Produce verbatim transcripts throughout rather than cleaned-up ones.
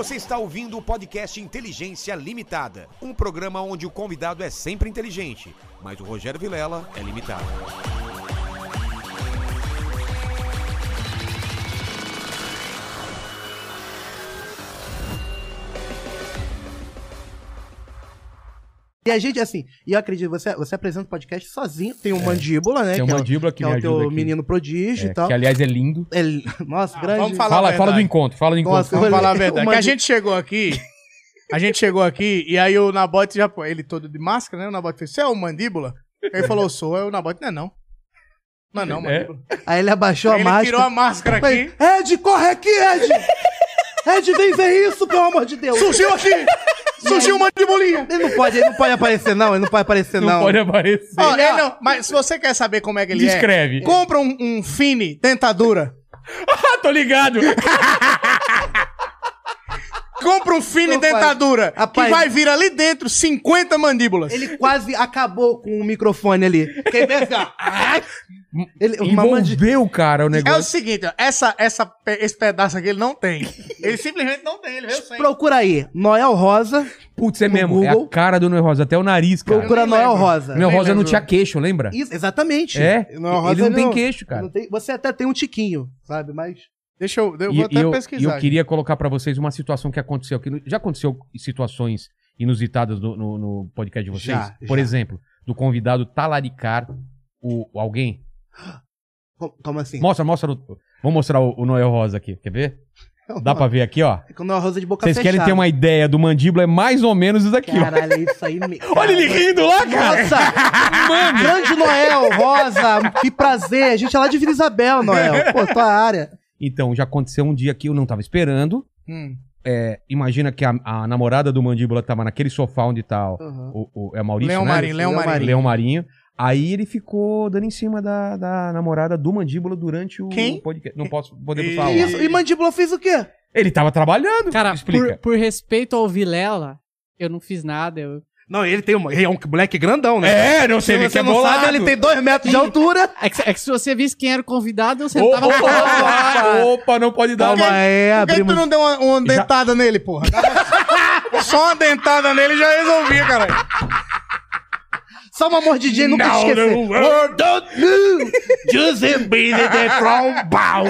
Você está ouvindo o podcast Inteligência Limitada, um programa onde o convidado é sempre inteligente, mas o Rogério Vilela é limitado. E a gente, assim, e eu acredito, você, você apresenta o podcast sozinho, tem um é. Mandíbula, né? Tem um que Mandíbula é, que, que me é o ajuda teu aqui. menino prodígio É, e tal. que, aliás, é lindo. É, nossa, ah, grande. Vamos falar fala, a fala do encontro, fala do encontro. Nossa, Vamos eu falar a olhei- verdade. o Que a Mandi- gente chegou aqui, a gente chegou aqui, e aí o Nabote já, pô, ele todo de máscara, né? O Nabote fez, você é o Mandíbula? Ele falou, sou. Aí o Nabote, não é não. Não é não, É. Mandíbula. Aí ele abaixou Aí a ele máscara. tirou a máscara aqui. Falei, Ed, corre aqui, Ed! Ed, vem ver isso, pelo amor de Deus! Surgiu aqui! Surgiu uma mandibulinha! Ele não pode, ele não pode aparecer, não. Ele não pode aparecer, não. Não pode aparecer. Ó, é, não, mas se você quer saber como é que ele Descreve. é, compra um, um Fini dentadura. Ah, tô ligado. Compra um Fini Não faz. dentadura, Rapaz, que vai vir ali dentro cinquenta mandíbulas. Ele quase acabou com o microfone ali. Quem vê assim, ó. Ele, uma mandi- Envolveu, cara, o É o negócio. seguinte, ó, essa, essa, pe- esse pedaço aqui ele não tem. Ele simplesmente não tem, ele veio sem. Procura aí, Noel Rosa. Putz, é no mesmo. É Google. a cara do Noel Rosa, até o nariz, cara. Procura nem Noel lembro. Rosa. Noel nem Rosa não lembro. tinha queixo, lembra? Isso, exatamente. É, Noel Rosa, ele não tem queixo, cara. não tem- você até tem um tiquinho, sabe? Mas. Deixa eu, eu E, vou e até eu, pesquisar. e eu aqui. queria colocar pra vocês uma situação que aconteceu aqui. Já aconteceu situações inusitadas no, no- no podcast de vocês? Já, Por já. exemplo, do convidado talaricar o, o alguém. co- Como assim? Mostra, mostra. No, vamos mostrar o, o Noel Rosa aqui. Quer ver? Dá pra ver aqui, ó. É que o Noel Rosa de boca Vocês fechada. querem ter uma ideia do mandíbula? É mais ou menos isso daqui, ó. Caralho, é isso aí. me- Olha ele rindo lá, cara. Nossa! Mano! Grande Noel, Rosa, que prazer. A gente é lá de Vila Isabel, Noel. Pô, tua área. Então, já aconteceu um dia que eu não tava esperando. Hum. É, imagina que a, a namorada do mandíbula tava naquele sofá onde tá o, Uhum. o, o- é o Maurício, Leão né? Marinho, Leão Leão Marinho. Leão Marinho. Aí ele ficou dando em cima da, da namorada do mandíbula durante o Quem? podcast. Não posso podemos E- falar. Isso, e Mandíbula fez o quê? Ele tava trabalhando. Cara, explica. por, por respeito ao Vilela, eu não fiz nada. Eu... Não, ele tem uma, ele é um moleque grandão, né? É, não sei, Se ele que você é não bolado. sabe, ele tem dois metros de altura. É, que, é que se você visse quem era o convidado, você Opa, tava opa, opa, não pode dar. Calma aí, Por que que tu abrimos... não deu uma, uma Já- dentada nele, porra? Só uma dentada nele já resolvia, caralho. Só uma mordidinha e nunca te esquecer. Word don't move. Just him being the from bow.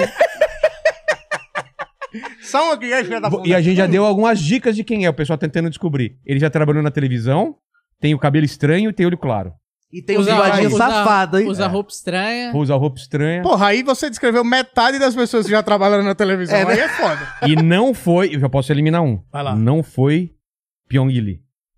Só uma que aí, filha da puta. E a gente já deu algumas dicas de quem é, o pessoal tentando descobrir. Ele já trabalhou na televisão, tem o cabelo estranho e tem olho claro. E tem um Usa- bigodinho usa- safado, hein? Usa roupa estranha. Usa roupa estranha. Porra, aí você descreveu metade das pessoas que já trabalharam na televisão. É, aí é foda. E não foi, eu já posso eliminar um. Vai lá. Não foi Pyong-Lee.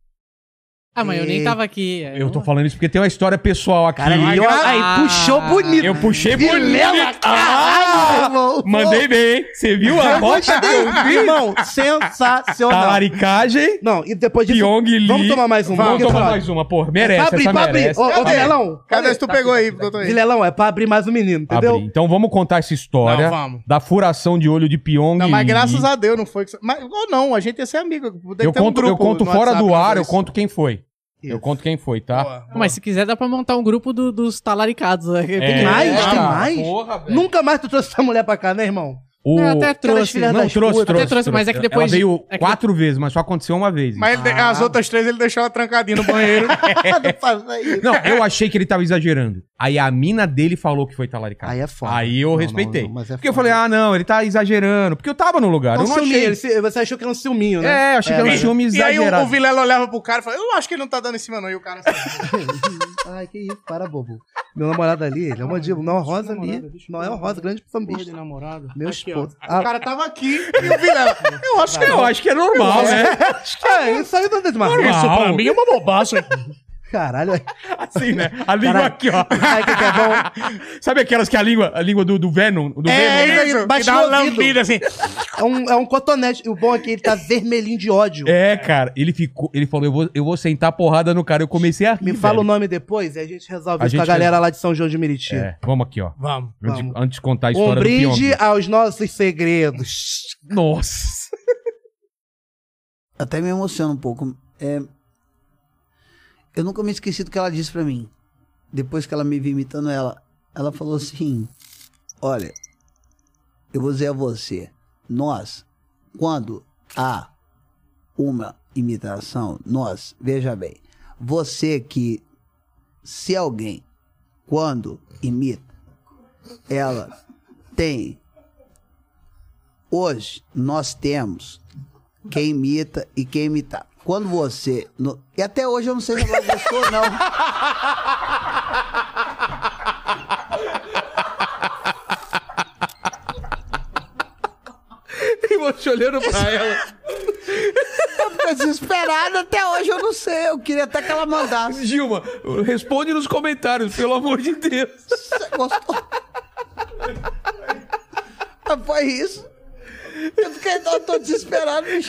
Ah, mas eu nem E- tava aqui. Eu tô falando isso porque tem uma história pessoal aqui. Cara, ele, Ah. aí puxou bonito. Eu puxei Vilela, bonito. caralho, irmão. Mandei bem, hein? Você viu a Eu bota? gostei. Irmão, sensacional. Talaricagem, Não, e depois disso... Pyong-Lee. Vamos tomar mais uma? Vamos Porque, tomar ó, mais uma, pô. Merece, pra abrir, essa pra abrir. merece. Ô, ô, Cadê? Vilelão. Cadê se tu pegou aí, doutor aí? Vilelão, é pra abrir mais um menino, entendeu? Abre. Então vamos contar essa história Não, vamos. da furação de olho de Pyong. Não, mas graças a Deus não foi. que- Mas, ou não, a gente ia ser amigo. Deve Eu ter um conto, eu grupo conto no fora WhatsApp do ar, pra eu isso. conto quem foi. Eu Isso. conto quem foi, tá? Boa, boa. Mas se quiser, dá pra montar um grupo do- dos talaricados. Né? Tem É, mais? Tem cara, mais? porra, velho. Nunca mais tu trouxe essa mulher pra cá, né, irmão? O... Eu até Aquelas trouxe. filhas Não, das trouxe, putas. trouxe. Até trouxe, mas é que depois- Ela veio é que- quatro vezes, mas só aconteceu uma vez. Mas ele- Ah. as outras três ele deixou ela trancadinha no banheiro. Não faça isso. Não, eu achei que ele tava exagerando. Aí a mina dele falou que foi talaricado. Aí é foda. Aí eu Não, respeitei. não, não, mas é porque eu foda. falei, ah, não, ele tá exagerando. Porque eu tava no lugar. Um eu não ciúminho, achei. ele se- você achou que era um ciúminho, né? É, achei que era um mas- ciúme E aí o, exagerado. o Vilela olhava pro cara e falava, eu acho que ele não tá dando em cima não. E o cara assim, Ai, que isso, para, bobo. Meu namorado ali, ele é um mandíbulo. Não é rosa ali. Não é rosa, grande sambista. namorado. Meu Aqui, ó. esposo. O cara tava aqui e o Vilela, eu acho que Eu acho que é normal, né? É, isso aí não é demais. Normal. isso pra mim é uma bobagem. Caralho. Assim, né? A língua Caralho. aqui, ó. Ai, que que é bom? Sabe aquelas que a língua, a língua do, do Venom? Do É, Venom, né? isso, baixa que dá uma no ouvido. lambida assim. É um, é um cotonete. E o bom é que ele tá vermelhinho de ódio. É, cara, ele ficou, ele falou, eu vou, eu vou sentar porrada no cara. Eu comecei a rir, Me fala velho. o nome depois e a gente resolve A isso com a gente galera lá de São João de Meriti. É, vamos aqui, ó. Vamos. Antes, Vamos. antes de contar a Um história do brinde Pyong. aos nossos segredos. Nossa. Até me emociona um pouco. É, eu nunca me esqueci do que ela disse pra mim. Depois que ela me viu imitando ela, ela falou assim: olha, eu vou dizer a você, nós, quando a uma imitação, nós, veja bem, você que, se alguém, quando imita, ela tem, hoje nós temos quem imita e quem imitar. Quando você, no, e até hoje eu não sei se ela gostou, não. E você olhando pra ela. Eu fico desesperado, até hoje eu não sei. Eu queria até que ela mandasse. Gilma, responde nos comentários, pelo amor de Deus. Você gostou? Foi isso. Eu fiquei, eu tô desesperado, bicho.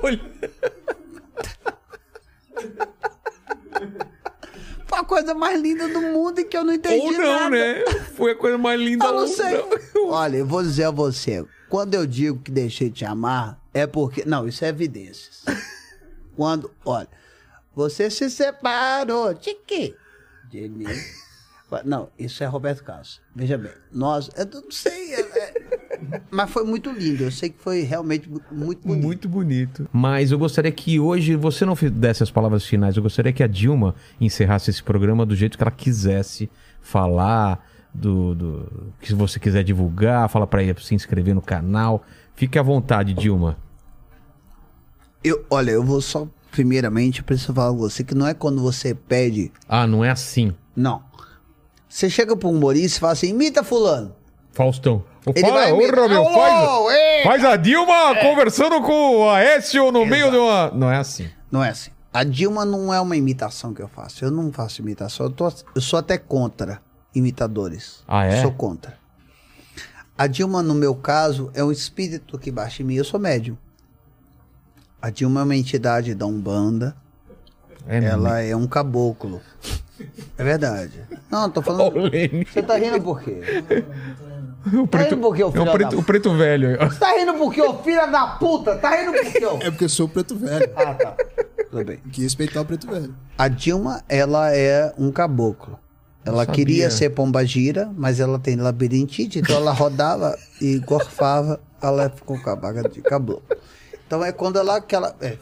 Foi a coisa mais linda do mundo e que eu não entendi Ou não, nada. né? Foi a coisa mais linda Eu não ou sei. não. Olha, eu vou dizer a você, quando eu digo que deixei de te amar, é porque... Não, isso é evidências. Quando, olha, você se separou de quê? De mim. Não, isso é Roberto Carlos. Veja bem, nós... Eu não sei, é, é, mas foi muito lindo. Eu sei que foi realmente muito bonito. Muito bonito. Mas eu gostaria que hoje você não desse as palavras finais. Eu gostaria que a Dilma encerrasse esse programa do jeito que ela quisesse falar, do, do que se você quiser divulgar, fala pra ele se inscrever no canal. Fique à vontade, Dilma. Eu, olha, eu vou só... Primeiramente, eu preciso falar com você que não é quando você pede... Ah, não é assim. Não. Você chega pro humorista e fala assim, imita fulano. Faustão. Ô, Ele fala, vai ô, imitar. Romeu, Alô, faz, ei! faz a Dilma conversando com o Aécio no meio de uma... Não é assim. Não é assim. A Dilma não é uma imitação que eu faço. Eu não faço imitação. Eu, tô, eu sou até contra imitadores. Ah, é? Sou contra. A Dilma, no meu caso, é um espírito que baixa em mim. Eu sou médium. A Dilma é uma entidade da Umbanda. É Ela é um caboclo. É verdade. Não, tô falando... Ô, Lene. Você tá rindo por quê? O Tá rindo por quê, ô é filho o da... preto, o preto velho aí, ó. Você tá rindo por quê, ô filha da puta? Tá rindo por quê, ô? É porque eu sou o preto velho. Ah, tá. Tudo bem. Tem que respeitar o preto velho. A Dilma, ela é um caboclo. Ela sabia. queria ser pombagira, mas ela tem labirintite, então ela rodava e gorfava, ela ficou com a vaga de caboclo. Então é quando ela... Aquela, é.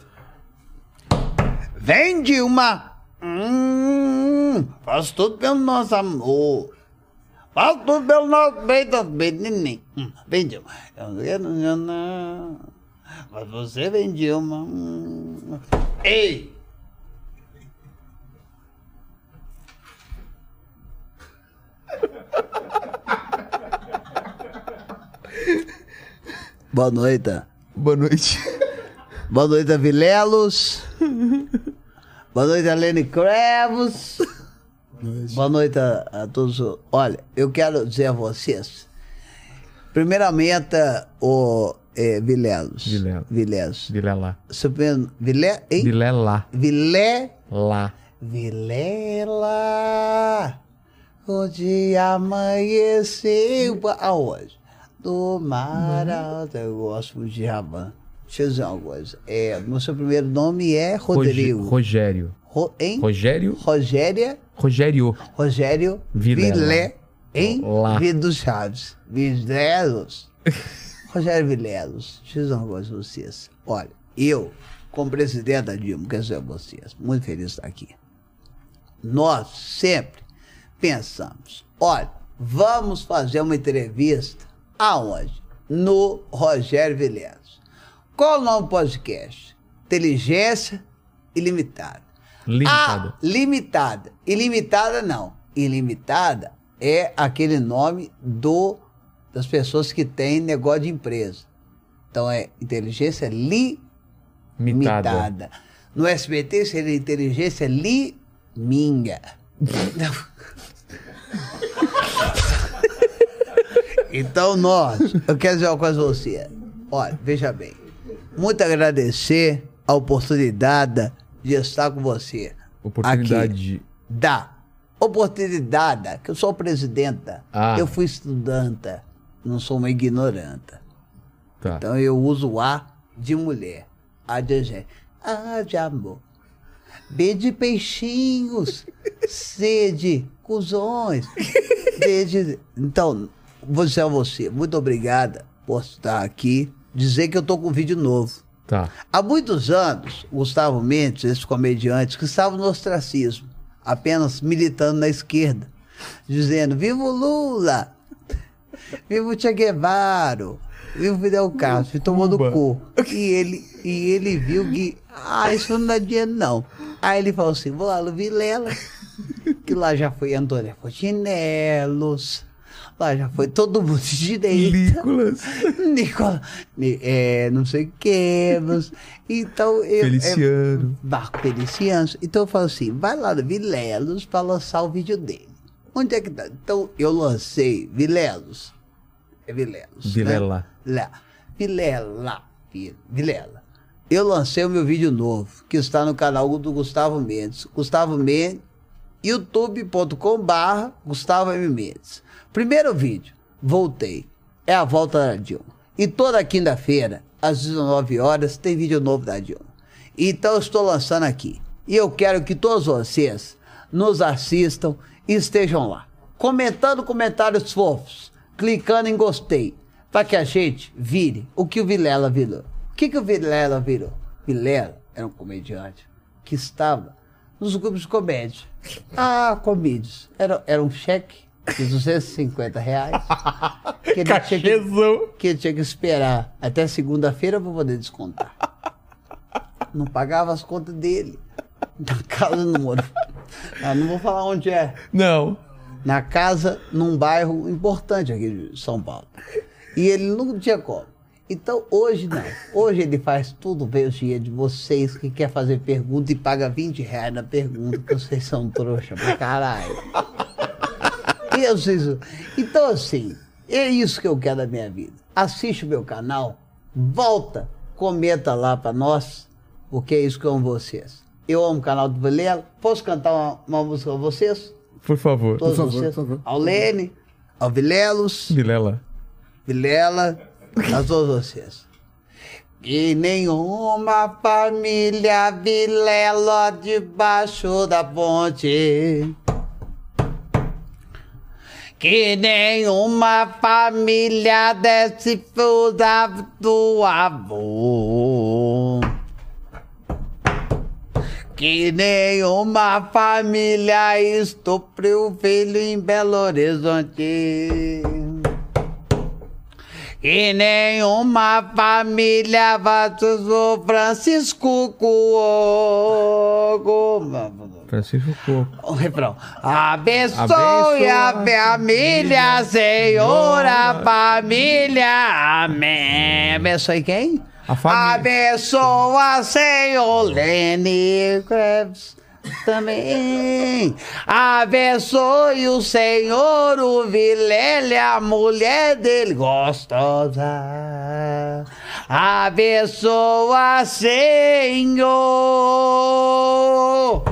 Vem, Dilma! Hum, faz tudo pelo nosso amor. Faz tudo pelo nosso bem, bem, neném. Hum, vem, Dilma. Eu não quero, não, não. Mas você vem, Dilma. Hum. Ei! Boa noite. Boa noite. Boa noite, Vilelos. Boa noite, a Lene Krevos. Boa noite a, a todos. Olha, eu quero dizer a vocês, primeiramente, o é, Vilelos. Vilela. Vilelos. Vilela. Super, Vilé, hein? Vilela. Vilé. Lá. Vilela. O dia amanheceu. Aonde? Do mar alto. Eu gosto de Javan. Deixa eu dizer uma coisa. É, meu seu primeiro nome é Rodrigo. Rogério. Ro, hein? Rogério. Rogéria. Rogério. Rogério. Vilela. Vilé. Hein? Lá. Vida dos Chaves. Vilelos. Rogério Vilelos. Deixa eu dizer uma coisa pra vocês. Olha, eu, como presidente da Dilma, quero dizer a vocês, muito feliz de estar aqui. Nós sempre pensamos, olha, vamos fazer uma entrevista aonde? No Rogério Vilelos. Qual o nome do podcast? Inteligência Ilimitada. Limitada. Ah, limitada. Ilimitada não. Ilimitada é aquele nome do, das pessoas que têm negócio de empresa. Então é inteligência limitada. Mitada. No S B T seria inteligência liminha. Então nós, eu quero dizer uma coisa a você. Olha, veja bem. Muito agradecer a oportunidade de estar com você. Oportunidade aqui. de... Da oportunidade, que eu sou presidenta. Ah. Eu fui estudante, não sou uma ignoranta. Tá. Então eu uso o A de mulher. A de gente. A de amor. B de peixinhos. C de cuzões. D de... Então, vou dizer a você, muito obrigada por estar aqui. Dizer que eu tô com um vídeo novo. Tá. Há muitos anos, Gustavo Mendes, esse comediante, que estava no ostracismo, apenas militando na esquerda, dizendo, viva o Lula, viva o Che Guevara, viva o Fidel Castro, e tomou no cu. E ele, e ele viu que, ah, isso não dá dinheiro não. Aí ele falou assim, vou lá no Vilela, que lá já foi Antônio Fontinelos, lá já foi todo mundo de direita. Nicolas. Nicolas. É, não sei o que. Mas, então eu. Feliciano. É, Marco Feliciano. Então eu falo assim: vai lá no Vilelos para lançar o vídeo dele. Onde é que tá? Então eu lancei Vilelos. É Vilelos. Vilela. Né? Vilela. Vilela. Eu lancei o meu vídeo novo, que está no canal do Gustavo Mendes. Gustavo Mendes, youtube ponto com barra Gustavo M. Mendes. Primeiro vídeo, voltei. É a volta da Dilma. E toda quinta-feira, às dezenove horas, tem vídeo novo da Dilma. Então eu estou lançando aqui. E eu quero que todos vocês nos assistam e estejam lá. Comentando comentários fofos. Clicando em gostei. Para que a gente vire o que o Vilela virou. O que, que o Vilela virou? Vilela era um comediante que estava nos grupos de comédia. Ah, comédias. Era, era um cheque de duzentos e cinquenta reais. Que ele, tinha que, que ele tinha que esperar até segunda-feira para poder descontar. Não pagava as contas dele. Na casa no moro. Ah, não vou falar onde é. Não. Na casa, num bairro importante aqui de São Paulo. E ele não tinha como. Então hoje não. Hoje ele faz tudo veja de vocês que quer fazer pergunta e paga vinte reais na pergunta, que vocês são trouxa pra caralho. Isso, então assim, é isso que eu quero da minha vida. Assiste o meu canal, volta, comenta lá pra nós, porque é isso que eu amo vocês. Eu amo o canal do Vilela. Posso cantar uma, uma música pra vocês? Por favor. Todos por favor, vocês. por favor. Ao Lene, ao Vilelos. Vilela. Vilela, a todos vocês. E nenhuma família Vilela debaixo da ponte. Que nenhuma família desce fuda do avô. Que nenhuma família estupre o filho em Belo Horizonte. Que nenhuma família batizou Francisco Cuoco. Francisco Coco. O refrão. Abençoe a família, Senhor, a família. Amém. Abençoe quem? A família. Abençoa, Senhor, Lenny Kravitz também. Abençoe o Senhor, o Vilela, a mulher dele gostosa. Abençoa, Senhor.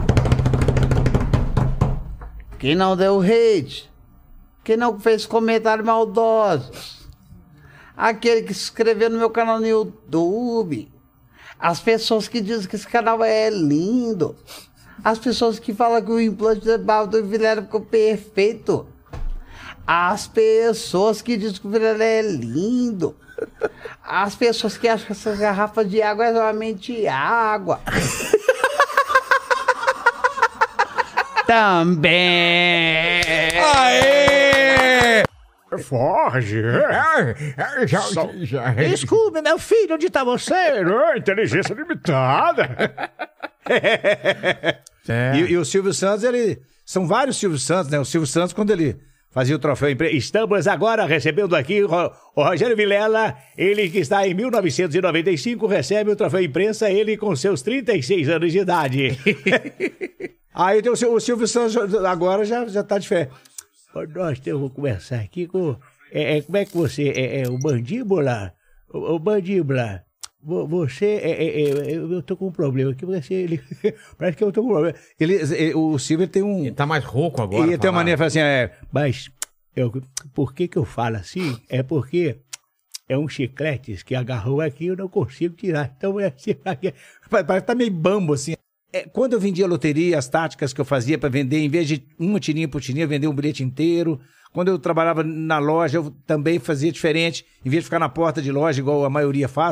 Quem não deu hate, quem não fez comentários maldosos, aquele que se inscreveu no meu canal no YouTube, as pessoas que dizem que esse canal é lindo, as pessoas que falam que o implante de barba do Vilela ficou perfeito, as pessoas que dizem que o Vilela é lindo, as pessoas que acham que essa garrafa de água é somente água. Também. Aê! Foge. Desculpe, meu filho, onde tá você? Oh, inteligência limitada. É. E, e o Silvio Santos, ele... São vários Silvio Santos, né? O Silvio Santos, quando ele fazia o troféu imprensa... Estamos agora recebendo aqui o, o Rogério Vilela, ele que está em mil novecentos e noventa e cinco, recebe o troféu imprensa, ele com seus trinta e seis anos de idade. Aí tem o, o Silvio Santos agora já, já tá de fé. Nós temos que conversar aqui com... É, é, como é que você... É, é o Mandíbula? O, o Mandíbula... Você, é, é, é, eu tô com um problema aqui, você, ele, parece que eu tô com um problema. Ele, ele, o Silvio tem um... Ele tá mais rouco agora. Ele tem uma maneira de falar assim, é... Mas, eu, por que que eu falo assim? É porque é um chiclete que agarrou aqui e eu não consigo tirar. Então é assim, aqui. Parece que tá meio bambo, assim. É, quando eu vendia loteria, as táticas que eu fazia para vender, em vez de uma tirinha por tirinha, eu vendia um bilhete inteiro. Quando eu trabalhava na loja, eu também fazia diferente. Em vez de ficar na porta de loja, igual a maioria faz...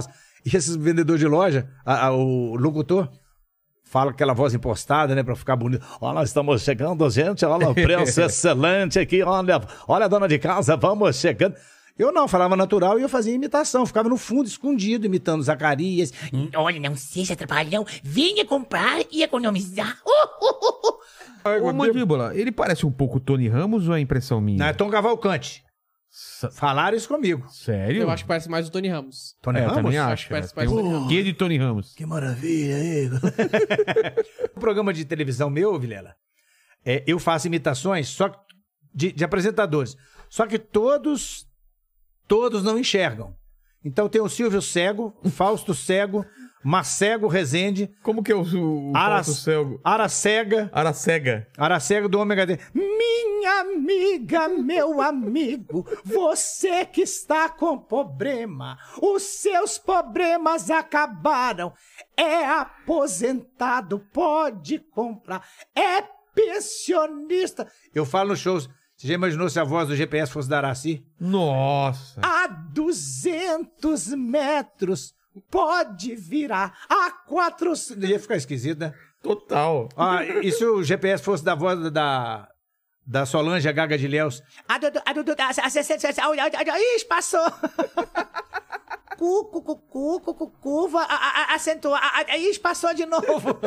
E esses vendedores de loja, a, a, o locutor, fala aquela voz impostada, né, pra ficar bonito. Ó, nós estamos chegando, gente, olha o preço excelente aqui, olha, olha a dona de casa, vamos chegando. Eu não, falava natural e eu fazia imitação, ficava no fundo, escondido, imitando Zacarias. Olha, não seja trapalhão, venha comprar e economizar. Uh, uh, uh. Ô, Mandíbula, ele parece um pouco Tony Ramos ou é impressão minha? Não, é Tom Cavalcante. Falaram isso comigo. Sério? Eu acho que parece mais o Tony Ramos. Tony é, Ramos? Eu também acho. Acho que parece Tem mais o Tony um Ramos. quê de Tony Ramos? Que maravilha, aí. O programa de televisão meu, Vilela, é, eu faço imitações só de, de apresentadores. Só que todos, todos não enxergam. Então tem o Silvio Cego, o Fausto Cego, Macego Rezende. Como que é o, o Aras, Fausto Cego? Aracega. Aracega. Aracega do Ômega D. Minha amiga, meu amigo, você que está com problema, os seus problemas acabaram. É aposentado, pode comprar. É pensionista. Eu falo nos shows. Você já imaginou se a voz do G P S fosse da Araci? Nossa. A duzentos metros. Pode virar a quatrocentos. Ia ficar esquisito, né? Total. Ah, e se o G P S fosse da voz da, da Solange, a Gaga de Léus? A Dudu, a Dudu, ih, passou. Cu, cu, cu, cu, cu, cu, curva, acentuou, aí passou de novo.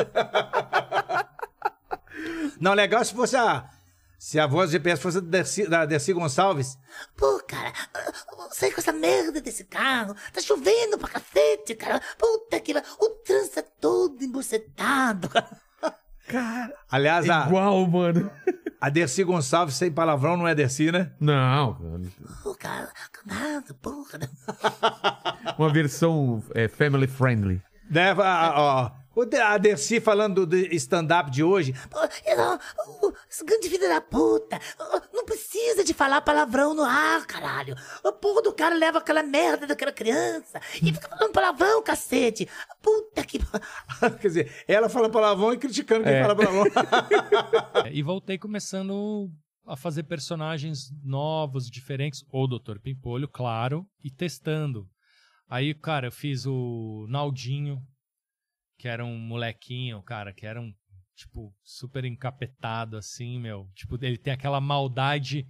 Não, legal se fosse a... Se a voz do G P S fosse da Dercy, da Dercy Gonçalves. Pô, cara, sai com essa merda desse carro. Tá chovendo pra cacete, cara. Puta que... O trânsito é todo embucetado. Cara... Aliás, a... Igual, mano. A Dercy Gonçalves sem palavrão não é Dercy, né? Não. Pô, cara, nada, porra. Uma versão é, family friendly. Deve, ó, ó, a Dercy falando do stand-up de hoje. Pô, não, esse grande filho da puta. Não precisa de falar palavrão no ar, caralho. A porra do cara leva aquela merda daquela criança e fica falando palavrão, cacete. Puta que... Quer dizer, ela fala palavrão e criticando quem É. fala palavrão. E voltei começando a fazer personagens novos, diferentes, ou doutor Pimpolho, claro, e testando. Aí, cara, eu fiz o Naldinho, que era um molequinho, cara, que era um, tipo, super encapetado, assim, meu. Tipo, ele tem aquela maldade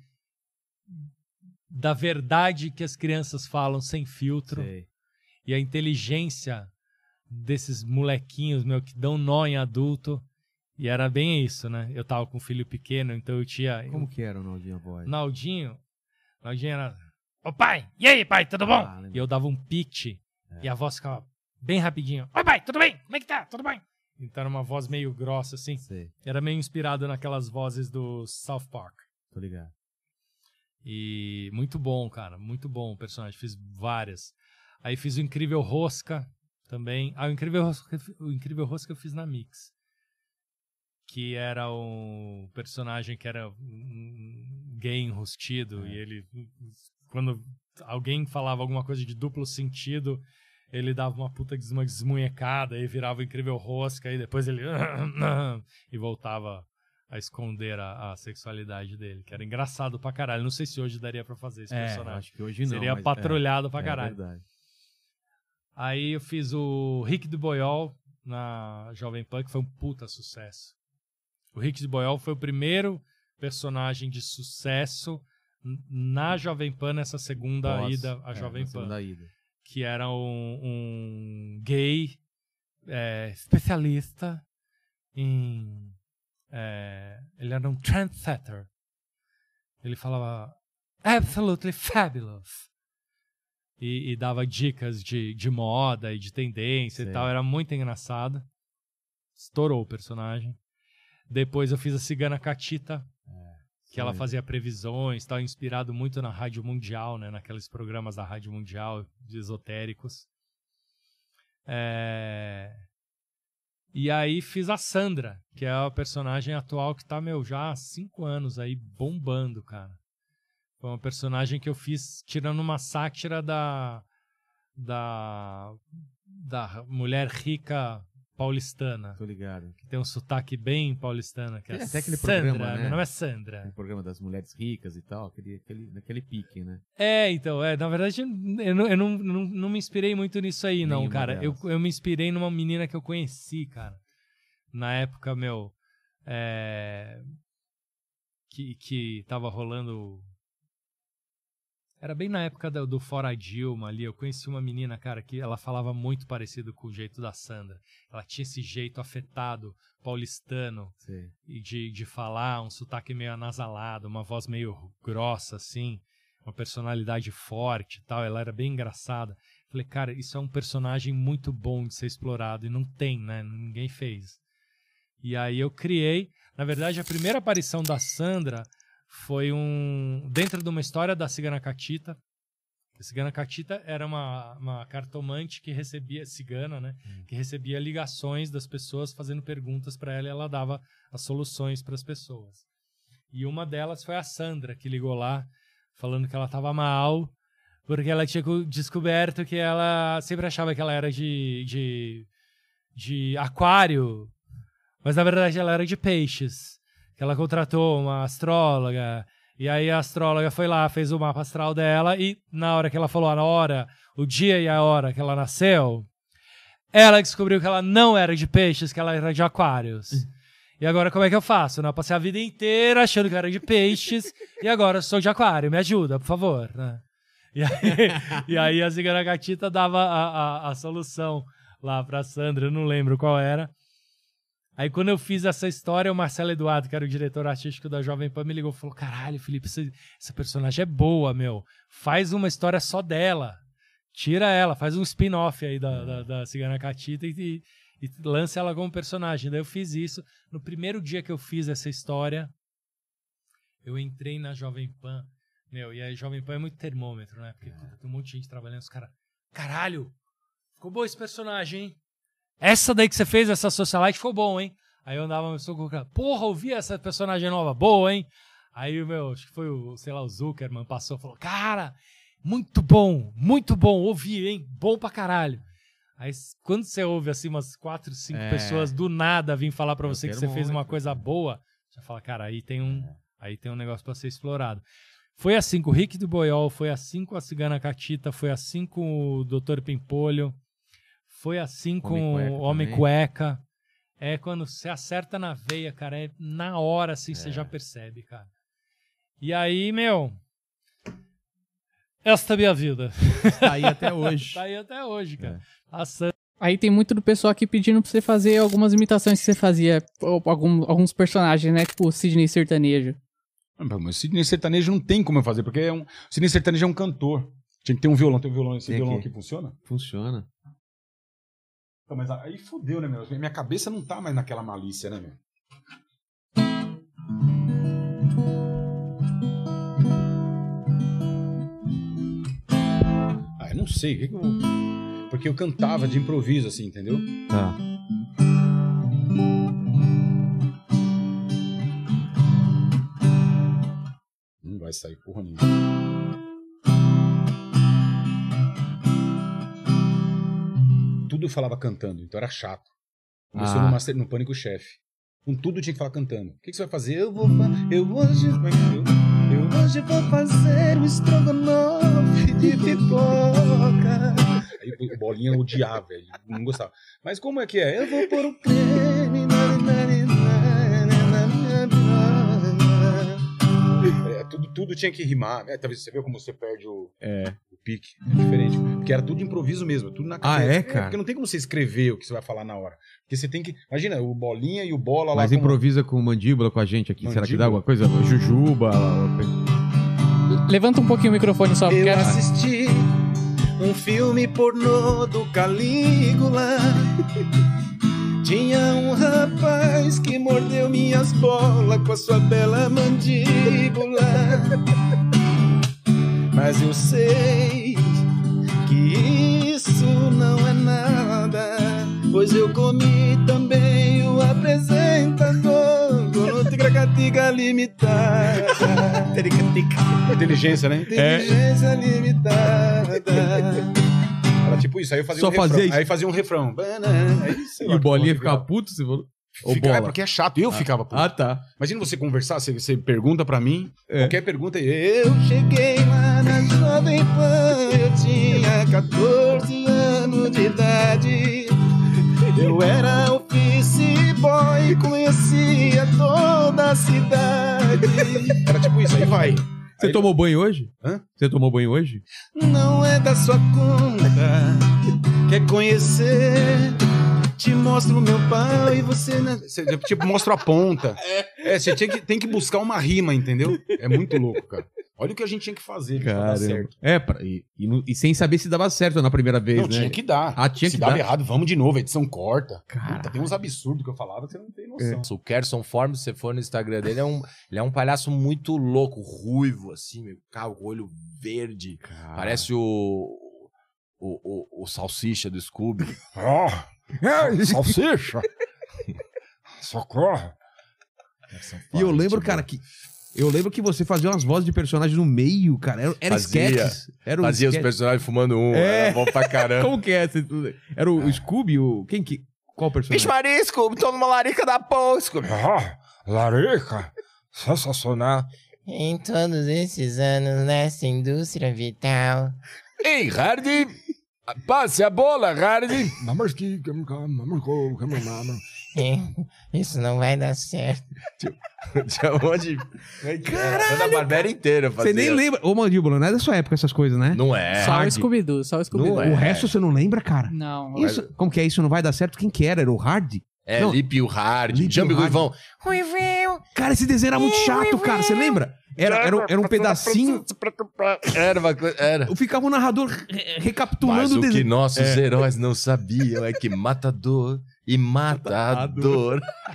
da verdade que as crianças falam sem filtro. Sei. E a inteligência desses molequinhos, meu, que dão nó em adulto. E era bem isso, né? Eu tava com um filho pequeno, então eu tinha... Como que era o Naldinho a voz? Naldinho, Naldinho era... Ô pai, e aí pai, tudo bom? Ah, e eu dava um pitch e a voz ficava bem rapidinho. Oi pai, tudo bem? Como é que tá? Tudo bem? Então era uma voz meio grossa assim. Sei. Era meio inspirado naquelas vozes do South Park. Tô ligado. E muito bom, cara, muito bom o personagem. Fiz várias. Aí fiz o Incrível Rosca também. Ah, o Incrível Rosca, o Incrível Rosca eu fiz na Mix. Que era um personagem que era um gay enrustido. É. E ele, quando alguém falava alguma coisa de duplo sentido, ele dava uma puta uma desmunhecada e virava o Incrível Rosca. E depois ele... e voltava a esconder a, a sexualidade dele. Que era engraçado pra caralho. Não sei se hoje daria pra fazer esse É, personagem. acho que hoje não. Seria mas patrulhado é, pra caralho. É verdade. Aí eu fiz o Rick do Boiol na Jovem Pan, que foi um puta sucesso. O Rick de Boiol foi o primeiro personagem de sucesso na Jovem Pan nessa segunda Nossa, ida à é, Jovem Pan. segunda ida. Que era um, um gay é, especialista em... É, ele era um trendsetter. Ele falava absolutely fabulous. E, e dava dicas de, de moda e de tendência. Sei. E tal. Era muito engraçado. Estourou o personagem. Depois eu fiz a Cigana Catita, é, que ela fazia previsões, tal, inspirado muito na Rádio Mundial, né, naqueles programas da Rádio Mundial, de esotéricos. É... E aí fiz a Sandra, que é a personagem atual que tá, meu, já há cinco anos aí bombando, cara. Foi uma personagem que eu fiz tirando uma sátira da, da, da mulher rica paulistana. Tô ligado. Que tem um sotaque bem paulistana, que é, Tem até aquele Sandra. programa, né? Meu nome é Sandra. O programa das mulheres ricas e tal, aquele, aquele, naquele pique, né? É, então, é, na verdade, eu, não, eu não, não, não me inspirei muito nisso aí, não, Nenhuma cara. Eu, delas. eu me inspirei numa menina que eu conheci, cara. Na época, meu, é, que, que tava rolando... Era bem na época do, do Fora Dilma ali, eu conheci uma menina, cara, que ela falava muito parecido com o jeito da Sandra. Ela tinha esse jeito afetado, paulistano, Sim. e de, de falar, um sotaque meio anasalado, uma voz meio grossa, assim, uma personalidade forte e tal, ela era bem engraçada. Falei, cara, isso é um personagem muito bom de ser explorado, e não tem, né, ninguém fez. E aí eu criei, na verdade, a primeira aparição da Sandra foi um dentro de uma história da Cigana Catita. A Cigana Catita era uma, uma cartomante que recebia, cigana, né, hum. que recebia ligações das pessoas fazendo perguntas para ela e ela dava as soluções para as pessoas. E uma delas foi a Sandra, que ligou lá falando que ela estava mal, porque ela tinha descoberto que ela sempre achava que ela era de, de, de aquário, mas na verdade ela era de peixes. Que ela contratou uma astróloga, e aí a astróloga foi lá, fez o mapa astral dela, e na hora que ela falou a hora, o dia e a hora que ela nasceu, ela descobriu que ela não era de peixes, que ela era de aquários. Hum. E agora como é que eu faço? Eu passei a vida inteira achando que eu era de peixes, e agora eu sou de aquário, me ajuda, por favor. Né? E, aí, e aí a Cigana Catita dava a, a, a solução lá pra Sandra, eu não lembro qual era. Aí quando eu fiz essa história, o Marcelo Eduardo, que era o diretor artístico da Jovem Pan, me ligou e falou, caralho, Felipe, essa, essa personagem é boa, meu. Faz uma história só dela. Tira ela, faz um spin-off aí da, da, da Cigana Catita e, e, e lança ela como personagem. Daí eu fiz isso. No primeiro dia que eu fiz essa história, eu entrei na Jovem Pan. Meu, e a Jovem Pan é muito termômetro, né? Porque tem um monte de gente trabalhando, os caras... Caralho, ficou bom esse personagem, hein? Essa daí que você fez, essa socialite, ficou bom, hein? Aí eu andava, eu com o cara, porra, ouvi essa personagem nova, boa, hein? Aí, meu, acho que foi o, sei lá, o Zuckerman passou e falou, cara, muito bom, muito bom, ouvi, hein? Bom pra caralho. Aí, quando você ouve, assim, umas quatro, cinco é. pessoas do nada vir falar pra você que você fez uma coisa boa, você fala, cara, aí tem um, é. aí tem um negócio pra ser explorado. Foi assim com o Rick do Boiol, foi assim com a Cigana Catita, foi assim com o doutor Pimpolho, foi assim com o Homem Cueca. É quando você acerta na veia, cara. É na hora, assim, é. você já percebe, cara. E aí, meu... Esta é a minha vida. Tá aí até hoje. Tá aí até hoje, cara. É. Aí tem muito do pessoal aqui pedindo pra você fazer algumas imitações que você fazia. Algum, alguns personagens, né? Tipo o Sidney Sertanejo. Mas o Sidney Sertanejo não tem como eu fazer, porque é um... o Sidney Sertanejo é um cantor. Tinha que ter um violão. Tem um violão. Esse tem violão aqui. aqui funciona? Funciona. Então, mas aí fodeu, né, meu? Minha cabeça não tá mais naquela malícia, né, meu? Ah, eu não sei. O que que eu... Porque eu cantava de improviso, assim, entendeu? Tá. Não vai sair porra nenhuma. Tudo eu falava cantando, então era chato. Comecei ah. no, Master, no Pânico Chefe. Com tudo tinha que falar cantando. O que, que você vai fazer? Eu vou eu hoje, eu, eu hoje vou fazer um estrogonofe de pipoca. Aí o Bolinha odiava, ele não gostava. Mas como é que é? Eu vou pôr o creme. É, tudo, tudo tinha que rimar. É, talvez você viu como você perde o, é. o pique. É diferente. Porque era tudo improviso mesmo, tudo na cabeça. Ah, é, cara? É, porque não tem como você escrever o que você vai falar na hora. Porque você tem que... Imagina, o Bolinha e o Bola lá... Mas improvisa com mandíbula com a gente aqui. Mandíbula? Será que dá alguma coisa? Jujuba... Levanta um pouquinho o microfone só. Eu assisti um filme pornô do Calígula. Tinha um rapaz que mordeu minhas bolas com a sua bela mandíbula. Mas eu sei que isso não é nada, pois eu comi também o apresentador do Ticracatica Limitada. Inteligência, né? Inteligência é. Limitada. Era tipo isso, aí eu fazia Só um refrão. fazia isso? Aí fazia um refrão. Aí, sei lá, E o Bolinha que ficava puto, você falou? Ou Fica, é bola? porque é chato, eu Ah. ficava puto. Ah, tá. Imagina você conversar, você, você pergunta pra mim, É. qualquer pergunta, eu cheguei lá na Jovem Pan, eu tinha catorze anos de idade, eu era office boy, conhecia toda a cidade. Era tipo isso, aí vai. Você Aí- tomou banho hoje? Hã? Você tomou banho hoje? Não é da sua conta, quer conhecer? Te mostro o meu pau e você... Né? Você, tipo, mostra a ponta. É, você tinha que, tem que buscar uma rima, entendeu? É muito louco, cara. Olha o que a gente tinha que fazer pra dar Caramba. certo. É, pra- e, e não- e sem saber se dava certo na primeira vez, Não, né? tinha que dar. Ah, tinha se que dava dar. errado, vamos de novo, a edição corta. Puta, tem uns absurdos que eu falava que você não tem noção. O Kerson Form, se você for no Instagram dele, é um, ele é um palhaço muito louco, ruivo, assim, meu, cara, com o olho verde. Parece o, o, o, o Salsicha do Scooby. É, salsicha! Socorro! E eu lembro, cara, que. Eu lembro que você fazia umas vozes de personagem no meio, cara. Era, era Fazia. sketches. Era um Fazia os sketch. personagens fumando um, É. era bom pra caramba. Como que é? Você- Era o Scooby? O... Quem que. Qual personagem? Vixe Maria, Scooby, tô numa larica da porra, Scooby. Ah, larica! Sensacional! Em todos esses anos nessa indústria vital. Ei, Hardy! Passe a bola, Hardy! Vamos que... Vamos É, isso não vai dar certo. Tinha um monte de... Caralho! Toda a Barbera inteira fazia. Você nem lembra. Ô, Mandíbula, não é da sua época essas coisas, né? Não é. Só o Hard. Scooby-Doo, só o Scooby-Doo. O resto você não lembra, cara? Não. Isso, como que é? Isso não vai dar certo? Quem que era? Era o Hard? É, Não. Lipe e o Hard, Lipe e Jambi o Hard. Ruivão. Ruivão! Cara, esse desenho era muito chato, cara. Você lembra? Era, era, era um pedacinho. Era uma coisa... Era. Ficava o narrador re- recapitulando Mas o o que desenho. nossos É. heróis não sabiam é que matador e matador...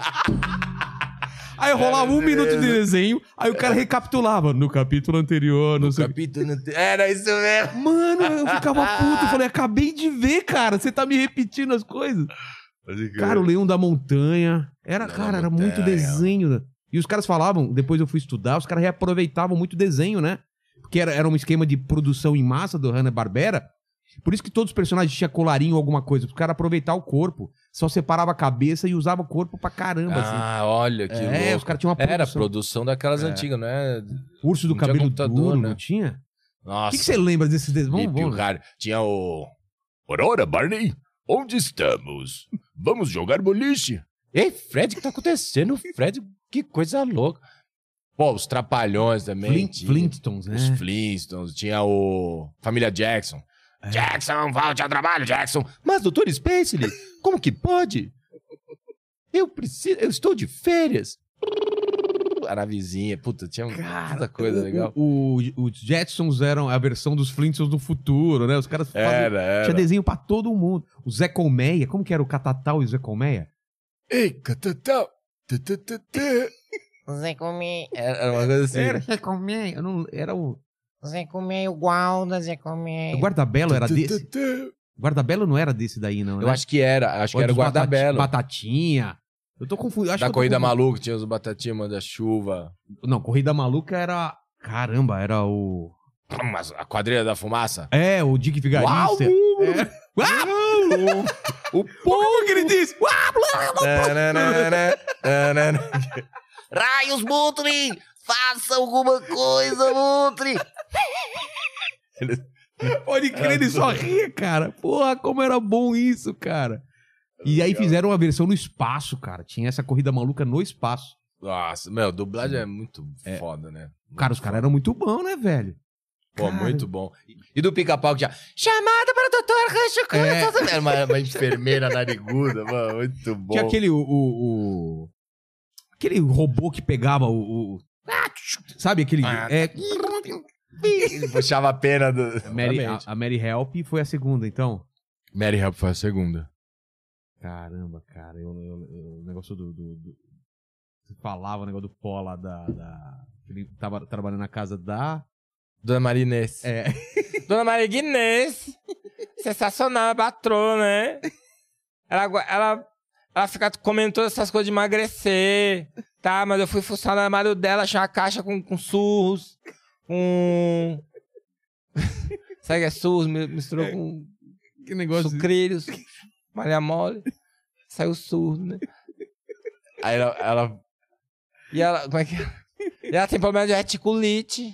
Aí rolava um Era minuto de mesmo. desenho, aí o cara recapitulava. No capítulo anterior, não sei o quê. Capítulo... Era isso mesmo. Mano, eu ficava puto. Eu falei, acabei de ver, cara. Você tá me repetindo as coisas. Cara, o Leão da Montanha. Era, Leão cara, da era Montanha. muito desenho. E os caras falavam, depois eu fui estudar, os caras reaproveitavam muito desenho, né? Porque era, era um esquema de produção em massa do Hanna-Barbera. Por isso que todos os personagens tinham colarinho ou alguma coisa. Os caras aproveitavam o corpo. Só separava a cabeça e usava o corpo pra caramba, assim. Ah, olha que É, louco. os caras tinham uma Era produção. produção daquelas É. antigas, não é? Urso do Não tinha cabelo computador, duro, né? não tinha? Nossa. O que, que você lembra desses desenhos? Vamos, Lipe e o vamos. Hard. Tinha o... Aurora, Barney, onde estamos? Vamos jogar boliche? Ei, Fred, o que tá acontecendo? Fred, que coisa louca. Pô, os Trapalhões também. Flint- tinha. Flintstones, né? Os Flintstones. Tinha o... Família Jackson. É. Jackson, volte ao trabalho, Jackson. Mas, doutor Spacely, como que pode? Eu preciso... Eu estou de férias. A navezinha. Puta, tinha muita coisa o- legal. O, o- os Jetsons eram a versão dos Flintstones do futuro, né? Os caras faziam- Era, era. Tinha desenho pra todo mundo. O Zé Colmeia, como que era o Catatal e o Zé Colmeia? Ei, Catatal. Zé Comé. Era uma coisa assim. Era Zé Colmeia, eu não, era o... Zé Comé, o Gualda, Zé Comé. O Guardabelo era desse? O Guardabelo não era desse daí, não, Eu né? acho que era. Acho Ou que era o dos Batati- Guardabelo. Batatinha. Eu tô confundindo. acho Da que eu tô Corrida confundindo. Maluca, tinha os Batatinha, Manda-Chuva. Não, Corrida Maluca era... Caramba, era o... Mas a Quadrilha da Fumaça? É, o Dick Vigarista. Uau! É. O povo que ele disse. Raios, Mutri! Faça alguma coisa, Mutri! Pode crer, ele só ria, cara. Porra, como era bom isso, cara. E aí fizeram uma versão no espaço, cara. Tinha essa Corrida Maluca no espaço. Nossa, meu, dublagem é muito foda, né? Cara, os caras eram muito bons, né, velho? Pô, Cara. muito bom. E do Pica-Pau que já... Chamada para o doutor Rancho Cunha. É. Era uma, uma enfermeira nariguda, mano. Muito bom. Tinha aquele, o, o, o- aquele robô que pegava o... o- sabe, aquele... Ah. é, Ele puxava a pena do... a, Mary, a, a Mary Help foi a segunda, então. Mary Help foi a segunda. Caramba, cara. Eu, eu- eu- o negócio do... do, do você falava o negócio do pó lá da... da ele tava trabalhando na casa da... Dona Marinês. É. Dona Maria Guinness. Sensacional, patrona, né? Ela, ela, ela fica comendo todas essas coisas de emagrecer, tá? Mas eu fui fuçar no armário dela, achei uma caixa com, com surros, com... Sabe que é surros? mi- Misturou com... Que negócio. Sucrilhos, malha mole. Saiu surdo, né? Aí ela, ela... E ela... Como é que é? E ela tem problema de reticulite.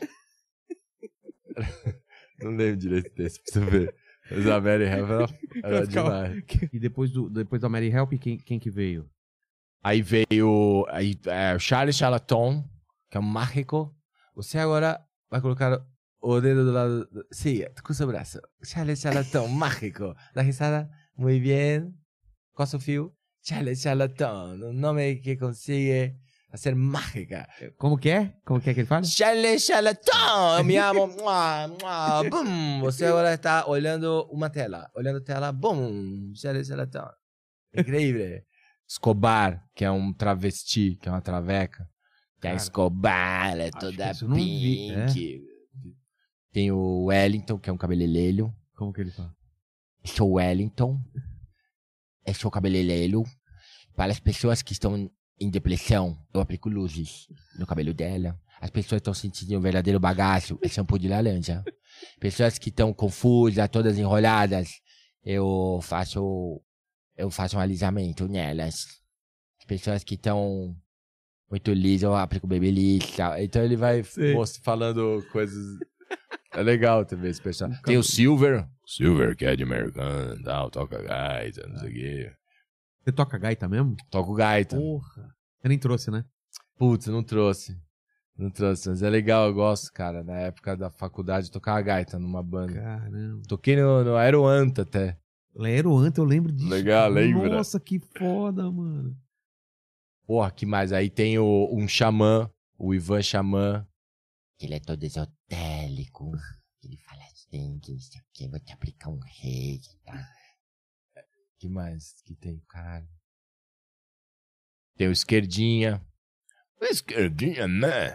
Não lembro direito desse, pra você ver. Mas a Mary Help, ela, ela é demais. E depois, do, depois da Mary Help, quem, quem que veio? Aí veio aí, é, o Charlie Charlton, que é um mágico. Você agora vai colocar o dedo do lado... Do... Sim, com o seu braço. Charlie Charlton, mágico. Da risada, muito bem. Costa o fio. Charlie Charlton, um nome que consigue fazer mágica. Como que é? Como que é que ele fala? Charlie Charlton, eu me amo. Mua, mua, bum. Você agora está olhando uma tela. Olhando a tela, bum. Charlie Charlton. Incrível. Escobar, que é um travesti, que é uma traveca. Que é Escobar, é toda pink. Vi, é? Tem o Wellington, que é um cabeleireiro. Como que ele fala? Esse é o Wellington. Esse é o cabeleireiro. Para as pessoas que estão em depressão, eu aplico luzes no cabelo dela. As pessoas estão sentindo um verdadeiro bagaço, é shampoo de laranja. Pessoas que estão confusas, todas enroladas, eu faço... Eu faço um alisamento nelas. As pessoas que estão muito lisas, eu aplico babyliss. Então ele vai most- falando coisas... É legal também esse personagem. Tem o Silver. Silver, que é de americano, tal, toca gaita, não sei o quê. Você toca gaita mesmo? Toco gaita. Porra. Você nem trouxe, né? Putz, não trouxe. Não trouxe, mas é legal, eu gosto, cara. Na época da faculdade, eu tocava gaita numa banda. Caramba. Toquei no, no Aeroanta até. Aeroanta, eu lembro disso. Legal, lembra? Nossa, que foda, mano. Porra, que mais? Aí tem o, um xamã, o Ivan Xamã. Ele é todo esotérico. Ele fala assim, que isso aqui, eu vou te aplicar um reiki, tá? Que mais que tem, caralho? Tem o Esquerdinha. O Esquerdinha, né?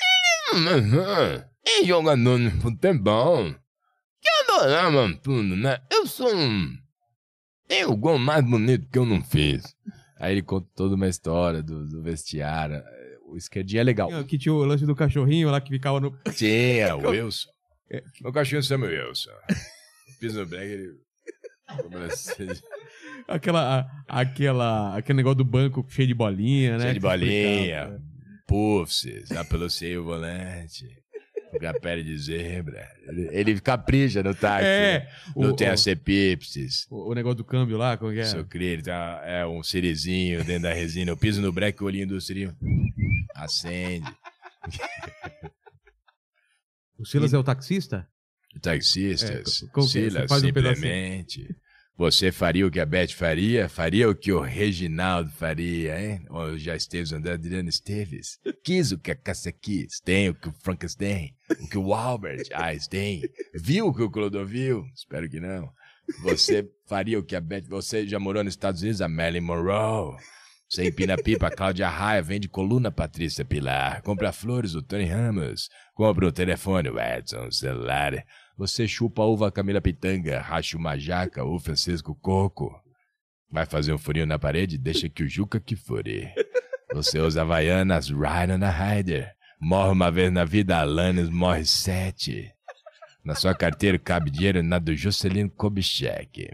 É jogador de futebol. Que adorava tudo, né? Eu sou um... Tem o gol mais bonito que eu não fiz. Aí ele conta toda uma história do, do vestiário. O Esquerdinha é legal. Que tinha o lance do cachorrinho lá que ficava no... Tinha, o Wilson. O cachorrinho chama o Wilson. Piso no break, ele... Aquela, aquela, aquele negócio do banco cheio de bolinha, né? Cheio de bolinha. Puffs, já pelucei o volante. A pele de zebra. Ele, ele capricha no táxi. É. Não O- tem o- a cepipsis. O, o negócio do câmbio lá, como que é? Seu cria, ele tá, é um cirizinho dentro da resina. Eu piso no breque, o olhinho do cirinho acende. O Silas é o taxista? Taxistas, É, co- como que- você Silas, faz um simplesmente. Você faria o que a Beth faria? Faria o que o Reginaldo faria, hein? Ou já Esteves André Adriano Esteves? Quis o que a Cássia quis. Tem o que o Frankenstein. O que o Albert Einstein. Viu o que o Clodovil? Espero que não. Você faria o que a Beth... Você já morou nos Estados Unidos? A Marilyn Monroe. Você empina pipa, a Cláudia Raia, vende coluna, Patrícia Pilar. Compra flores, o Tony Ramos. Compra o telefone, o Edson, o celular. Você chupa a uva Camila Pitanga, racha uma jaca, o Francisco Coco. Vai fazer um furinho na parede? Deixa que o Juca que fure. Você usa Havaianas, Rhino na Ryder. Morre uma vez na vida, Alanis morre sete. Na sua carteira cabe dinheiro na do Juscelino Kubitschek.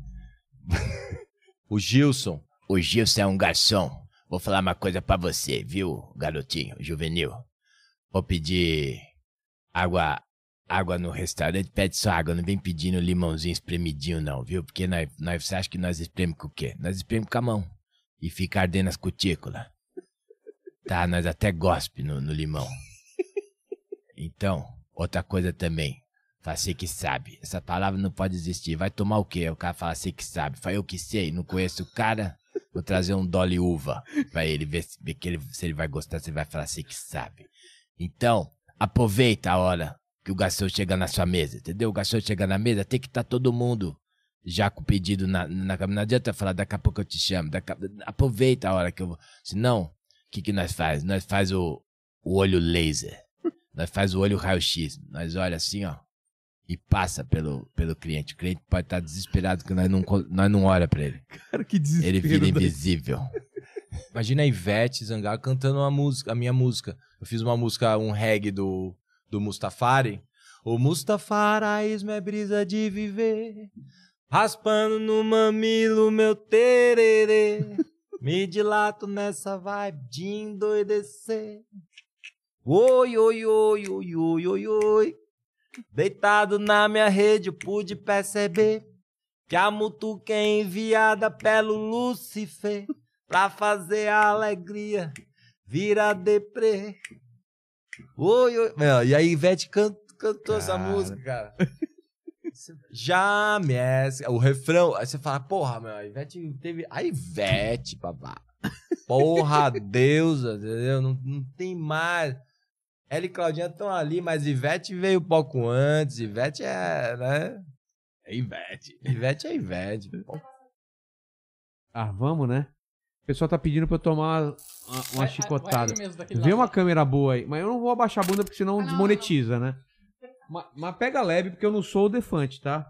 O Gilson. O Gilson é um garçom. Vou falar uma coisa pra você, viu, garotinho, juvenil. Vou pedir água... Água no restaurante, pede só água, não vem pedindo limãozinho espremidinho não, viu? Porque nós, nós, você acha que nós esprememos com o quê? Nós esprememos com a mão e fica ardendo as cutículas. Tá, nós até gospe no, no limão. Então, outra coisa também, fala você que sabe, essa palavra não pode existir, vai tomar o quê? O cara fala você que sabe, fala eu que sei, não conheço o cara, vou trazer um Dolly Uva pra ele ver, se, ver que ele, se ele vai gostar, você vai falar você que sabe. Então, aproveita a hora que o garçom chega na sua mesa, entendeu? O garçom chega na mesa, tem que estar todo mundo já com o pedido na cama. Não adianta falar, daqui a pouco eu te chamo. Daqui a... Aproveita a hora que eu vou. Senão, o que, que nós faz? Nós faz o, o olho laser. Nós faz o olho raio-x. Nós olha assim, ó, e passa pelo, pelo cliente. O cliente pode estar desesperado que nós não, nós não olha pra ele. Cara, que desespero. Ele vira daí. invisível. Imagina a Ivete Zangaro cantando uma música, a minha música. Eu fiz uma música, um reggae do... do Mustafari. O Mustafaraísmo é brisa de viver. Raspando no mamilo meu tererê. Me dilato nessa vibe de endoidecer. Oi, oi, oi, oi, oi, oi, oi. Deitado na minha rede eu pude perceber que a mutuca é enviada pelo Lucifer pra fazer a alegria virar deprê. Oi, oi. Meu, e aí Ivete can, cantou cara. essa música, cara. Já me é... O refrão, aí você fala, porra, meu, a Ivete teve... A Ivete, babá. Porra, deusa, entendeu? Não, não tem mais... Ela e Claudinha estão ali, mas Ivete veio um pouco antes. Ivete é, né? É Ivete. Ivete é Ivete. Ah, vamos, né? O pessoal tá pedindo pra eu tomar uma, uma chicotada. Vê uma câmera boa aí. Mas eu não vou abaixar a bunda porque senão desmonetiza, né? Mas, mas pega leve porque eu não sou o Defante, tá?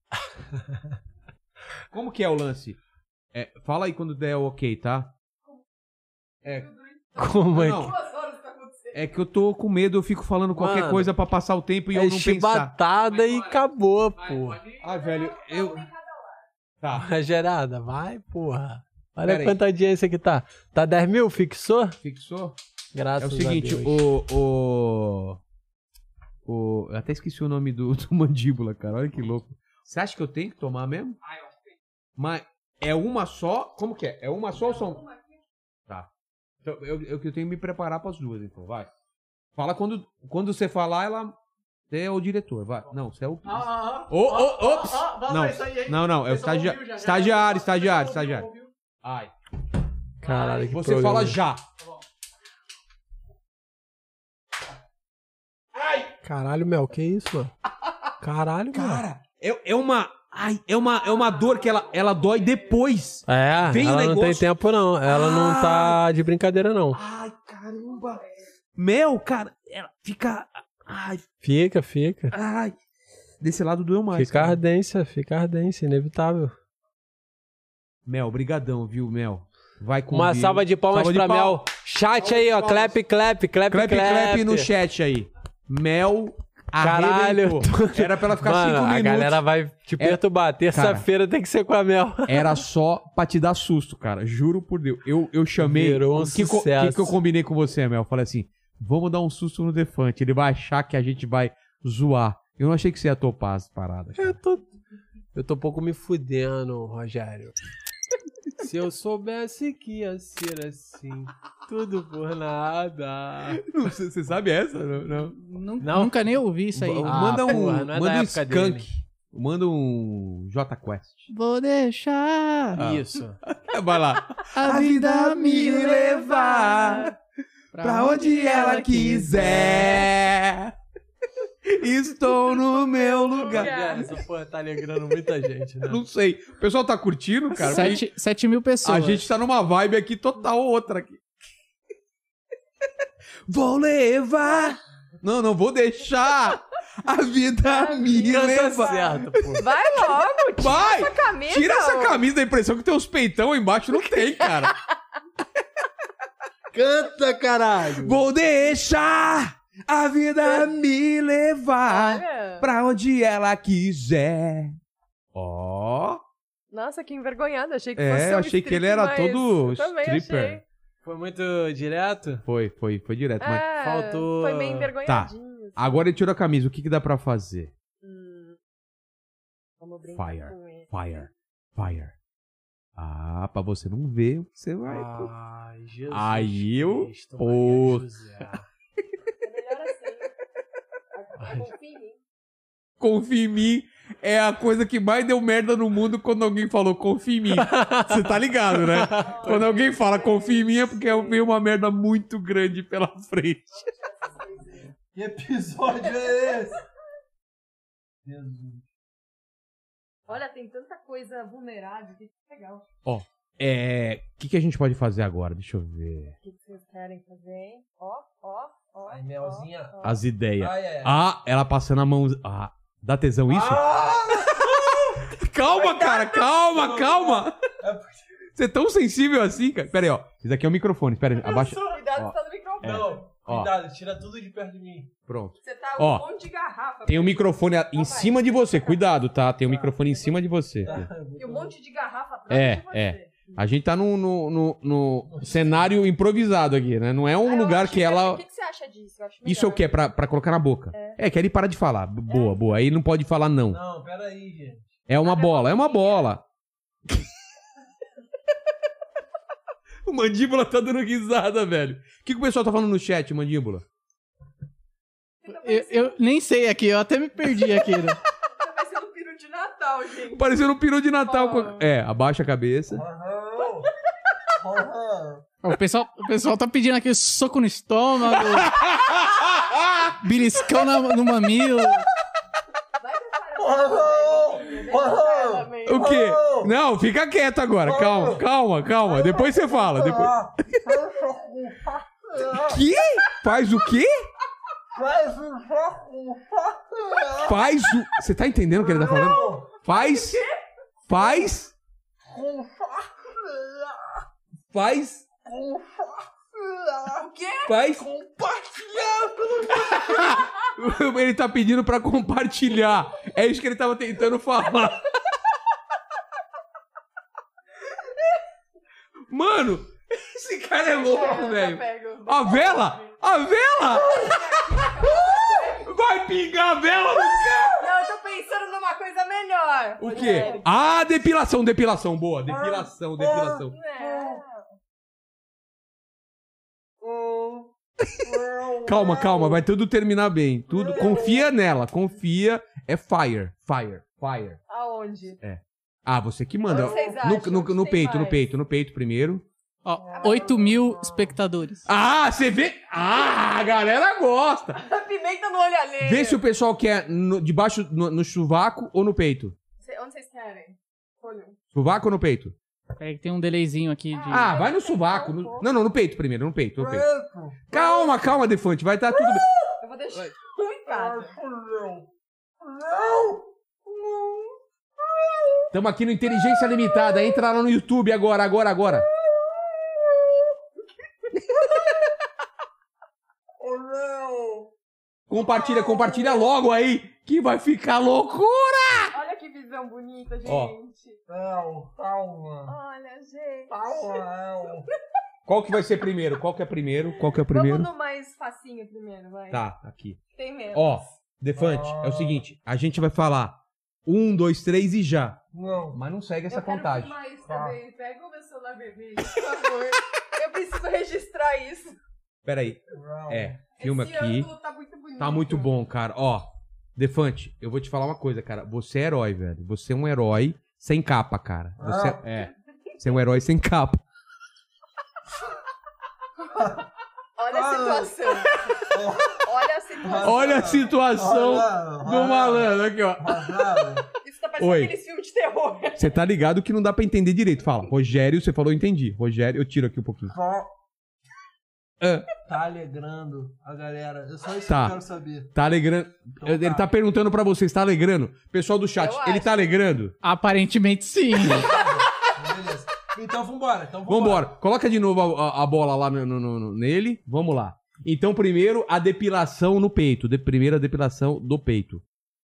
Como que é o lance? É, fala aí quando der o ok, tá? É. Como é não, que... É que eu tô com medo, eu fico falando qualquer Mano, coisa pra passar o tempo e é eu não pensar. chibatada e acabou, pô. Ah, velho, eu... Tá. Gerada, vai, porra. Olha Pera quanta aí. audiência que tá. Tá dez mil? Fixou? Fixou? Graças É o seguinte, a Deus. o, o... o... Eu até esqueci o nome do, do mandíbula, cara. Olha que louco. Você acha que eu tenho que tomar mesmo? Ah, eu acho que tem. Mas é uma só? Como que é? É uma só ou são... Tá. Então, eu, eu, eu tenho que me preparar para as duas, então, vai. Fala quando, quando você falar, ela... Você é o diretor, vai. Não, você é o... Ah, ah, Ô, ô, ops! ah, ah, Não, isso aí, hein? não, não, é o Pessoal estagia... ouviu já, já. estagiário, estagiário, Pessoal estagiário. ouviu, ouviu. Ai. Caralho, que Você programa. fala já. Caralho, Mel, que isso, mano? Caralho, Cara, é, é uma... Ai, é uma, é uma dor que ela, ela dói depois. É, Vem o ela não negócio- tem tempo, não. Ela não tá de brincadeira, não. Ai, caramba. Mel, cara, ela fica... Ai, Fica, fica. ai. Desse lado doeu mais. Fica cara. ardência, fica ardência, inevitável. Mel, brigadão, viu, Mel? Vai com Uma Deus. salva de palmas Salva de pra pal- Mel. Chat aí, ó. Clap, clap, clap, Clap, clap. clap no chat aí. Mel Caralho. arrebentou. Era pra ela ficar Mano, cinco a minutos. galera vai te Era- perturbar. Terça-feira tem que ser com a Mel. Era só pra te dar susto, cara. Juro por Deus. Eu, eu chamei... Virou um o que, co- sucesso. que que eu combinei com você, Mel? Eu falei assim, vamos dar um susto no Defante. Ele vai achar que a gente vai zoar. Eu não achei que você ia topar as paradas. Eu tô, eu tô um pouco me fudendo, Rogério. Se eu soubesse que ia ser assim, tudo por nada. Você você sabe essa? Não, não. Nun- Não? Nunca nem ouvi isso aí. Ah, manda um, porra, não é da manda um época skunk. dele. Manda um J Quest. Vou deixar Ah. Isso. Vai lá. a vida me levar Pra onde ela quiser. Estou no meu lugar. Essa porra tá alegrando muita gente, né? Não sei. O pessoal tá curtindo, cara? Sete, sete mil pessoas. A gente tá numa vibe aqui total outra aqui. Vou levar. Não, não vou deixar a vida me Canta levar. certo, pô. Vai logo, tira Vai! essa camisa. Tira essa ô. camisa, da impressão que tem uns peitão aí embaixo. Não tem, cara. Canta, caralho! Vou deixar a vida me levar Olha. pra onde ela quiser. Ó. Nossa, que envergonhado. Achei que fosse É, um achei que ele strip, era mas todo eu também stripper. achei. Foi muito direto? Foi, foi, foi direto. Mas... É, Faltou- Foi meio Tá. envergonhadinho. assim. Agora ele tirou a camisa. O que, que dá pra fazer? Hum. Vamos brincar Fire. com ele. Fire. Fire. Ah, pra você não ver o que você vai. Ai, Jesus Aí eu. Cristo, Pô. Maria José. É melhor assim. Confia em mim. Confia em mim. É a coisa que mais deu merda no mundo quando alguém falou confia em mim. Você tá ligado, né? Quando alguém fala confia em mim é porque veio uma merda muito grande pela frente. Que episódio é esse? Jesus. Olha, tem tanta coisa vulnerável que legal. Ó, é. O que, que a gente pode fazer agora? Deixa eu ver. O que que vocês querem fazer, hein? Ó, ó, ó. Ai, Melzinha. ó, ó. As ideias. Ai, ai, ai. Ah, ela passando a mão. Ah, dá tesão isso? Ah! Calma, cara, calma, calma. Você é tão sensível assim, cara. Pera aí, ó. Isso aqui é o microfone. Pera aí, abaixa. Cuidado Ó. que tá no microfone. Não, Ó. Cuidado, tira tudo de perto de mim. Pronto. Você tá Ó, um monte de garrafa. Tem um microfone a- em cima de você. Cuidado, tá? Tem um microfone em cima de você. E um monte de garrafa atrás É, de você. é. A gente tá no, no, no, no cenário improvisado aqui, né? Não é um lugar que ela... O que, que você acha disso? Eu acho Isso é o melhor. quê? Pra, pra colocar na boca. É. É, que ele para de falar. Boa, boa. Aí ele não pode falar não. Não, peraí, gente. É uma bola, é uma bola. O Mandíbula tá dando risada, velho. O que, que o pessoal tá falando no chat, Mandíbula? Eu, eu nem sei aqui, eu até me perdi aqui. Né? Tá parecendo um peru de Natal, gente. Parecendo um peru de Natal. Com... É, abaixa a cabeça. O pessoal, o pessoal tá pedindo aquele soco no estômago, beliscão na- no mamilo. O quê? Não, fica quieto agora. Calma, calma, calma. Depois você fala. Depois... Que? Faz o quê? Faz o... Você tá entendendo o que ele tá falando? Faz... Faz... Faz... O quê? Faz... Compartilhar pelo Ele tá pedindo pra compartilhar. É isso que ele tava tentando falar. Mano, esse cara é louco, velho. A vela! A vela! Vai pingar a vela no cara! Não, eu tô pensando numa coisa melhor. O quê? Ah, depilação, depilação. Boa, depilação, depilação. Calma, calma, vai tudo terminar bem. Tudo. Confia nela, confia. É fire, fire, fire. Aonde? É. Ah, você que manda. Onde vocês No, acham? no, Onde no tem peito, no mais? peito, no peito primeiro. Ó, oito mil espectadores. Ah, você vê? Ah, a galera gosta. Pimenta no olho alheio. Vê se o pessoal quer no, debaixo, no, no sovaco ou no peito. Cê- Onde vocês querem? Olho. Sovaco ou no peito? É que tem um delayzinho aqui de... Ah, vai no sovaco. no- Não, não, no peito primeiro, no peito, no peito. Calma, calma, Defante, vai estar tudo bem. Eu vou deixar um em casa. Tamo aqui no Inteligência Limitada. Entra lá no YouTube agora, agora, agora. Compartilha, compartilha logo aí, que vai ficar loucura! Olha que visão bonita, gente. Ó. Não, calma. Olha, gente. Calma. Qual que vai ser primeiro? Qual que é primeiro? Qual que é o primeiro? Vamos no mais facinho primeiro, vai. Tá, aqui. Tem menos. Ó, Defante, é o seguinte, a gente vai falar um, dois, três e já. Não. Mas não segue essa Eu quero contagem. filmar isso também. Pega o meu celular vermelho, por favor. Eu preciso registrar isso. Pera aí. É, filma Esse aqui. ângulo tá muito bonito. Tá muito bom, cara. Ó, Defante, eu vou te falar uma coisa, cara. Você é herói, velho. Você é um herói sem capa, cara. Você Ah. é. Você é um herói sem capa. Olha a situação. Olha a situação. Olha a situação do malandro. Aqui, ó. Isso tá parecendo Oi. aqueles filmes de terror. Você tá ligado que não dá pra entender direito. Fala, Rogério, você falou, eu entendi. Rogério, eu tiro aqui um pouquinho. Só Ah, Tá alegrando a galera. É só isso que eu tá. quero saber. Tá alegrando. Ele tá perguntando pra vocês, tá alegrando? Pessoal do chat, Eu ele acho. tá alegrando? Aparentemente sim. Beleza. Então vambora. Então vambora. Vambora. Coloca de novo a, a- a bola lá no- no- no- nele. Vamos lá. Então, primeiro, a depilação no peito. De, primeiro, a depilação do peito.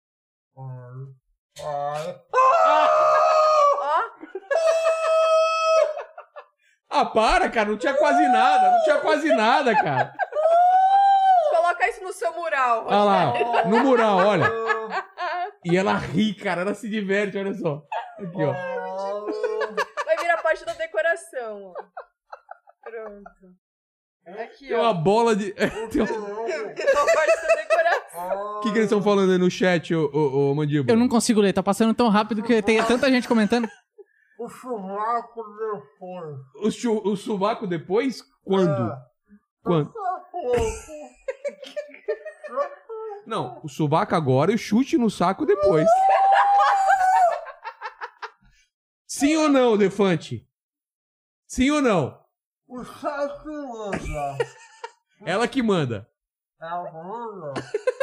Ah, para, cara. Não tinha quase nada. Não tinha quase nada, cara. Coloca isso no seu mural. Olha lá, Rogério. no mural, olha. E ela ri, cara. Ela se diverte, olha só. Aqui, ó. Vai virar parte da decoração. ó. Pronto. Aqui, Tem ó. uma bola de... Tem um- Virou parte da decoração. O que, que eles estão falando aí no chat, ô, ô, ô Mandíbula? Eu não consigo ler, tá passando tão rápido que tem tanta gente comentando. o churrasco depois. O, chu- o sovaco depois? Quando? Quando? Não, o sovaco agora e o chute no saco depois. Sim ou não, Defante? Sim ou não? O chefe manda. Ela que manda. Ela manda.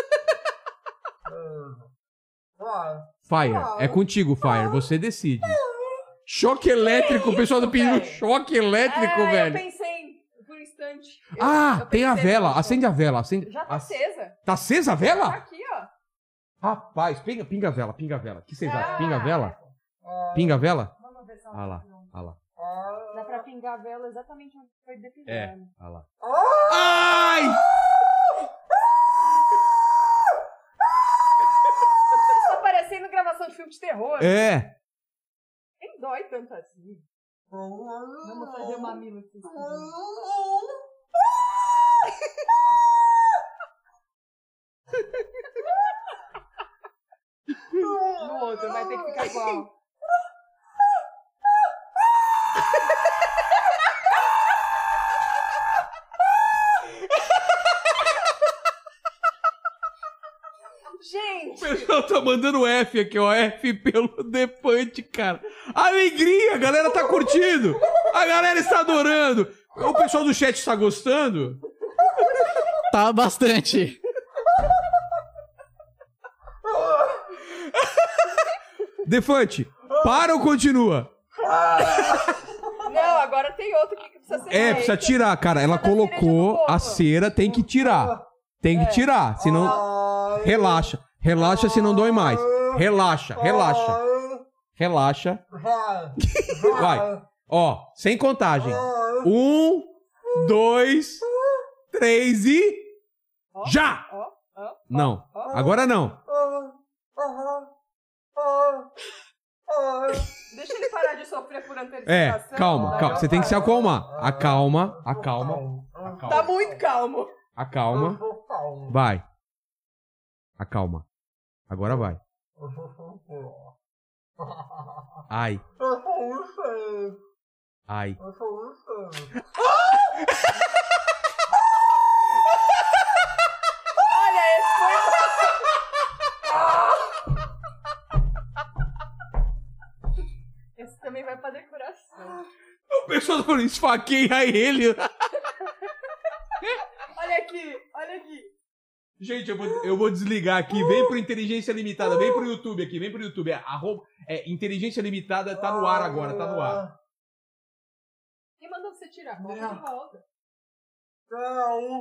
Vai. Fire. É contigo, Fire. Você decide. Choque elétrico. O pessoal tá pedindo choque elétrico, É, velho. eu pensei por um instante. Ah, eu tem a pensei vela. no- Acende a vela. Acende... Já tá acesa. Tá acesa a Tá vela? aqui, ó. Rapaz, pinga, pinga a vela, pinga a vela. O que vocês Ah. acham? Pinga a vela? Pinga a vela? Vamos ver se ela Ah lá, ah lá. Dá pra pingar a vela exatamente onde foi depilhado. É, ah lá. Ai! Isso tá parecendo gravação de filme de terror. É. Nem dói tanto assim. Vamos fazer o mamilo aqui. No outro, vai ter que ficar igual. Gente! O pessoal tá mandando F aqui, ó. F pelo Defante, cara. Alegria, a galera tá curtindo. A galera está adorando. O pessoal do chat está gostando? Tá bastante. Defante, para ou continua? Não, agora tem outro aqui que precisa ser É, precisa feito. tirar, cara. Ela colocou a cera, tem que tirar. Tem que tirar, senão... Relaxa. Relaxa, senão dói mais. Relaxa, relaxa. Relaxa. Vai. Ó, sem contagem. Um, dois, três e... Já! Não. Agora não. Deixa ele parar de sofrer por antecipação. É, calma, Daí calma. eu Você tem que se paro. acalmar. Acalma, acalma. Tá muito calmo. Acalma. Vai. Acalma. Agora vai. Ai. Ai. Olha, esse foi... Esse também vai pra decoração. O pessoal tá falando, esfaqueia ele. Olha aqui, olha aqui. Gente, eu vou, eu vou desligar aqui. Vem pro Inteligência Limitada. Vem pro YouTube aqui. Vem pro YouTube. É, arroba, é, Inteligência Limitada tá no ar agora. Tá no ar. Quem mandou você tirar? Volta de volta. Não.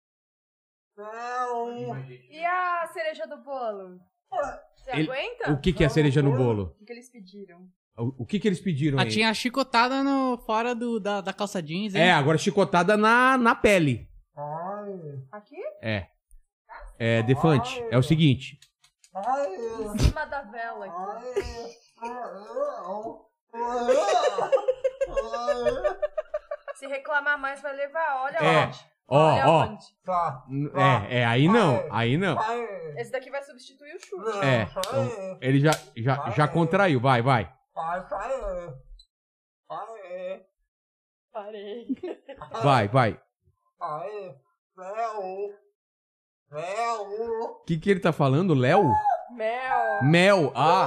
Não. E a cereja do bolo? Você Ele- aguenta? o que que é a cereja no bolo? O que, que eles pediram? O, o que que eles pediram Ah, aí? tinha a chicotada no, fora do, da, da calça jeans, hein? É, agora chicotada na, na pele. Aqui? É. É, Defante, é o seguinte. Em cima da vela aqui. Se reclamar mais, vai levar. Olha É. onde. Ó, Olha ó. onde. É, é, aí não. Aí não. Esse daqui vai substituir o chute. É. Então, ele já, já, já contraiu. Vai, vai. Parei. Vai, vai. Mel. O que que ele tá falando, Léo? Mel. Mel. Ah.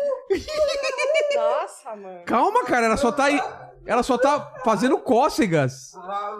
Nossa, mano. Calma, cara. Ela só tá aí. Ela só tá fazendo cócegas.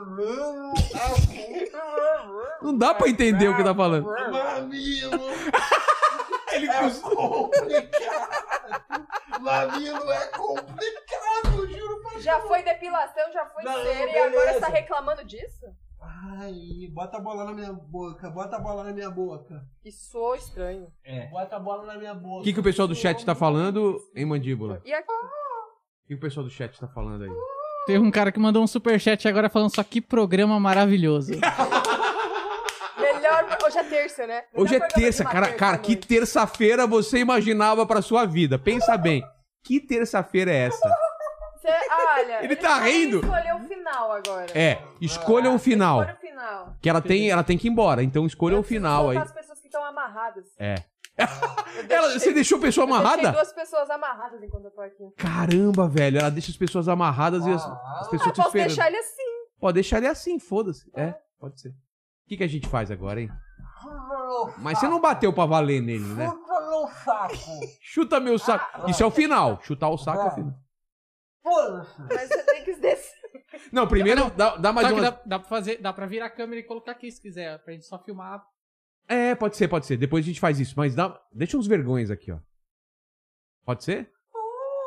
Não dá pra entender o que tá falando. Mamilo. Ele é complicado. Mamilo é complicado, juro pra Já foi depilação, já foi Não, cera e beleza. agora você tá reclamando disso? Ai, bota a bola na minha boca, bota a bola na minha boca. Isso soou estranho. É. Bota a bola na minha boca. O que, que o pessoal do chat tá falando, hein, Mandíbula? E aqui? O que o pessoal do chat tá falando aí? Teve um cara que mandou um superchat agora falando só que programa maravilhoso. Melhor. Hoje é terça, né? Melhor Hoje é programa de terça, uma cara. terça Cara, à que noite. terça-feira você imaginava pra sua vida? Pensa bem. Que terça-feira é essa? Cê, olha, Ele eles tá podem rindo. escolher o final agora. É, escolha um final. Escolha o final. Que ela tem, ela tem que ir embora, então escolha um final aí. Colocar as pessoas que estão amarradas. É. Eu Ela- deixei- você deixou a pessoa eu amarrada? Deixei duas pessoas amarradas enquanto eu tô aqui. Caramba, velho. Ela deixa as pessoas amarradas e as, as pessoas Ah, te posso esperando. deixar ele assim. Pode deixar ele assim, foda-se. É, pode ser. O que, que a gente faz agora, hein? Mas você não bateu pra valer nele, né? Chuta meu saco. Chuta meu saco. Isso é o final. Chutar o saco é o final. Foda-se. Mas você tem que descer. Não, primeiro dá, dá mais Só que uma... dá, dá pra fazer, dá pra virar a câmera e colocar aqui se quiser, pra gente só filmar. É, pode ser, pode ser. Depois a gente faz isso. Mas dá... deixa uns vergonhas aqui, ó. Pode ser?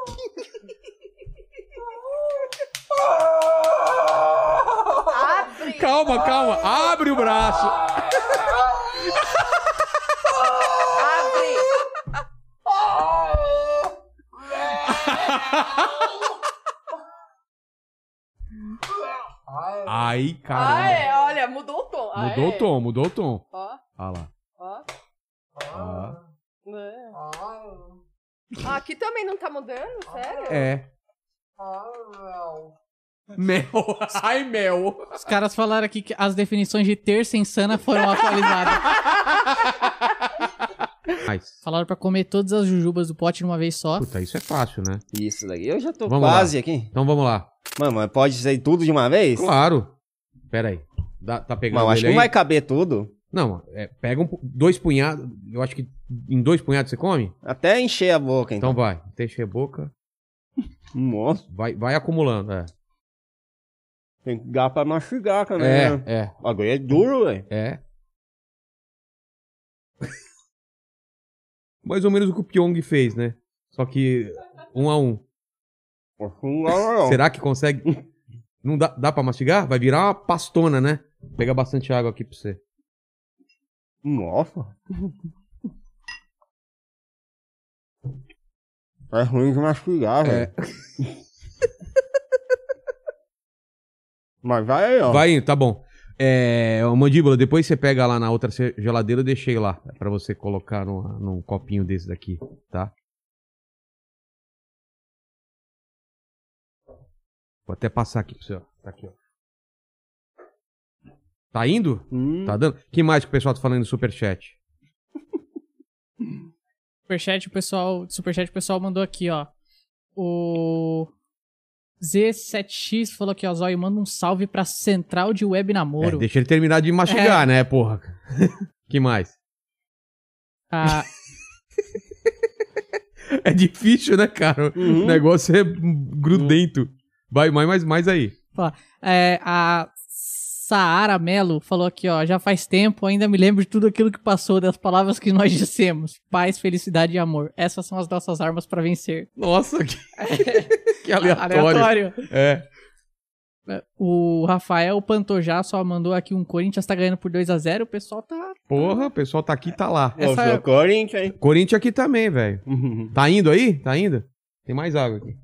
Abre! Calma, calma. Abre o braço. Aí, caramba. Ah, é, olha, mudou o tom. Ah, Mudou é. o tom, mudou o tom. Ó. Olha lá. Ó. Ó. É. Ah, aqui também não tá mudando? Sério? É. Mel. Ai, mel. Os caras falaram aqui que as definições de terça insana foram atualizadas. Mas... Falaram pra comer todas as jujubas do pote de uma vez só. Puta, isso é fácil, né? Isso daqui. Eu já tô Vamos quase lá. aqui. Então vamos lá. Mano, mas pode ser tudo de uma vez? Claro. Pera aí. Dá, tá pegando Não, acho ele que não aí? vai caber tudo. Não, é, pega um, dois punhados. Eu acho que em dois punhados você come? Até encher a boca, então. Então vai. Até encher a boca. Nossa. Vai, vai acumulando, é. Tem que dar pra mastigar também, É, né? é. Agora é duro, velho. É. Mais ou menos o que o Pyong fez, né? Só que um a um. Será que consegue? Não dá, dá pra mastigar? Vai virar uma pastona, né? Vou pegar bastante água aqui pra você. Nossa. É ruim de mastigar, velho. É. Mas vai aí, ó. Vai indo, tá bom. É, ô, Mandíbula, depois você pega lá na outra geladeira, eu deixei lá pra você colocar num, num copinho desse daqui, tá? Vou até passar aqui pra você, ó. Tá aqui, ó. Tá indo? Hum. Tá dando? Que mais que o pessoal tá falando no Superchat? Superchat, o pessoal, Superchat, o pessoal mandou aqui, ó. O Z sete X falou aqui, ó, Zóio, manda um salve pra Central de Web Namoro. É, deixa ele terminar de mastigar, É. né, porra? Que mais? Ah, É difícil, né, cara? Uhum. O negócio é grudento. Vai, mais, mais, mais aí. ó, é, a Saara Melo falou aqui, ó, já faz tempo, ainda me lembro de tudo aquilo que passou, das palavras que nós dissemos. Paz, felicidade e amor. Essas são as nossas armas pra vencer. Nossa, que, que aleatório. Aleatório. É. O Rafael Pantojá só mandou aqui um Corinthians tá ganhando por dois a zero, o pessoal tá... Porra, o pessoal tá aqui, tá lá. Essa- Ô, Corinthians, hein? Corinthians aqui também, velho. Tá indo aí? Tá indo? Tem mais água aqui.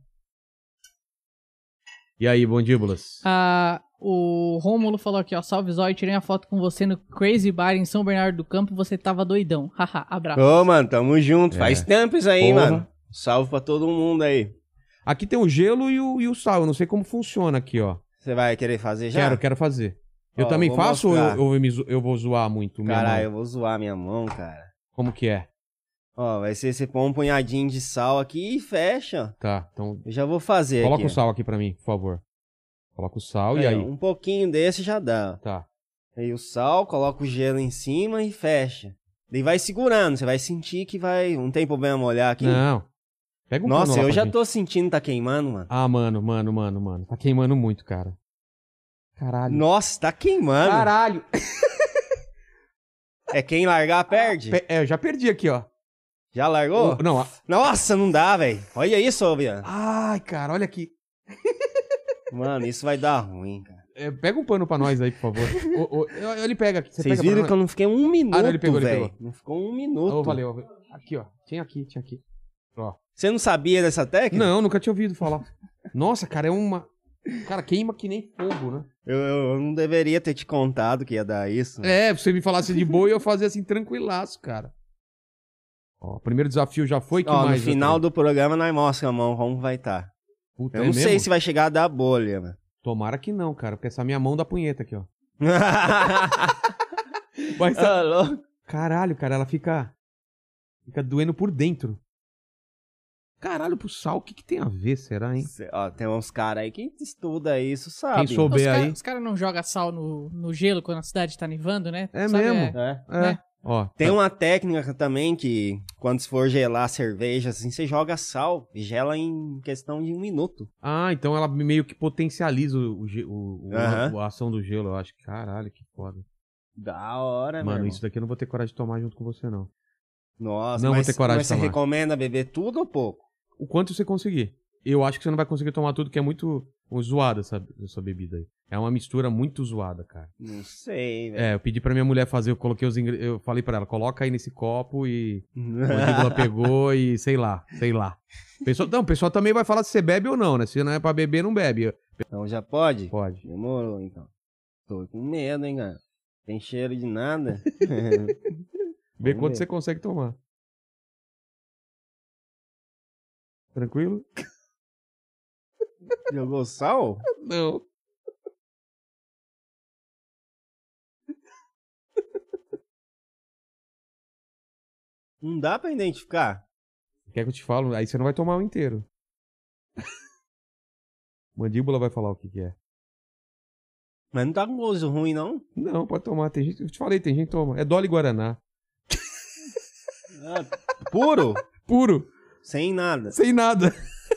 E aí, Bondíbulas? Ah, o Rômulo falou aqui, ó, salve Zóio, tirei a foto com você no Crazy Bar em São Bernardo do Campo, você tava doidão. Haha, abraço. Ô, mano, tamo junto. É. Faz tempo isso aí, Porra. mano. Salve pra todo mundo aí. Aqui tem o gelo e o, e o sal. Eu não sei como funciona aqui, ó. Você vai querer fazer já? Quero, quero fazer. Eu Ó, também vou faço ou eu, mostrar. ou eu, me zo- eu vou zoar muito? minha Caralho, mão? eu vou zoar minha mão, cara. Como que é? Ó, vai ser você pôr um punhadinho de sal aqui e fecha. Tá, então... Eu já vou fazer Coloca aqui. o sal aqui pra mim, por favor. Coloca o sal e É, aí? Um pouquinho desse já dá. Tá. Aí o sal, coloca o gelo em cima e fecha. Daí vai segurando, você vai sentir que vai... Não tem problema molhar aqui? Não. Pega um pano Nossa, lá eu pra já gente. tô sentindo tá queimando, mano. Ah, mano, mano, mano, mano. Tá queimando muito, cara. Caralho. Nossa, tá queimando. Caralho. É quem largar, perde? Pe- É, eu já perdi aqui, ó. Já largou? O- não, a- Nossa, não dá, velho. Olha isso, ô, Biano. Ai, cara, olha aqui. Mano, isso vai dar ruim, cara. É, pega um pano pra nós aí, por favor. Ô, ô, eu- ele pega aqui. Você Vocês pega viram pra que eu nós? não fiquei um minuto, Ah, não, ele pegou, ele velho. pegou. Não ficou um minuto. Ô, valeu. Aqui, ó. Tinha aqui, tinha aqui. Ó. Você não sabia dessa técnica? Não, nunca tinha ouvido falar. Nossa, cara, é uma... Cara, queima que nem fogo, né? Eu, eu não deveria ter te contado que ia dar isso. É, se você me falasse de boa, eu ia fazer assim, tranquilaço, cara. Ó, o primeiro desafio já foi, que Ó, mais? no final do programa nós mostra a mão como vai estar. Tá. Puta, Eu é não sei mesmo? se vai chegar a dar bolha, mano. Tomara que não, cara, porque essa minha mão dá punheta aqui, ó. Mas, Ah, louco. caralho, cara, ela fica... Fica doendo por dentro. Caralho, pro sal, o que, que tem a ver, será, hein? Cê- Ó, tem uns caras aí que estuda isso, sabe? Quem souber Os aí... caras cara não jogam sal no, no gelo quando a cidade tá nevando, né? É Sabe, mesmo? É. É. né? Ó, Tem tá- uma técnica também que, quando for gelar cerveja, assim, você joga sal e gela em questão de um minuto. Ah, então ela meio que potencializa o, ge- o, o- Aham. a ação do gelo, eu acho. Caralho, que foda. Da hora, Mano, meu isso daqui eu não vou ter coragem de tomar junto com você, não. Nossa, Não vou mas, ter coragem mas de você tomar. recomenda beber tudo ou pouco? O quanto você conseguir. Eu acho que você não vai conseguir tomar tudo, que é muito zoada essa, essa bebida aí. É uma mistura muito zoada, cara. Não sei, velho. É, eu pedi pra minha mulher fazer, eu coloquei os ingredientes, eu falei pra ela, coloca aí nesse copo e a mandíbula pegou e sei lá, sei lá. Pessoal, não, o pessoal também vai falar se você bebe ou não, né? Se não é pra beber, não bebe. Então já pode? Pode. Demorou, então. Tô com medo, hein, cara. Tem cheiro de nada. Vê quanto você consegue tomar. Tranquilo? Jogou sal? Não. Não dá pra identificar. Quer que eu te falo? Aí você não vai tomar o inteiro. Mandíbula vai falar o que, que é. Mas não tá com gosto ruim, não? Não, pode tomar. Tem gente, eu te falei, tem gente que toma. É Dolly Guaraná. Ah, puro? Puro. Sem nada. Sem nada.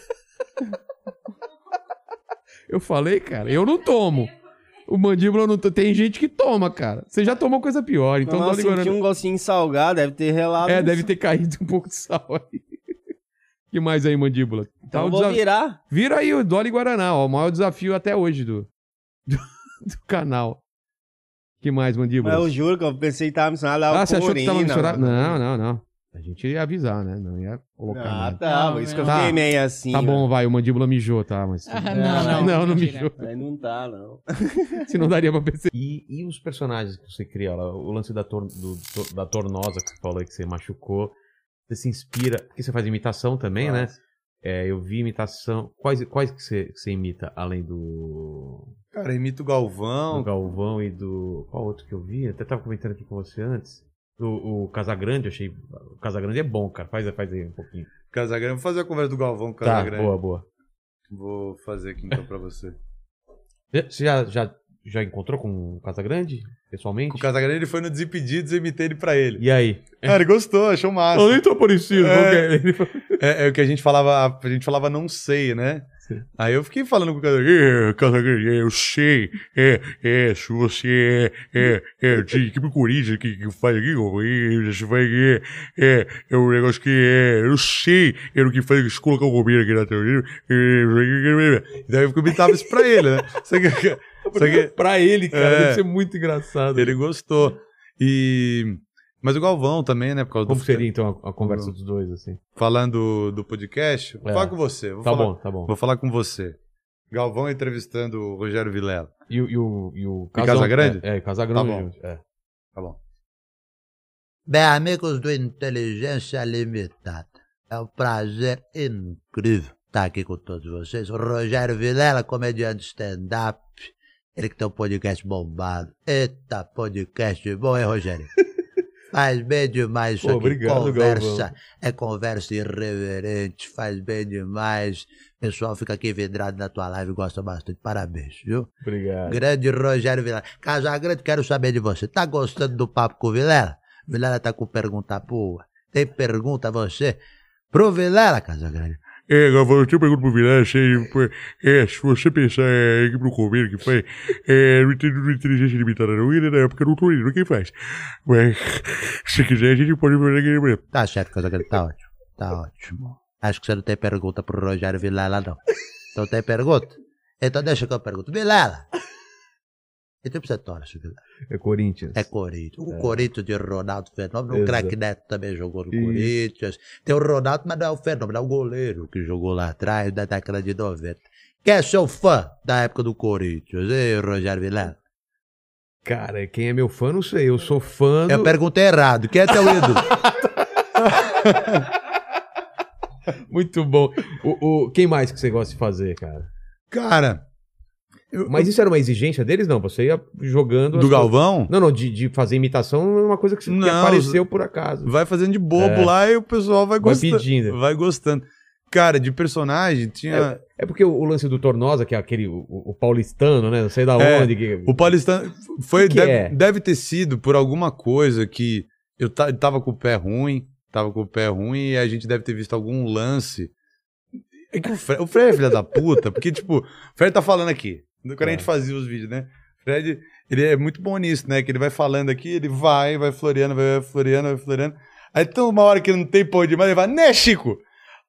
Eu falei, cara, eu não tomo. O mandíbula não toma. Tem gente que toma, cara. Você já tomou coisa pior, então Não, Dolly senti Guaraná. um gostinho salgado, deve ter relado. É, deve ter caído um pouco de sal aí. Que mais aí, mandíbula? Então o eu vou desa- virar. Vira aí o Dolly Guaraná, ó. O maior desafio até hoje do, do, do canal. Que mais, mandíbula? Mas eu juro que eu pensei que tava misturado Ah, você achou que tava misturado? mano. Não, não, não. A gente ia avisar, né? Não ia colocar Ah, nada. tá, por isso que eu fiquei meio assim, Tá bom, né? vai, o mandíbula mijou, tá? Mas... Ah, não, não, não, não mentira. mijou. Aí não tá, não. Se não daria pra perceber. E, e os personagens que você cria lá? O lance da, tor do, do- da Tornosa que você falou aí que você machucou. Você se inspira... Porque você faz imitação também, né? É, eu vi imitação... Quais, quais que, você, que você imita, além do... Cara, imita o Galvão. Do Galvão e do... Qual outro que eu vi? Eu até tava comentando aqui com você antes. O, o Casagrande, eu achei... O Casagrande é bom, cara. Faz, faz aí um pouquinho. Casagrande, vou fazer a conversa do Galvão com o Tá, Casagrande. boa, boa. Vou fazer aqui então pra você. Você já, já, já encontrou com o Casagrande, pessoalmente? Com o Casagrande ele foi no Desimpedidos e eu imitei ele pra ele. E aí? Ah, ele gostou, achou massa. Eu nem tô parecido. qual que É, é? é, é o que a gente falava, a gente falava não sei, né? Aí eu fiquei falando com o Casagrande, é, Casagrande, eu sei, é, é, se você é, é, é de equipe Corinthians que, que faz aqui, você vai, é, é, é um negócio que é, eu sei, era o que faz, se colocar o Romero aqui na teoria, é, daí eu imitava isso pra ele, né? Só que, só que, pra ele, cara, é, deve ser muito engraçado. Ele gostou. E... Mas o Galvão também, né? Por causa Como do... seria, então, a, a conversa dos dois, assim? Falando do, do podcast, vou É. falar com você. Vou Tá falar, bom, tá bom. Vou falar com você. Galvão entrevistando o Rogério Vilela. E, o- e o... E o E Casagrande? É, é Casagrande. Tá bom. junto, é. Tá bom. Bem, amigos do Inteligência Limitada, é um prazer incrível estar aqui com todos vocês. O Rogério Vilela, comediante stand-up, ele que tem um podcast bombado. Eita, podcast bom, hein, Rogério? Faz bem demais isso Pô, aqui. obrigado, Conversa, Galvão. é conversa irreverente, faz bem demais. O pessoal fica aqui vidrado na tua live e gosta bastante. Parabéns, viu? Obrigado. Grande Rogério Vilela. Casagrande, quero saber de você. Tá gostando do papo com o Vilela? Vilela tá com pergunta boa. Tem pergunta você pro Vilela, Casagrande? É, Galvão, eu te pergunto pro Vilela, se, é, se você pensar é, aqui pro comer que faz, é, não entendo de inteligência limitada não, e na época eu não tô indo, quem faz? Mas, se quiser, a gente pode fazer aquele mesmo. Tá certo, Casagrande, tá ótimo. Tá ótimo. Acho que você não tem pergunta pro Rogério Vilela, não. Não tem pergunta? Então deixa que eu pergunto. Vilela! Que tempo você torce, Vilela? É Corinthians. É Corinthians. O É. Corinthians de Ronaldo Fenômeno. O Exato. craque Neto também jogou no Isso. Corinthians. Tem o Ronaldo, mas não é o Fenômeno, é o goleiro que jogou lá atrás, da década de noventa. Quem é seu fã da época do Corinthians, hein, Rogério Vilela? Cara, quem é meu fã, não sei. Eu sou fã do... Eu perguntei errado. Quem é teu ídolo? Muito bom. O, o, quem mais que você gosta de fazer, cara? Cara... Mas isso era uma exigência deles? Não, você ia jogando... Do as Galvão? coisas- Não, não, de, de fazer imitação é uma coisa que, que Não, apareceu por acaso. Vai fazendo de bobo É. lá e o pessoal vai Vai gostando. pedindo. Vai gostando. Cara, de personagem tinha... É, é porque o, o lance do Tornosa, que é aquele, o, o paulistano, né? Não sei da É, onde. Que... O paulistano foi, Que que deve, é? deve ter sido por alguma coisa que eu ta- tava com o pé ruim, tava com o pé ruim e a gente deve ter visto algum lance. É que o Fred, o Fred é filha da puta, porque tipo, o Fred tá falando aqui, quando a gente fazia os vídeos, né? O Fred, ele é muito bom nisso, né? Que ele vai falando aqui, ele vai, vai floreando, vai floreando, vai floreando. Aí tem uma hora que não tem pão demais, ele vai, né, Chico?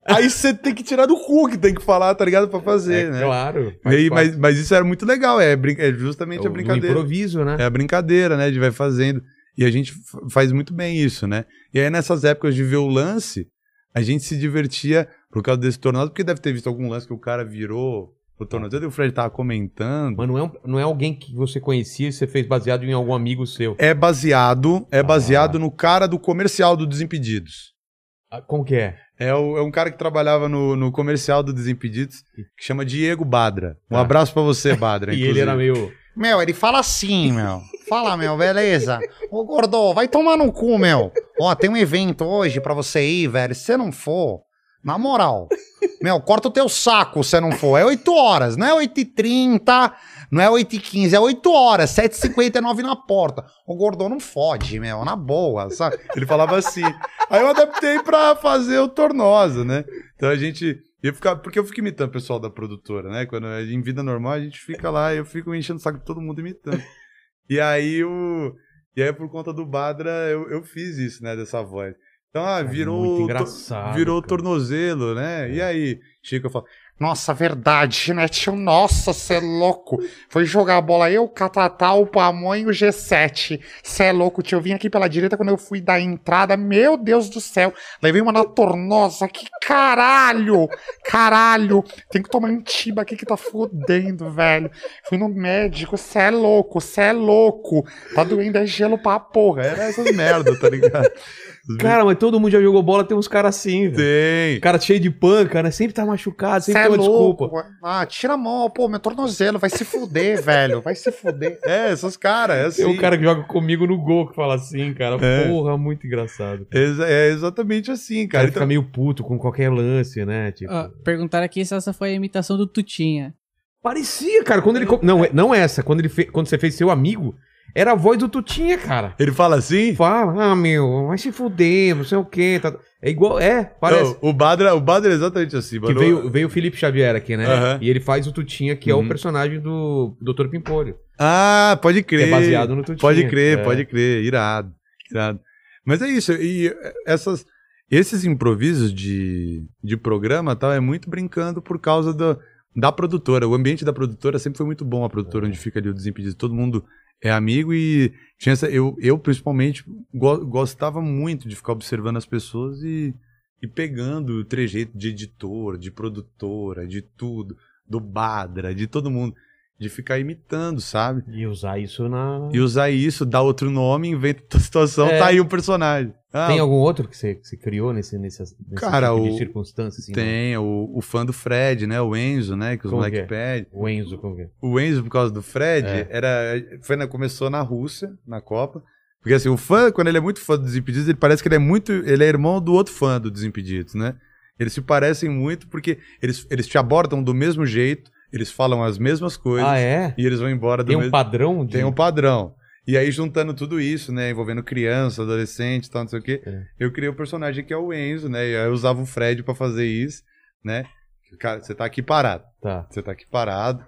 Aí você tem que tirar do cu que tem que falar, tá ligado? Pra fazer, É, né? claro, E faz aí, mas, parte. mas isso era muito legal, é, brin- é justamente É a o- brincadeira. o improviso, né? É a brincadeira, né? De vai fazendo. E a gente f- faz muito bem isso, né? E aí nessas épocas de ver o lance, a gente se divertia por causa desse tornado, porque deve ter visto algum lance que o cara virou o tornozelo e o Fred tava comentando. Mas não é, um- não é alguém que você conhecia e você fez baseado em algum amigo seu. É baseado, é baseado no cara do comercial do Desimpedidos. Ah, como que é? É, o- é um cara que trabalhava no, no comercial do Desimpedidos, que chama Diego Badra. Um Ah. abraço pra você, Badra. E ele era meio... Meu, ele fala assim, meu. Fala, meu, beleza? Ô, Gordo, vai tomar no cu, meu. Ó, tem um evento hoje pra você ir, velho. Se você não for, na moral, meu, corta o teu saco se você não for. É oito horas, não é oito e trinta, não é oito e quinze, é oito horas, sete e cinquenta e nove na porta. Ô, Gordo, não fode, meu, na boa, sabe? Ele falava assim. Aí eu adaptei pra fazer o Tornosa, né? Então a gente ia ficar... Porque eu fico imitando o pessoal da produtora, né? Quando em vida normal a gente fica lá e eu fico enchendo o saco de todo mundo imitando. E aí o... E aí por conta do Badra eu, eu fiz isso, né? Dessa voz. Então, ah, virou... muito o to- engraçado, Virou o tornozelo, né? E aí, Chico, eu falo... Nossa, verdade, né, tio? Nossa, cê é louco. Foi jogar a bola eu, o Catatá, o Pamonha e o G sete. Cê é louco, tio. Eu vim aqui pela direita quando eu fui dar entrada. Meu Deus do céu. Levei uma na tornosa. Que caralho. Caralho. Tem que tomar um tiba aqui que tá fodendo, velho. Fui no médico. Cê é louco, cê é louco. Tá doendo, é gelo pra porra. Era essas merda, tá ligado? Cara, mas todo mundo já jogou bola, tem uns caras assim, velho. Tem. Cara cheio de panca, né? Sempre tá machucado, Cê sempre é tem uma louco. desculpa. Ah, tira a mão, pô, meu tornozelo. Vai se fuder, velho. Vai se fuder. É, esses caras, é assim. Tem um cara que joga comigo no gol que fala assim, cara. É. Porra, muito engraçado. Exa- É exatamente assim, O cara. cara fica meio puto com qualquer lance, né? Tipo... Ó, perguntaram aqui se essa foi a imitação do Tutinha. Parecia, cara, quando ele... co- Não, é- não essa. Quando, ele fe... quando você fez seu amigo, era a voz do Tutinha, cara. Ele fala assim? Fala, ah, meu, vai se fuder, não sei o quê. Tá... É igual, é, parece. Não, o Badra, o Badra é exatamente assim, Que mano. veio, veio o Felipe Xavier aqui, né? Aham. E ele faz o Tutinha, que é Uhum. o personagem do doutor Pimpolho. Ah, pode crer. Que é baseado no Tutinha. Pode crer, É. pode crer. Irado, irado. Mas é isso. E essas, esses improvisos de, de programa e tal é muito brincando por causa do, da produtora. O ambiente da produtora sempre foi muito bom. A produtora onde fica ali o Desimpedido. Todo mundo é amigo e tinha essa, eu, eu principalmente go- gostava muito de ficar observando as pessoas e, e pegando o trejeito de editor, de produtora, de tudo, do Badra, de todo mundo. De ficar imitando, sabe? E usar isso na... E usar isso, dar outro nome, inventa outra situação, É. tá aí o personagem. Ah, Tem algum outro que você, que você criou nesse, nesse, nesse Cara, tipo o, de circunstância? Assim, tem o, o fã do Fred, né? O Enzo, né? Que os Como moleques que pedem. O Enzo, como que é? O Enzo, por causa do Fred, É. era, foi na, começou na Rússia, na Copa. Porque assim, o fã, quando ele é muito fã do Desimpedidos, ele parece que ele é muito. Ele é irmão do outro fã do Desimpedidos, né? Eles se parecem muito porque eles, eles te abordam do mesmo jeito, eles falam as mesmas coisas. Ah, é? E eles vão embora do Tem um mesmo... padrão? De... Tem um padrão. E aí, juntando tudo isso, né? Envolvendo criança, adolescente e tal, não sei o quê. É. Eu criei o personagem que é o Enzo, né? E aí eu usava o Fred pra fazer isso, né? Cara, você tá aqui parado. Tá. Você tá aqui parado.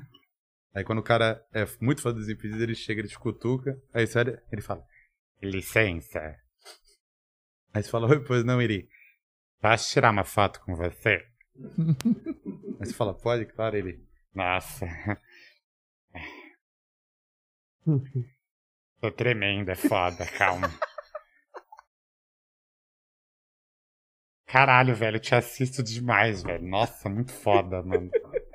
Aí quando o cara é muito fã dos Desimpedidos, ele chega, ele te cutuca. Aí você olha, ele fala, licença. Aí você fala, oi, pois não, ele... Posso tirar uma foto com você? Aí você fala, pode? Claro, ele... Nossa... Tô tremendo, é foda, calma. Caralho, velho, eu te assisto demais, velho. Nossa, muito foda, mano.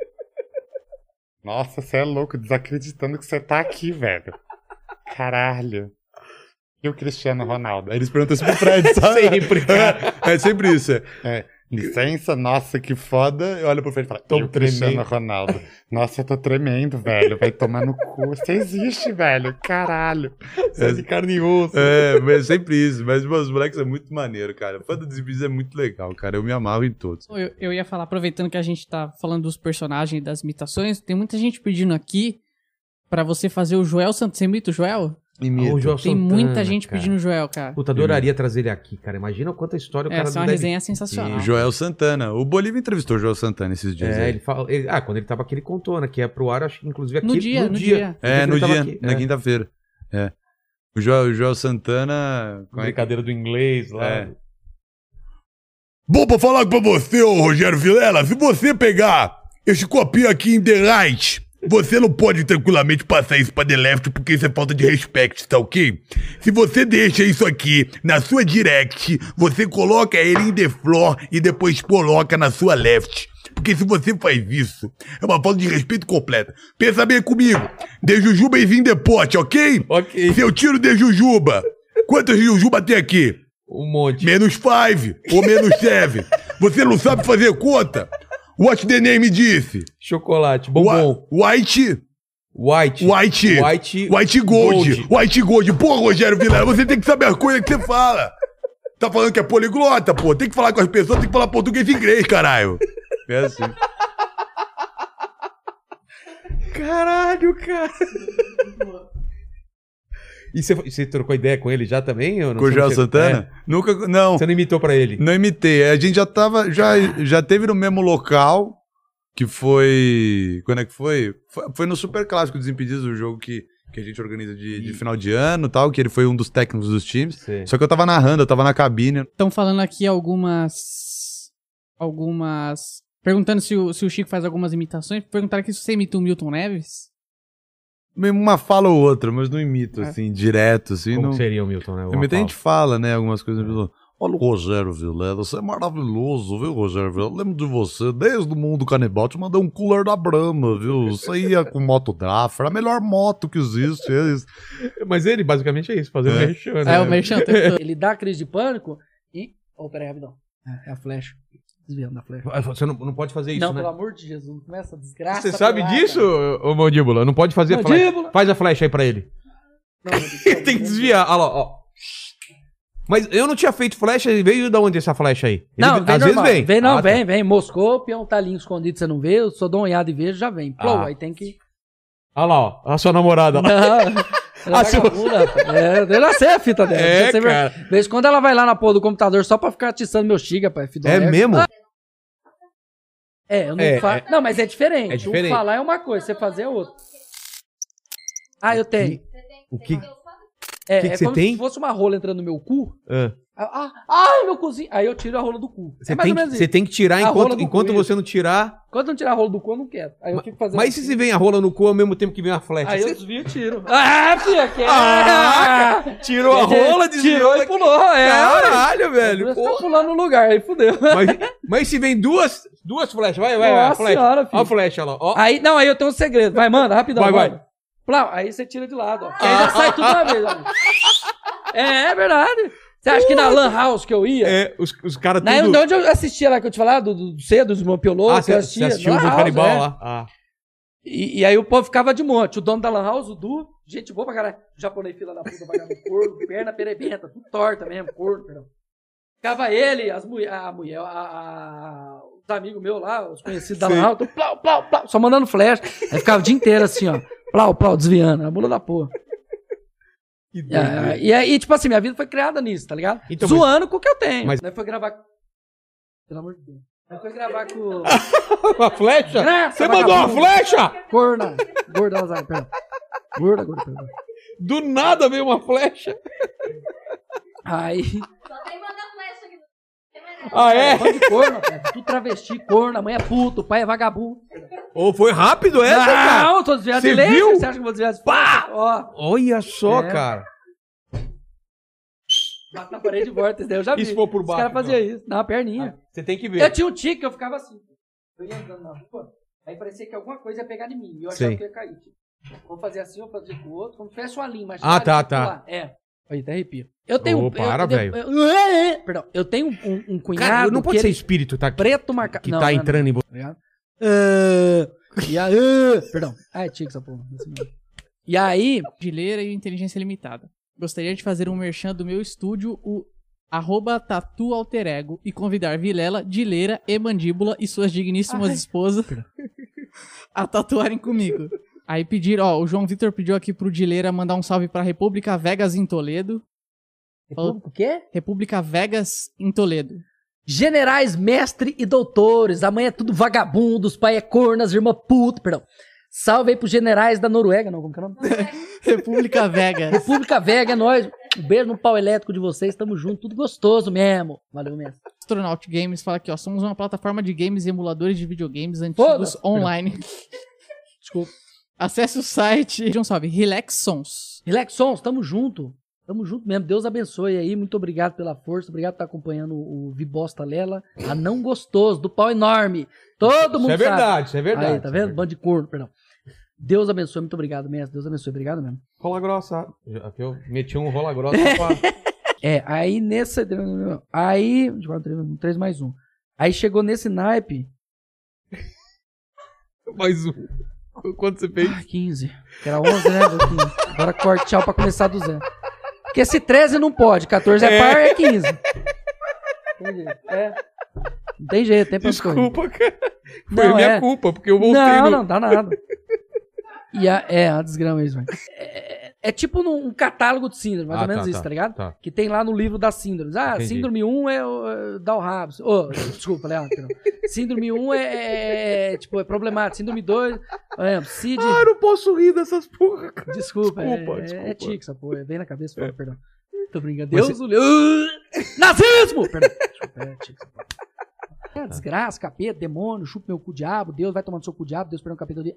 Nossa, você é louco, desacreditando que você tá aqui, velho. Caralho. E o Cristiano Ronaldo? Aí eles perguntam isso pro Fred, sabe? Sempre, cara. É, é sempre isso. É, é, licença, nossa, que foda. Olha pro Fred e fala, Tô e o Cristiano tremendo. Ronaldo? Nossa, eu tô tremendo, velho. Vai tomar no cu. Você existe, velho. Caralho. Você é de carne e osso. É, mas é sempre isso. Mas os moleques é muito maneiro, cara. O fã do Desimpedidos é muito legal, cara. Eu me amarro em todos. Eu, eu ia falar, aproveitando que a gente tá falando dos personagens e das imitações, tem muita gente pedindo aqui pra você fazer o Joel Santos. Você imita o Joel? Imito. O Joel Tem Santana, muita gente cara. pedindo o Joel, cara. Puta, adoraria trazer ele aqui, cara. Imagina quanta história o É, cara essa é uma deve- resenha sensacional. E Joel Santana. O Bolívia entrevistou o Joel Santana esses dias. É, aí. ele fala. ele- ah, quando ele tava aqui, ele contou, né? Que é pro ar, acho que inclusive aqui. No dia, no dia. É, no Ele tava dia, aqui, na é. quinta-feira. É. O Joel, o Joel Santana. como é que- Brincadeira do inglês lá. É. Bom pra falar pra você, ô Rogério Vilela, se você pegar esse copinho aqui em The Light, você não pode tranquilamente passar isso pra The Left, porque isso é falta de respeito, tá ok? Se você deixa isso aqui na sua direct, você coloca ele em The Floor e depois coloca na sua left. Porque se você faz isso, é uma falta de respeito completa. Pensa bem comigo. De Jujuba is in the pot, ok? Ok. Se eu tiro de Jujuba, quantas Jujuba tem aqui? Um monte. Menos five ou menos seven. Você não sabe fazer conta? What the name disse? Chocolate, bombom. White... White. White. White. White gold. Gold. White gold. Pô, Rogério Vilela, você tem que saber as coisas que você fala. Tá falando que é poliglota, pô. Tem que falar com as pessoas, tem que falar português e inglês, caralho. É assim. Caralho, cara. E você, você trocou ideia com ele já também? Ou não? Com o Você não Joel chegou- Santana? É. Nunca, não. Você não imitou pra ele? Não imitei. A gente já tava, já, já teve no mesmo local, que foi... Quando é que foi? Foi, foi no Super Clássico Desimpedidos, o jogo que, que a gente organiza de, de final de ano e tal, que ele foi um dos técnicos dos times. Sim. Só que eu tava narrando, eu tava na cabine. Estão falando aqui algumas... Algumas... Perguntando se o, se o Chico faz algumas imitações. Perguntaram aqui se você imita o Milton Neves. Uma fala ou outra, mas não imito, É. assim, direto, assim. Como não... seria o Milton, né? Uma Eu imito, a fala. gente fala, né, algumas coisas. Olha o Rogério Vilela, você é maravilhoso, viu, Rogério Vilela? Lembro de você, desde o mundo canibal, te mandei um cooler da Brahma, viu? Você ia com moto Draffer, a melhor moto que existe, é isso. Mas ele, basicamente, é isso, fazer o É. merchan, né? É, o merchan. Ele dá crise de pânico e... Oh, peraí, rapidão. É, é a flecha. Desviando da flecha. Você não, não pode fazer isso, Não, né? pelo amor de Jesus, não começa a desgraça. Você sabe pra lá, disso, ô ô, Mandíbula? Não pode fazer a Mandíbula. flecha. Faz a flecha aí pra ele. Tem que desviar. Olha lá, ó. Mas eu não tinha feito flecha, veio da onde essa flecha aí? Ele- Não, vem às normal. vezes vem. Vem, não, Ah, tá. vem, vem. Moscou, o peão tá ali escondido, você não vê. Eu só dou uma olhada e vejo, já vem. Plou, Ah. aí tem que... Olha lá, ó. A sua namorada. Não, Lá. ela A é sua- vagabunda, rapaz. É, eu já sei a fita dela. É, já sei cara. De vez em quando ela vai lá na porra do computador só pra ficar atiçando meu xiga, pai. filho do É Alex. mesmo? Ah, É, eu não É, falo. é. Não, mas é diferente. É diferente. O falar é uma coisa, você fazer é outra. Ah, eu tenho. O que? É, que que é você como tem? se fosse uma rola entrando no meu cu. Ah. Ah, ai, meu cozinho. Aí eu tiro a rola do cu. Você é mais tem, ou que- menos você isso. tem que tirar A rola enquanto, do enquanto cu, você não tirar. Quando eu não tirar a rola do cu, eu não quero. Aí eu fico fazendo Mas assim. e se vem a rola no cu ao mesmo tempo que vem a flecha? Aí Você- eu desvio e tiro. Ah, filha, que Ah, tirou a rola, desviou Tirou e pulou, é. Caralho, velho. Você tá pulando no lugar, aí fudeu. Mas, mas se vem duas, duas flechas, vai, vai, vai. a Nossa flecha. senhora, filho. Ó a flecha lá, ó. Aí, não, aí eu tenho um segredo. Vai, manda, rapidão. Vai, Vai, vai. Plau, aí você tira de lado, ó. Que aí já sai tudo de uma vez, ó. É, é verdade. Você acha que na Lan House que eu ia? É, os, os caras Na tudo... de onde eu assistia lá, que eu te falava, do, do C, dos Mampiolô, Ah, que eu você assistia. assistiu na o Lan do House, canibal é. lá? Ah. E, e aí o povo ficava de monte. O dono da Lan House, o Du, gente boa pra caralho. Japonês fila da puta, vagabundo, corno, perna perebenta, tudo torta mesmo, corno, perdão. Ficava ele, as mulher, a mulher, a, a- os amigos meus lá, os conhecidos da Lan House, tudo plau, plau, plau, só mandando flash. Aí ficava o dia inteiro assim, ó, plau, plau, desviando, a mula da porra. Que É, e aí, tipo assim, minha vida foi criada nisso, tá ligado? Então, Zoando com o que eu tenho. mas- Nós foi gravar. Pelo amor de Deus. Nós foi gravar com. Uma flecha? Graça, Você mandou uma vagabundo. flecha? Corna. Gorda, Lazar, perdão. Gorda, gorda, perdão. Do nada veio uma flecha. Aí. Ah, é? Bando de corno, cara. Tu travesti, corno, a mãe é puto, o pai é vagabundo. Ou foi rápido essa, não, cara? Não, eu tô desviado Você de leite. viu? Você acha que eu vou desviar de flecha? Ó. Olha só, É. cara. Bate na parede de vortex, daí eu já vi. E se for por baixo, Os caras faziam isso. Na perninha. Você tem que ver. Eu tinha um tique, eu ficava assim. Eu ia andando na rua, aí parecia que alguma coisa ia pegar em mim. E eu achava Sei. que ia cair. Tipo, vou fazer assim, vou fazer com o outro, como se tivesse uma linha. Mas Ah, lá, tá, tipo, tá. lá. É. Aí, até arrepio. Eu tenho Ô, um. para, eu, velho. eu- eu- Perdão, eu tenho um, um, um cunhado. Cara, não pode que ser ele- espírito, tá? Preto marcado. Que tá entrando em você. Uh, e aí, uh, perdão. Ah, é tica essa porra. E aí. Dileira e inteligência limitada. Gostaria de fazer um merchan do meu estúdio, o arroba Tatu Alter Ego, e convidar Vilela, Dileira e Mandíbula e suas digníssimas Ai. esposas a tatuarem comigo. Aí pediram, ó, o João Vitor pediu aqui pro Dileira mandar um salve pra República Vegas em Toledo. República o quê? República Vegas em Toledo. Generais, mestre e doutores. A mãe é tudo vagabundo, os pai é corno, as irmãs puto, perdão. Salve aí pros generais da Noruega, não, como que é o nome? República Vegas. República Vega, é nóis. Um beijo no pau elétrico de vocês, tamo junto, tudo gostoso mesmo. Valeu mesmo. Astronaut Games fala aqui, ó, somos uma plataforma de games e emuladores de videogames antigos Foda. online. Desculpa. Acesse o site, um salve, Relax Sons. Relax Sons, tamo junto. Tamo junto mesmo. Deus abençoe aí. Muito obrigado pela força. Obrigado por estar acompanhando o Vibosta Lela. A não gostoso, do pau enorme. Todo mundo Isso é sabe. verdade, isso é verdade. Aí, tá vendo? Bando de corno, perdão. Deus abençoe. Muito obrigado, mestre. Deus abençoe. Obrigado mesmo. Rola grossa. Aqui eu meti um rola grossa pra... É, aí nesse... Aí... três mais um. Aí chegou nesse naipe... Mais um. Quanto você fez? Ah, quinze. Que era onze, né? Deu quinze. Agora corte tchau pra começar do zero. Porque se treze não pode, catorze é, é par, é quinze. Tem jeito. É. Não tem jeito, tem pra Desculpa, cara. Foi não, minha é... culpa, porque eu voltei Não, no... não, dá nada. E a, é, a desgrama isso, velho. É, é tipo num um catálogo de síndrome, mais Ah, ou menos tá, isso, tá, tá ligado? tá. Que tem lá no livro das síndromes. Ah, Entendi. síndrome um é, é dá o rabo. Oh, desculpa, Leandro. Perdão. Síndrome um é, é, é, tipo, é problemático. Síndrome dois, é, C I D... Ah, eu não posso rir dessas porra, cara. Desculpa, Desculpa, é, desculpa. é tique essa porra. Vem na cabeça, fala, É. perdão. Tô brincando. Mas Deus você- o livre. Nazismo! Perdão. Desculpa, é tique essa porra. É, desgraça, capeta, demônio, chupa meu cu diabo, Deus vai tomar no seu cu diabo, Deus perdeu o capeta do dia.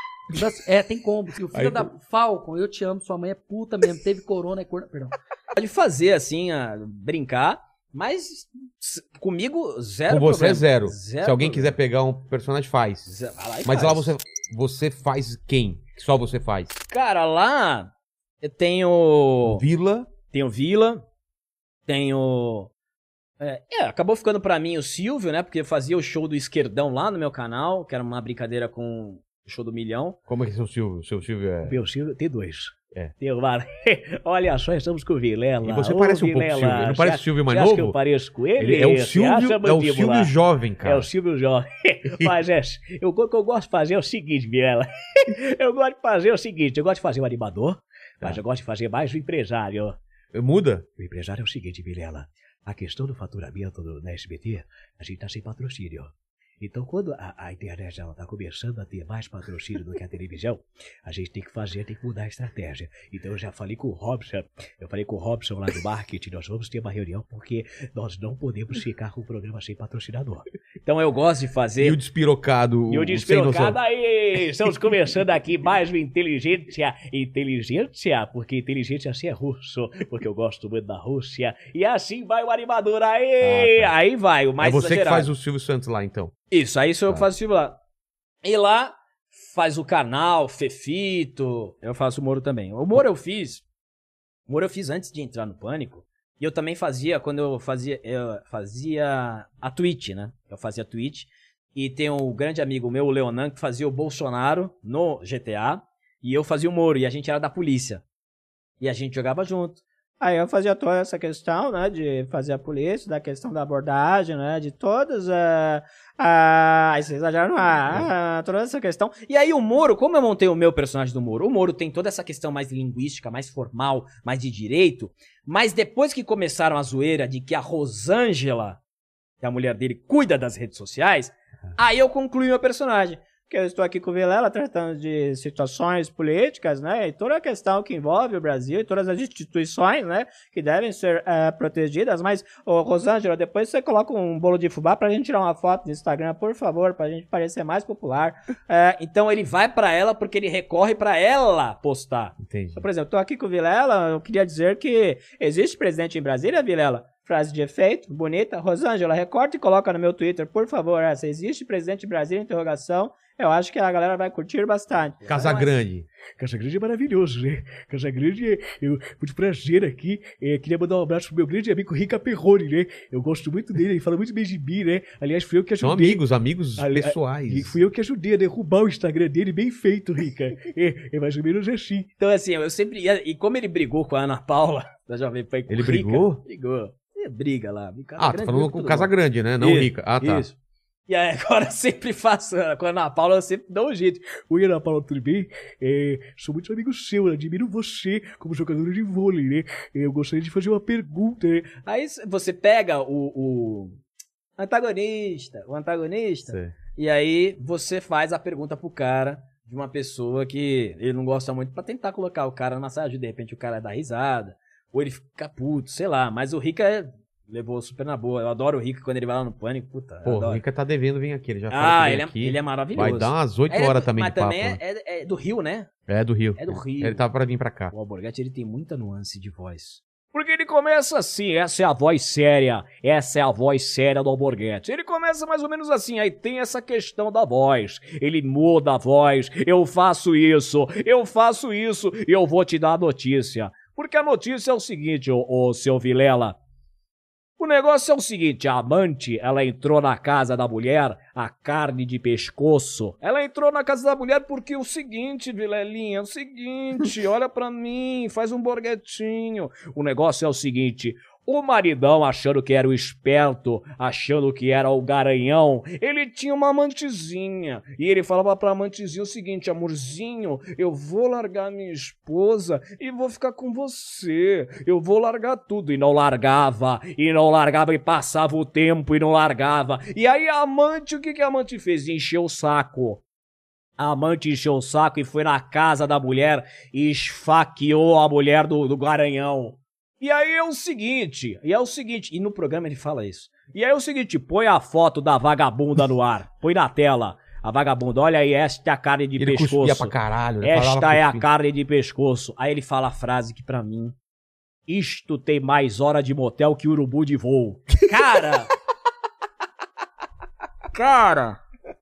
É, tem combo. E o filho Aí- da Falcon, eu te amo, sua mãe é puta mesmo, teve corona, é corona. Perdão. Pode fazer assim, a, brincar, mas s- comigo zero Com você problema. é zero. Zero Se alguém problema. quiser pegar um personagem, faz. Zé- vai lá e Mas faz. lá você, você faz quem? Que só você faz? Cara, lá eu tenho. Vila. Tenho Vila. Tenho. É, é, acabou ficando pra mim o Silvio, né? Porque eu fazia o show do Esquerdão lá no meu canal, que era uma brincadeira com o show do Milhão. Como é que é seu Silvio? Seu Silvio é... Meu Silvio tem dois. É. Tem o Mar... Olha só, estamos com o Vilela. E você Ô, parece um pouco Vilela, Silvio. Não parece você- o Silvio mais você acha novo? que eu pareço com ele? Ele é o Você Silvio, acha, é o mandíbula? Silvio jovem, cara. É o Silvio jovem. Mas é, eu, o que eu gosto de fazer é o seguinte, Vilela. Eu gosto de fazer o seguinte, eu gosto de fazer o animador, mas eu gosto de fazer mais o empresário. Muda? O empresário é o seguinte, Vilela. A questão do faturamento do, na S B T, a gente tá sem patrocínio. Então, quando a, a internet ela tá começando a ter mais patrocínio do que a televisão, a gente tem que fazer, tem que mudar a estratégia. Então, eu já falei com o Robson, eu falei com o Robson lá do marketing, nós vamos ter uma reunião porque nós não podemos ficar com o programa sem patrocinador. Então eu gosto de fazer. E o despirocado? E o sem despirocado noção? aí, estamos começando aqui mais uma inteligência, inteligência, porque inteligência assim é russo, porque eu gosto muito da Rússia, e assim vai o animador aí, Ah, tá. aí vai, o mais É você que exagerado. faz o Silvio Santos lá, então. Isso, aí sou eu que Tá. faço o Silvio lá. E lá faz o canal, Fefito. Eu faço o Moro também. O Moro eu fiz. O Moro eu fiz antes de entrar no Pânico. E eu também fazia, quando eu fazia. Eu fazia a Twitch, né? Eu fazia a Twitch. E tem um grande amigo meu, o Leonan, que fazia o Bolsonaro no G T A. E eu fazia o Moro. E a gente era da polícia. E a gente jogava junto. Aí eu fazia toda essa questão, né, de fazer a polícia, da questão da abordagem, né, de todas, uh, uh, aí vocês exageram, uh, uh, toda essa questão. E aí o Moro, como eu montei o meu personagem do Moro, o Moro tem toda essa questão mais linguística, mais formal, mais de direito, mas depois que começaram a zoeira de que a Rosângela, que é a mulher dele, cuida das redes sociais, aí eu concluí meu personagem. Que eu estou aqui com o Vilela tratando de situações políticas, né? E toda a questão que envolve o Brasil e todas as instituições, né? Que devem ser uh, protegidas. Mas, ô Rosângela, depois você coloca um bolo de fubá pra gente tirar uma foto no Instagram, por favor, pra gente parecer mais popular. Uh, então ele vai pra ela porque ele recorre pra ela postar. Entendi. Então, por exemplo, eu tô aqui com o Vilela, eu queria dizer que existe presidente em Brasília, Vilela? Frase de efeito, bonita. Rosângela, recorta e coloca no meu Twitter, por favor. Essa, existe presidente em Brasília, interrogação. Eu acho que a galera vai curtir bastante. Casa Grande. Casa Grande é maravilhoso, né? Casa Grande, é, eu, muito prazer aqui. É, queria mandar um abraço pro meu grande amigo Rica Perrone, né? Eu gosto muito dele, ele fala muito bem de mim, né? Aliás, fui eu que ajudei. São amigos, amigos Ali- pessoais. E fui eu que ajudei a derrubar o Instagram dele, bem feito, Rica. É, é mais ou menos assim. Então, assim, eu sempre ia... E como ele brigou com a Ana Paula, da Jovem Pan, com Ele o Rica, brigou? Brigou. É, briga lá. Casa Ah, tá Grande, falando briga com todo Casa mundo. Grande, né? Não Isso, Rica. Ah, tá. Isso. E aí agora eu sempre faço, com a Ana Paula eu sempre dou um jeito. Oi, Ana Paula, tudo bem? É, sou muito amigo seu, admiro você como jogador de vôlei, né? Eu gostaria de fazer uma pergunta, né? Aí você pega o, o antagonista, o antagonista, Sei. e aí você faz a pergunta pro cara de uma pessoa que ele não gosta muito pra tentar colocar o cara numa saia, de repente o cara dá risada, ou ele fica puto, sei lá. Mas o Rica é- levou super na boa. Eu adoro o Rica quando ele vai lá no Pânico. Puta, eu Pô, o adoro. Rica tá devendo vir aqui. Ele já falou Ah, que vem ele é, aqui. ele é maravilhoso. Vai dar umas oito Ele é horas do- também mas de papo. também né? é, é- é do Rio, né? É do Rio. É do Rio. Ele tava pra vir pra cá. O Alborguete, ele tem muita nuance de voz. Porque ele começa assim, essa é a voz séria, essa é a voz séria do Alborguete. Ele começa mais ou menos assim, aí tem essa questão da voz. Ele muda a voz, eu faço isso, eu faço isso e eu vou te dar a notícia. Porque a notícia é o seguinte, ô, ô seu Vilela. O negócio é o seguinte, a amante, ela entrou na casa da mulher, a carne de pescoço. Ela entrou na casa da mulher porque é o seguinte, Vilelinha, é o seguinte, olha pra mim, faz um borguetinho. O negócio é o seguinte, o maridão achando que era o esperto, achando que era o garanhão, ele tinha uma amantezinha. E ele falava pra amantezinha o seguinte, amorzinho, eu vou largar minha esposa e vou ficar com você. Eu vou largar tudo. E não largava, e não largava, e passava o tempo e não largava. E aí a amante, o que, que a amante fez? Encheu o saco. A amante encheu o saco e foi na casa da mulher e esfaqueou a mulher do, do garanhão. E aí é o seguinte, e é o seguinte, e no programa ele fala isso. E aí é o seguinte, põe a foto da vagabunda no ar, põe na tela. A vagabunda, olha aí, esta é a carne de Ele pescoço. cuspia pra caralho, ele Esta falava é a cuspindo. carne de pescoço. Aí ele fala a frase que pra mim, isto tem mais hora de motel que urubu de voo. Cara! Cara!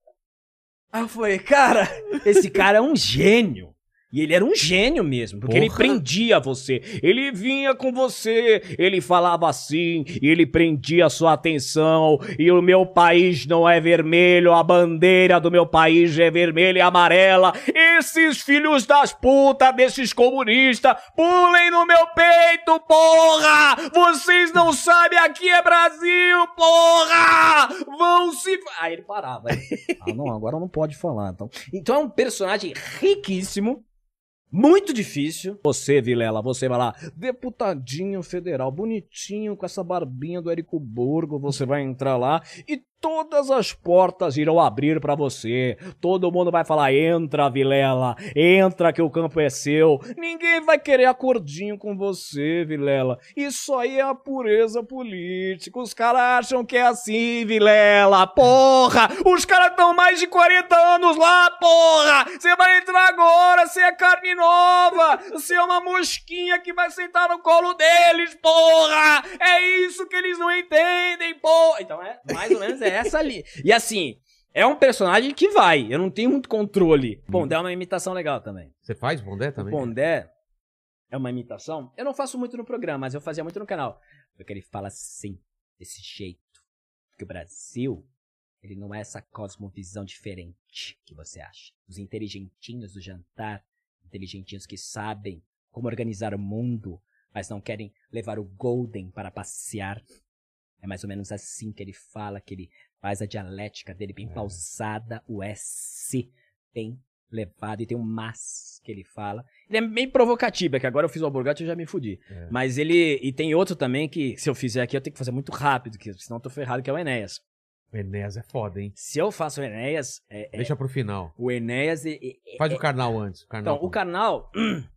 Aí eu falei, cara, esse cara é um gênio. E ele era um gênio mesmo, porque ele Porra. prendia você. Ele vinha com você, ele falava assim, e ele prendia a sua atenção. E o meu país não é vermelho, a bandeira do meu país é vermelha e amarela. Esses filhos das putas, desses comunistas, pulem no meu peito, porra! Vocês não sabem, aqui é Brasil, porra! Vão se... Aí ele parava. Aí, ah, não, agora não pode falar. Então, então é um personagem riquíssimo. Muito difícil. Você, Vilela, você vai lá, deputadinho federal, bonitinho, com essa barbinha do Érico Borgo, você vai entrar lá e todas as portas irão abrir pra você. Todo mundo vai falar, entra, Vilela, entra que o campo é seu. Ninguém vai querer acordinho com você, Vilela. Isso aí é a pureza política. Os caras acham que é assim, Vilela. Porra! Os caras estão mais de quarenta anos lá, porra! Você vai entrar agora, você é carne nova! Você é uma mosquinha que vai sentar no colo deles, porra! É isso que eles não entendem, porra! Então é mais ou menos é essa ali. E assim, é um personagem que vai. Eu não tenho muito controle. Pondé é uma imitação legal também. Você faz Pondé também? O Pondé é uma imitação. Eu não faço muito no programa, mas eu fazia muito no canal. Porque ele fala assim, desse jeito. Porque o Brasil, ele não é essa cosmovisão diferente que você acha. Os inteligentinhos do jantar, inteligentinhos que sabem como organizar o mundo, mas não querem levar o Golden para passear. É mais ou menos assim que ele fala, que ele faz a dialética dele bem pausada, o S bem levado, e tem um mas que ele fala. Ele é bem provocativo, é que agora eu fiz o Alborguete e eu já me fudi. É. Mas ele... E tem outro também que, se eu fizer aqui, eu tenho que fazer muito rápido, que senão eu tô ferrado, que é o Enéas. O Enéas é foda, hein? Se eu faço o Enéas... É, é- Deixa pro final. o Enéas... é- é- Faz é- o Karnal antes. O Karnal Então, o Karnal...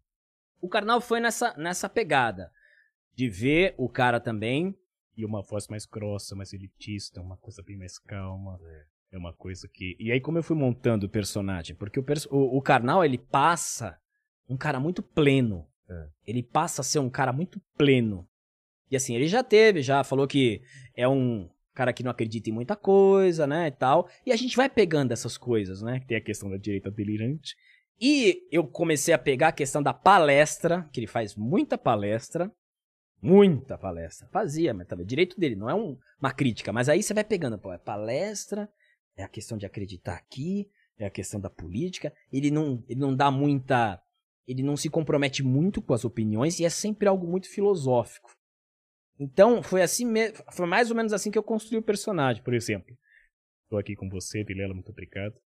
o Karnal foi nessa, nessa pegada de ver o cara também e uma voz mais grossa, mais elitista, uma coisa bem mais calma. É uma coisa que... E aí como eu fui montando o personagem? Porque o, perso... o, o Karnal, ele passa um cara muito pleno. É. Ele passa a ser um cara muito pleno. E assim, ele já teve, já falou que é um cara que não acredita em muita coisa, né, e tal. E a gente vai pegando essas coisas, né? Tem a questão da direita delirante. E eu comecei a pegar a questão da palestra, que ele faz muita palestra. Muita palestra. Fazia, mas também direito dele, não é um, uma crítica. Mas aí você vai pegando, pô, é palestra, é a questão de acreditar aqui, é a questão da política. Ele não, ele não dá muita... Ele não se compromete muito com as opiniões e é sempre algo muito filosófico. Então, foi assim mesmo, foi mais ou menos assim que eu construí o personagem, por exemplo. Tô aqui com você, Vilela, muito obrigado.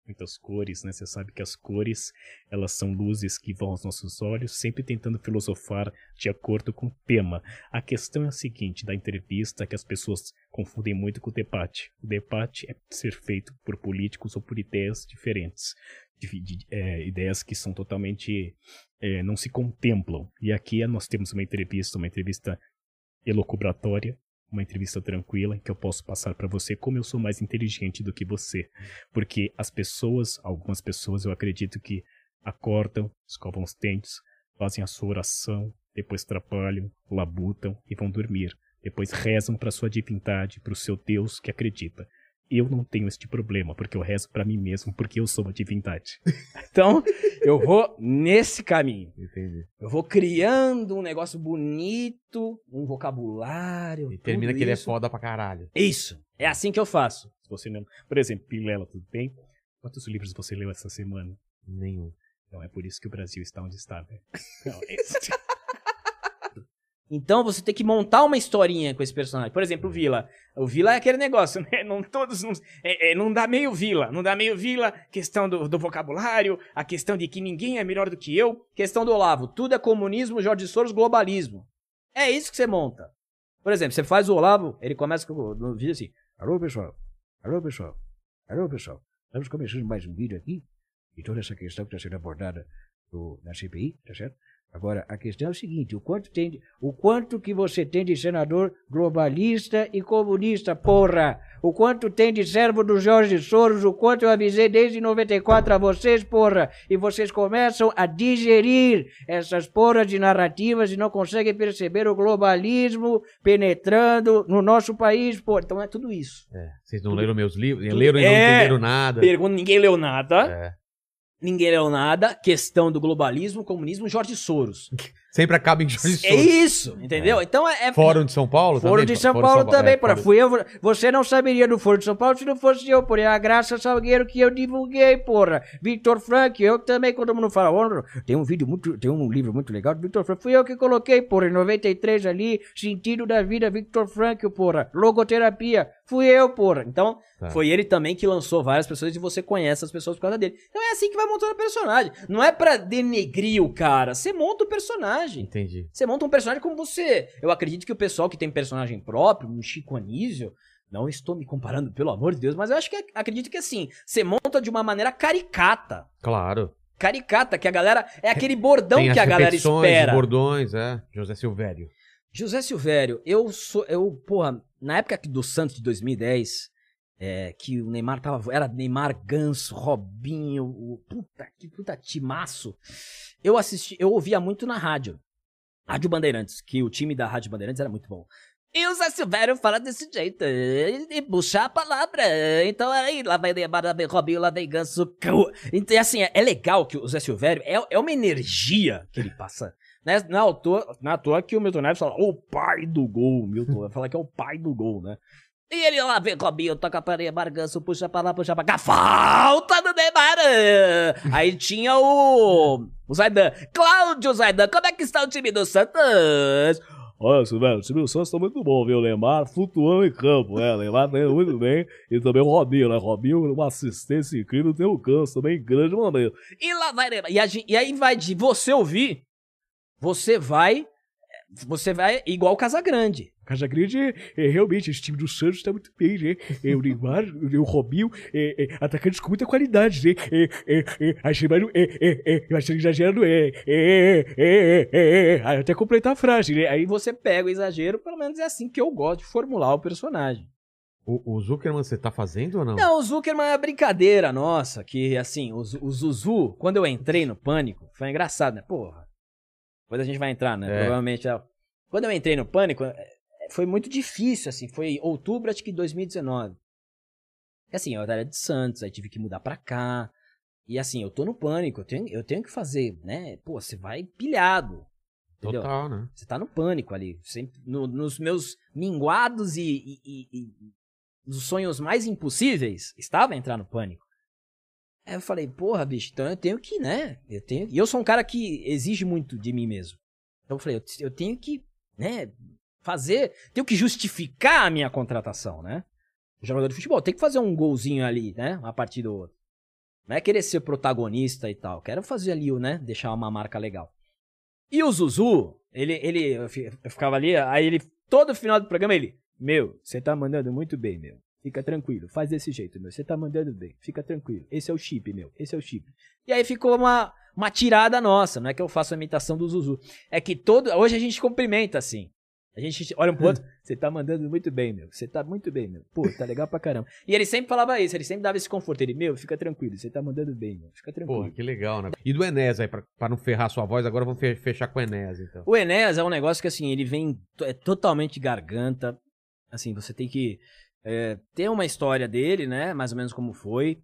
muitas cores, né? Você sabe que as cores, elas são luzes que vão aos nossos olhos, sempre tentando filosofar de acordo com o tema. A questão é a seguinte, da entrevista, que as pessoas confundem muito com o debate. O debate é ser feito por políticos ou por ideias diferentes. De, de, é, ideias que são totalmente... É, não se contemplam. E aqui nós temos uma entrevista, uma entrevista elucubratória, uma entrevista tranquila, que eu posso passar para você como eu sou mais inteligente do que você. Porque as pessoas, algumas pessoas, eu acredito que acordam, escovam os dentes, fazem a sua oração, depois trabalham, labutam e vão dormir. Depois rezam para sua divindade, para o seu Deus que acredita. Eu não tenho este problema, porque eu rezo para mim mesmo, porque eu sou uma divindade. Então, eu vou nesse caminho. Entendi. Eu vou criando um negócio bonito, um vocabulário. E termina tudo que ele é isso. foda pra caralho. Isso. É assim que eu faço. Se você não... Por exemplo, Pilela, tudo bem? Quantos livros você leu essa semana? Nenhum. Então é por isso que o Brasil está onde está, né? Não, é... Então você tem que montar uma historinha com esse personagem. Por exemplo, o Vila. O Vila é aquele negócio, né? Não, todos, não, é, é, não dá meio Vila. Não dá meio Vila. Questão do, do vocabulário. A questão de que ninguém é melhor do que eu. Questão do Olavo. Tudo é comunismo, Jorge Soros, globalismo. É isso que você monta. Por exemplo, você faz o Olavo, ele começa com, no vídeo assim. Alô, pessoal. Alô, pessoal. Alô, pessoal. Estamos começando mais um vídeo aqui. E toda essa questão que está sendo abordada no, na C P I, tá certo? Agora, a questão é o seguinte, o quanto, tem de, o quanto que você tem de senador globalista e comunista, porra? O quanto tem de servo do Jorge Soros, o quanto eu avisei desde noventa e quatro a vocês, porra? E vocês começam a digerir essas porras de narrativas e não conseguem perceber o globalismo penetrando no nosso país, porra. Então é tudo isso. É, vocês não Tudo- leram meus livros? tudo- Leram e não é, entenderam nada. Pergunta, ninguém leu nada. É. Ninguém leu nada. Questão do globalismo, comunismo, Jorge Soros. Sempre acaba em Jorge Soros. É isso, entendeu? Então é... é- Fórum de São Paulo Foro também? de São Fórum Paulo também, é, porra. Fórum- Fui eu, você não saberia do Foro de São Paulo se não fosse eu, porra. É a Graça Salgueiro que eu divulguei, porra. Victor Frank, eu também, quando todo mundo fala, "Ô, tem um vídeo muito, tem um livro muito legal do Victor Frank. Fui eu que coloquei, porra, em noventa e três ali, Sentido da Vida, Victor Frank, porra. Logoterapia, fui eu, porra. Então, Tá. foi ele também que lançou várias pessoas e você conhece as pessoas por causa dele. Então é assim que vai montando o personagem. Não é pra denegrir o cara, você monta o personagem. Entendi. Você monta um personagem como você. Eu acredito que o pessoal que tem personagem próprio, um Chico Anísio, não estou me comparando, pelo amor de Deus, mas eu acho que acredito que assim, você monta de uma maneira caricata. Claro. Caricata, que a galera. É aquele bordão Tem que as a galera repetições, espera. os bordões, é. José Silvério. José Silvério, eu sou. Eu, porra, na época do Santos de dois mil e dez, é, que o Neymar tava. Era Neymar, Ganso, Robinho, o, puta que puta timaço. Eu assisti, eu ouvia muito na rádio. Rádio Bandeirantes, que o time da Rádio Bandeirantes era muito bom. E o Zé Silvério fala desse jeito, e puxar a palavra. Então aí, lá vai Neymar, lá vem Robinho, lá vem Ganso. cau- Então, assim, é, é legal que o Zé Silvério é, é uma energia que ele passa. Né? Não é à toa, não é à toa que o Milton Neves fala, o pai do gol. O Milton vai falar que é o pai do gol, né? E ele lá vem Robinho, toca para Neymar, Ganso, puxa pra lá, puxa pra cá. Falta do Neymar! Aí tinha o, o Zaidan. Cláudio Zaidan, como é que está o time do Santos? Olha, Silvério, o time do Santos tá muito bom, viu? O Neymar flutuando em campo, né? O Neymar tá indo muito bem. E também o Robinho, né? Robinho, uma assistência incrível, tem o Ganso também, grande maneiro. E lá vai Neymar. E, a gente- e aí vai de você ouvir, você vai, você vai igual o Casagrande. Casagrande, é, é, realmente, esse time do Santos tá muito bem, né? É, o Neymar, o Robinho, é, é, atacantes com muita qualidade, né? É, é, é, achei mais... É, é, é, eu achei exagerado, é, é, é, é, é, é, é, até completar a frase, né? Aí você pega o exagero, pelo menos é assim que eu gosto de formular o personagem. O, o Zuckerman você tá fazendo ou não? Não, o Zuckerman é uma brincadeira nossa, que assim, o, Zu- o Zuzu, quando eu entrei no Pânico, foi engraçado, né? Porra, depois a gente vai entrar, né? É. Provavelmente. é. Quando eu entrei no Pânico, é, foi muito difícil, assim, foi outubro, acho que de dois mil e dezenove. E assim, eu era de Santos, aí tive que mudar pra cá. E assim, eu tô no Pânico, eu tenho, eu tenho que fazer, né? Pô, você vai pilhado. Entendeu? Total, né? Você tá no Pânico ali. Sempre, no- nos meus minguados e, e, e- e dos sonhos mais impossíveis, estava entrar no Pânico. Aí eu falei, porra, bicho, então eu tenho que, né? Eu tenho... E eu sou um cara que exige muito de mim mesmo. Então eu falei, eu, eu tenho que, né, fazer, tenho que justificar a minha contratação, né? O jogador de futebol tem que fazer um golzinho ali, né? Uma partida ou outra. Não é querer ser protagonista e tal. Quero fazer ali, né? Deixar uma marca legal. E o Zuzu, ele, ele, eu fi- eu ficava ali, aí ele, todo final do programa, ele, meu, você tá mandando muito bem, meu. Fica tranquilo, faz desse jeito, meu. Você tá mandando bem, fica tranquilo. Esse é o chip, meu. Esse é o chip. E aí ficou uma, uma tirada nossa. Não é que eu faço a imitação do Zuzu. É que todo, hoje a gente cumprimenta assim. A gente olha um pro outro, você tá mandando muito bem, meu. Você tá muito bem, meu. Pô, tá legal pra caramba. E ele sempre falava isso, ele sempre dava esse conforto. Ele, meu, fica tranquilo, você tá mandando bem, meu. Fica tranquilo. Porra, que legal, né? E do Enéas aí, pra, pra não ferrar sua voz, agora vamos fe- fechar com o Enéas, então. O Enéas é um negócio que, assim, ele vem é totalmente garganta. Assim, você tem que é, ter uma história dele, né? Mais ou menos como foi.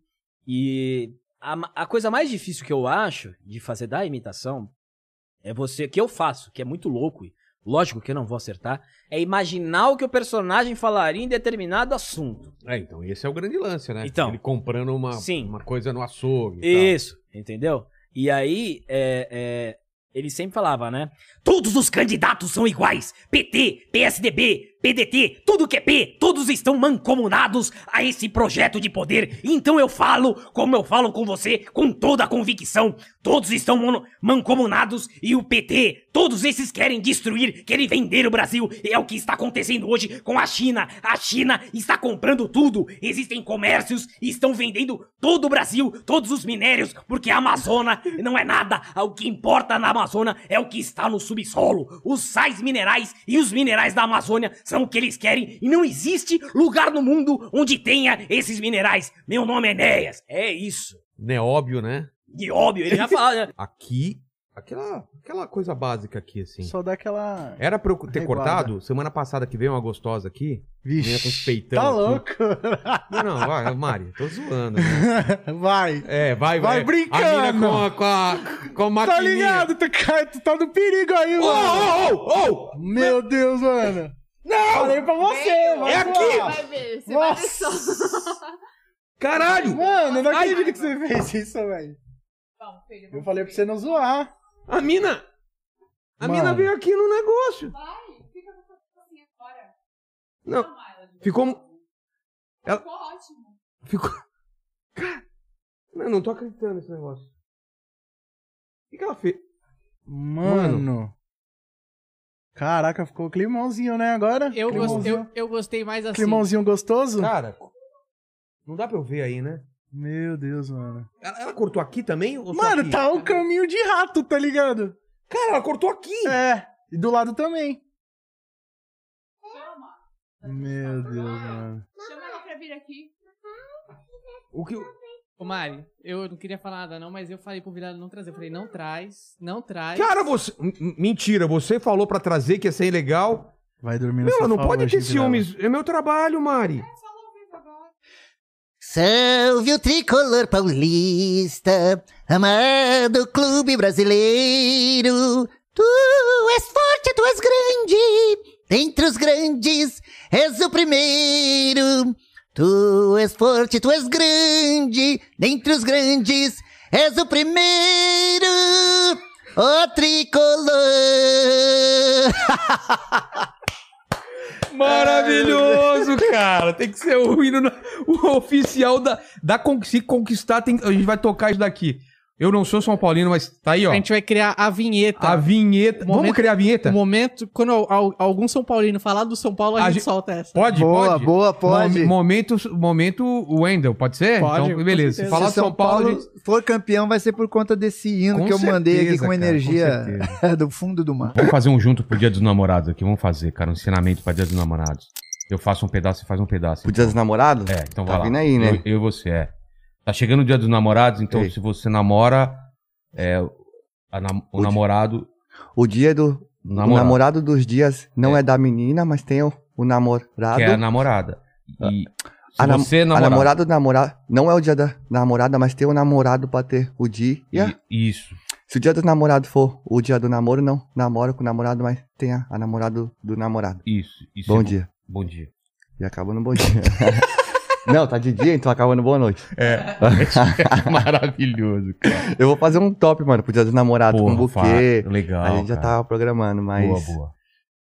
E a, a coisa mais difícil que eu acho de fazer da imitação é você, que eu faço, que é muito louco, e lógico que eu não vou acertar, é imaginar o que o personagem falaria em determinado assunto. É, então, esse é o grande lance, né? Então, ele comprando uma, sim. uma coisa no açougue. e Isso, entendeu? E aí, é, é, ele sempre falava, né? Todos os candidatos são iguais. P T, P S D B, P D T, tudo que é P, todos estão mancomunados a esse projeto de poder. Então eu falo, como eu falo com você, com toda a convicção. Todos estão mono- mancomunados e o P T, todos esses querem destruir, querem vender o Brasil. É o que está acontecendo hoje com a China. A China está comprando tudo. Existem comércios e estão vendendo todo o Brasil, todos os minérios, porque a Amazônia não é nada. O que importa na Amazônia é o que está no subsolo. Os sais minerais e os minerais da Amazônia são o que eles querem e não existe lugar no mundo onde tenha esses minerais. Meu nome é Enéas. É isso. Não é óbvio, né? E óbvio, ele já falou, né? Aqui, aquela, aquela coisa básica aqui, assim. Só dá aquela... Era pra eu ter reguada. cortado? Semana passada que veio uma gostosa aqui. Vixe, menina com os peitão tá aqui. louco? Não, não, vai, Mari, tô zoando. Né? Vai. É, vai, Vai vai. brincando. A mina com a, com a, com a Tá maquininha. ligado? Tu, cara, tu tá no perigo aí, mano. Ô, ô, ô! Meu Deus, mano. Não! Falei pra você, vai É aqui! voar. Vai ver, você Nossa. vai ver só. Caralho! Mano, eu não Ai. acredito que você fez isso, velho. Vamos, filho, Eu falei pra você não zoar. A mina! A Mano. mina veio aqui no negócio. Vai, fica com essa assim agora. Não, Chama ela de ficou... novo. Ela Ficou ótimo. ficou... Cara, eu não tô acreditando nesse negócio. O que, que ela fez? Mano. Caraca, ficou climãozinho, né, agora? Eu, gos- Climãozinho. eu, eu gostei mais assim. Climãozinho gostoso? Cara, não dá pra eu ver aí, né? Meu Deus, mano. Ela, ela cortou aqui também? Ou só Mano, aqui? tá um caminho de rato, tá ligado? Cara, ela cortou aqui. É, e do lado também. Chama. Meu Deus, mano. Chama ela pra vir aqui. O que... Ô, Mari, eu não queria falar nada não, mas eu falei pro Virado não trazer. Eu falei, não traz, não traz. Cara, você... M- m- Mentira, você falou pra trazer que ia ser legal. Vai dormir no Meu, sofá não pode hoje, ter Vilela. ciúmes. É meu trabalho, Mari. Salve o tricolor paulista, amado clube brasileiro. Tu és forte, tu és grande, dentre os grandes és o primeiro. Tu és forte, tu és grande, dentre os grandes és o primeiro. O tricolor. Maravilhoso, cara. Tem que ser o hino na- o oficial da, da con- se conquistar. Tem, a gente vai tocar isso daqui. Eu não sou São Paulino, mas tá aí, ó. A gente vai criar a vinheta. A vinheta. O Vamos momento- criar a vinheta? O momento, quando al- algum São Paulino falar do São Paulo, a, A gente gente- solta essa. Pode, Boa, pode. boa, pode. Mom- Momento, momento Wendel, pode ser? Pode, Então, com beleza. Se certeza. falar Se de São Paulo, a gente- for campeão, vai ser por conta desse hino Com que eu mandei aqui certeza, com cara, energia com do fundo do mar. Vamos fazer um junto pro Dia dos Namorados aqui. Vamos fazer, cara, um ensinamento pra Dia dos Namorados. Eu faço um pedaço e faz um pedaço. Pro Dia dos Namorados? É, então Tá vai lá. vindo aí, né? Eu, eu e você, é. Tá chegando o Dia dos Namorados, então Ei. se você namora, é, a nam- o, O di- namorado... O dia do. O Namorado. namorado dos dias não é, da menina, mas tem o, o namorado. Que é a namorada. E se A, nam- você a namorar... namorada do namorado. Não é o dia da namorada, mas tem o namorado pra ter o dia. I- Isso. Se o dia do namorado for o dia do namoro, não namora com o namorado, mas tem a, a namorada do, do namorado. Isso. isso Bom é dia. Bom dia. E acaba no bom dia. Não, tá de dia, então acaba no boa noite. É. Maravilhoso, cara. Eu vou fazer um top, mano, pro dia dos namorados, Porra, com buquê. fa- legal, A gente já cara. tava programando, mas. Boa, boa.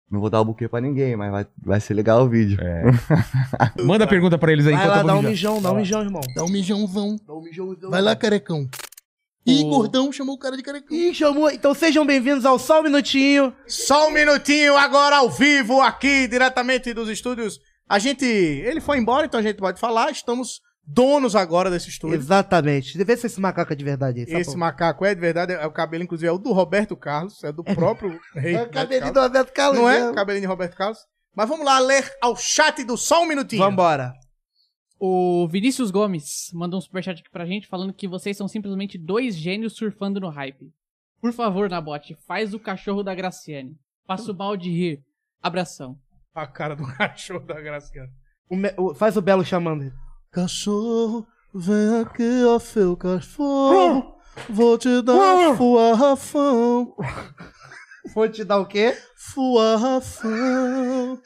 Não vou dar o buquê pra ninguém, mas vai, vai ser legal o vídeo. É. Manda a pergunta pra eles aí. Vai enquanto lá, eu vou dá um mijar. mijão, dá um mijão, irmão. Dá um mijãozão. Dá um mijãozão. Vai lá, carecão. Ih, gordão chamou o cara de carecão. Ih, chamou. Então sejam bem-vindos ao Só um Minutinho. Só um Minutinho, agora ao vivo, aqui, diretamente dos estúdios. A gente... Ele foi embora, então a gente pode falar. Estamos donos agora desse estúdio. Exatamente. Vê se esse macaco é de verdade aí. Esse macaco é de verdade. É o cabelo, inclusive, é o do Roberto Carlos. É do próprio rei. É o cabelinho do Roberto Carlos. Não é? mesmo. O cabelinho de Roberto Carlos. Mas vamos lá ler ao chat do Só um Minutinho. Vambora. O Vinícius Gomes mandou um superchat aqui pra gente falando que vocês são simplesmente dois gênios surfando no hype. Por favor, Nabote, faz o cachorro da Graciane. Passo mal de rir. Abração. A cara do cachorro da Graciane. O me- o- faz o Belo chamando ele. Cachorro, vem aqui, ó, seu cachorro. Vou te dar fuarrafão. Vou te dar o quê? Fuarrafão.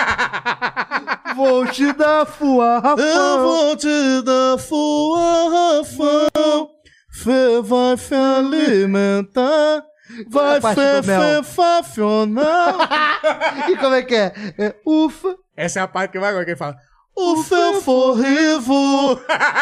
Vou te dar fuarrafão. Eu vou te dar fuarrafão. Fê vai fe alimentar. Vai A parte fe, do mel. fe fafionar. E como é que é? É ufa. Essa é a parte que vai agora, que ele fala. O fê forrivo.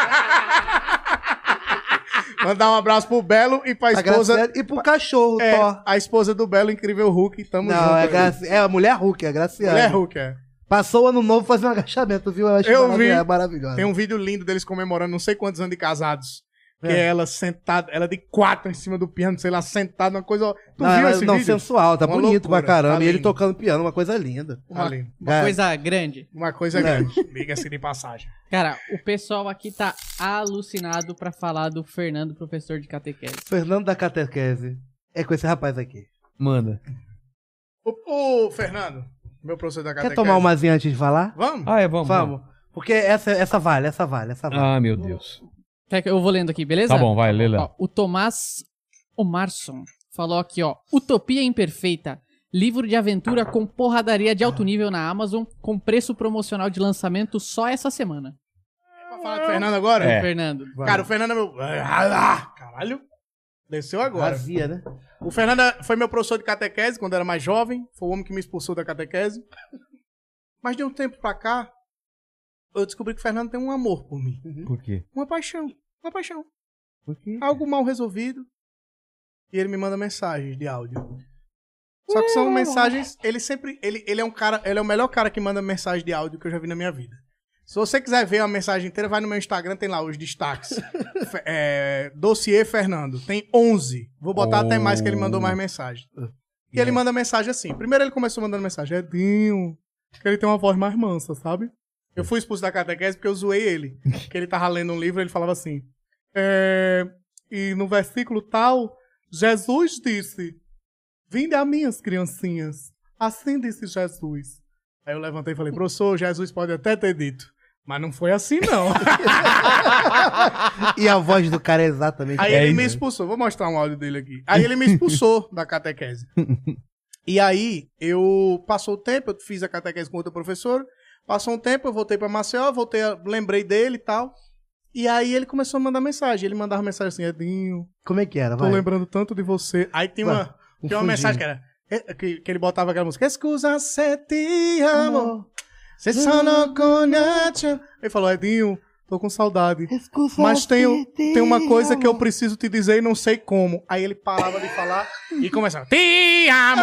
Mandar um abraço pro Belo e pra A esposa. Graciane e pro cachorro, é, Thor. a esposa do Belo, Incrível Hulk. Tamo Não, junto. é, aí. Graci... é a mulher Hulk, é a Graciane. Mulher Hulk, é. Passou o ano novo fazendo um agachamento, viu? Eu acho Eu marav- vi. é maravilhosa. Tem um vídeo lindo deles comemorando não sei quantos anos de casados. Que É. é ela sentada, ela de quatro em cima do piano, sei lá, sentada, uma coisa. Tu não, viu é- esse não, vídeo? sensual, tá Uma bonito loucura, pra caramba. tá e ele lindo. tocando piano, uma coisa linda. Uma, lindo. Uma coisa grande. Uma coisa grande. Diga-se de passagem. Cara, o pessoal aqui tá alucinado pra falar do Fernando, professor de catequese. Fernando da Catequese. É com esse rapaz aqui. Manda. O, o Fernando, meu professor da catequese. Quer tomar umazinha antes de falar? Vamos? Ah, é, vamos. Vamos. Porque essa, essa vale, essa vale, essa vale. Ah, meu Deus. Quer que eu vou lendo aqui, beleza? Tá bom, vai, lê lá. Ó, o Tomás Omarson falou aqui, ó. Utopia Imperfeita. Livro de aventura com porradaria de alto nível na Amazon, com preço promocional de lançamento só essa semana. Pra falar do Fernando agora? É. Fernando. Cara, o Fernando é meu. Ah, caralho. Desceu agora. Vazia, né? O Fernando foi meu professor de catequese quando eu era mais jovem. Foi o homem que me expulsou da catequese. Mas de um tempo pra cá, eu descobri que o Fernando tem um amor por mim. Por quê? Uma paixão. Uma paixão. Por quê? Algo mal resolvido. E ele me manda mensagens de áudio. Só que são mensagens. Ele sempre. Ele, ele é um cara. Ele é o melhor cara que manda mensagem de áudio que eu já vi na minha vida. Se você quiser ver a mensagem inteira, vai no meu Instagram, tem lá os destaques. Fe- é, Dossiê Fernando. Tem onze. Vou botar até mais que ele mandou mais mensagem. E ele manda mensagem assim. Primeiro ele começou mandando mensagem. Edinho. Que ele tem uma voz mais mansa, sabe? Eu fui expulso da catequese porque eu zoei ele. Que ele tava lendo um livro e ele falava assim. É, e no versículo tal, Jesus disse: Vinde a minhas criancinhas. Assim disse Jesus. Aí eu levantei e falei: Professor, Jesus pode até ter dito. Mas não foi assim, não. E a voz do cara é exatamente Aí é ele isso. me expulsou. Vou mostrar um áudio dele aqui. Aí ele me expulsou da catequese. E aí, eu... Passou o tempo, eu fiz a catequese com outra professora. Passou um tempo, eu voltei pra Maceió, voltei, a- lembrei dele e tal. E aí ele começou a mandar mensagem. Ele mandava mensagem assim: Edinho... Como é que era? Tô Vai. lembrando tanto de você. Aí tem Vai, uma, um tem uma fundinho. mensagem que era... é, Que, que ele botava aquela música: Escusa se te amo. Se só não conhece. Ele falou: Edinho, tô com saudade. Mas tem, tem uma coisa que eu preciso te dizer e não sei como. Aí ele parava de falar e começava: Te amo!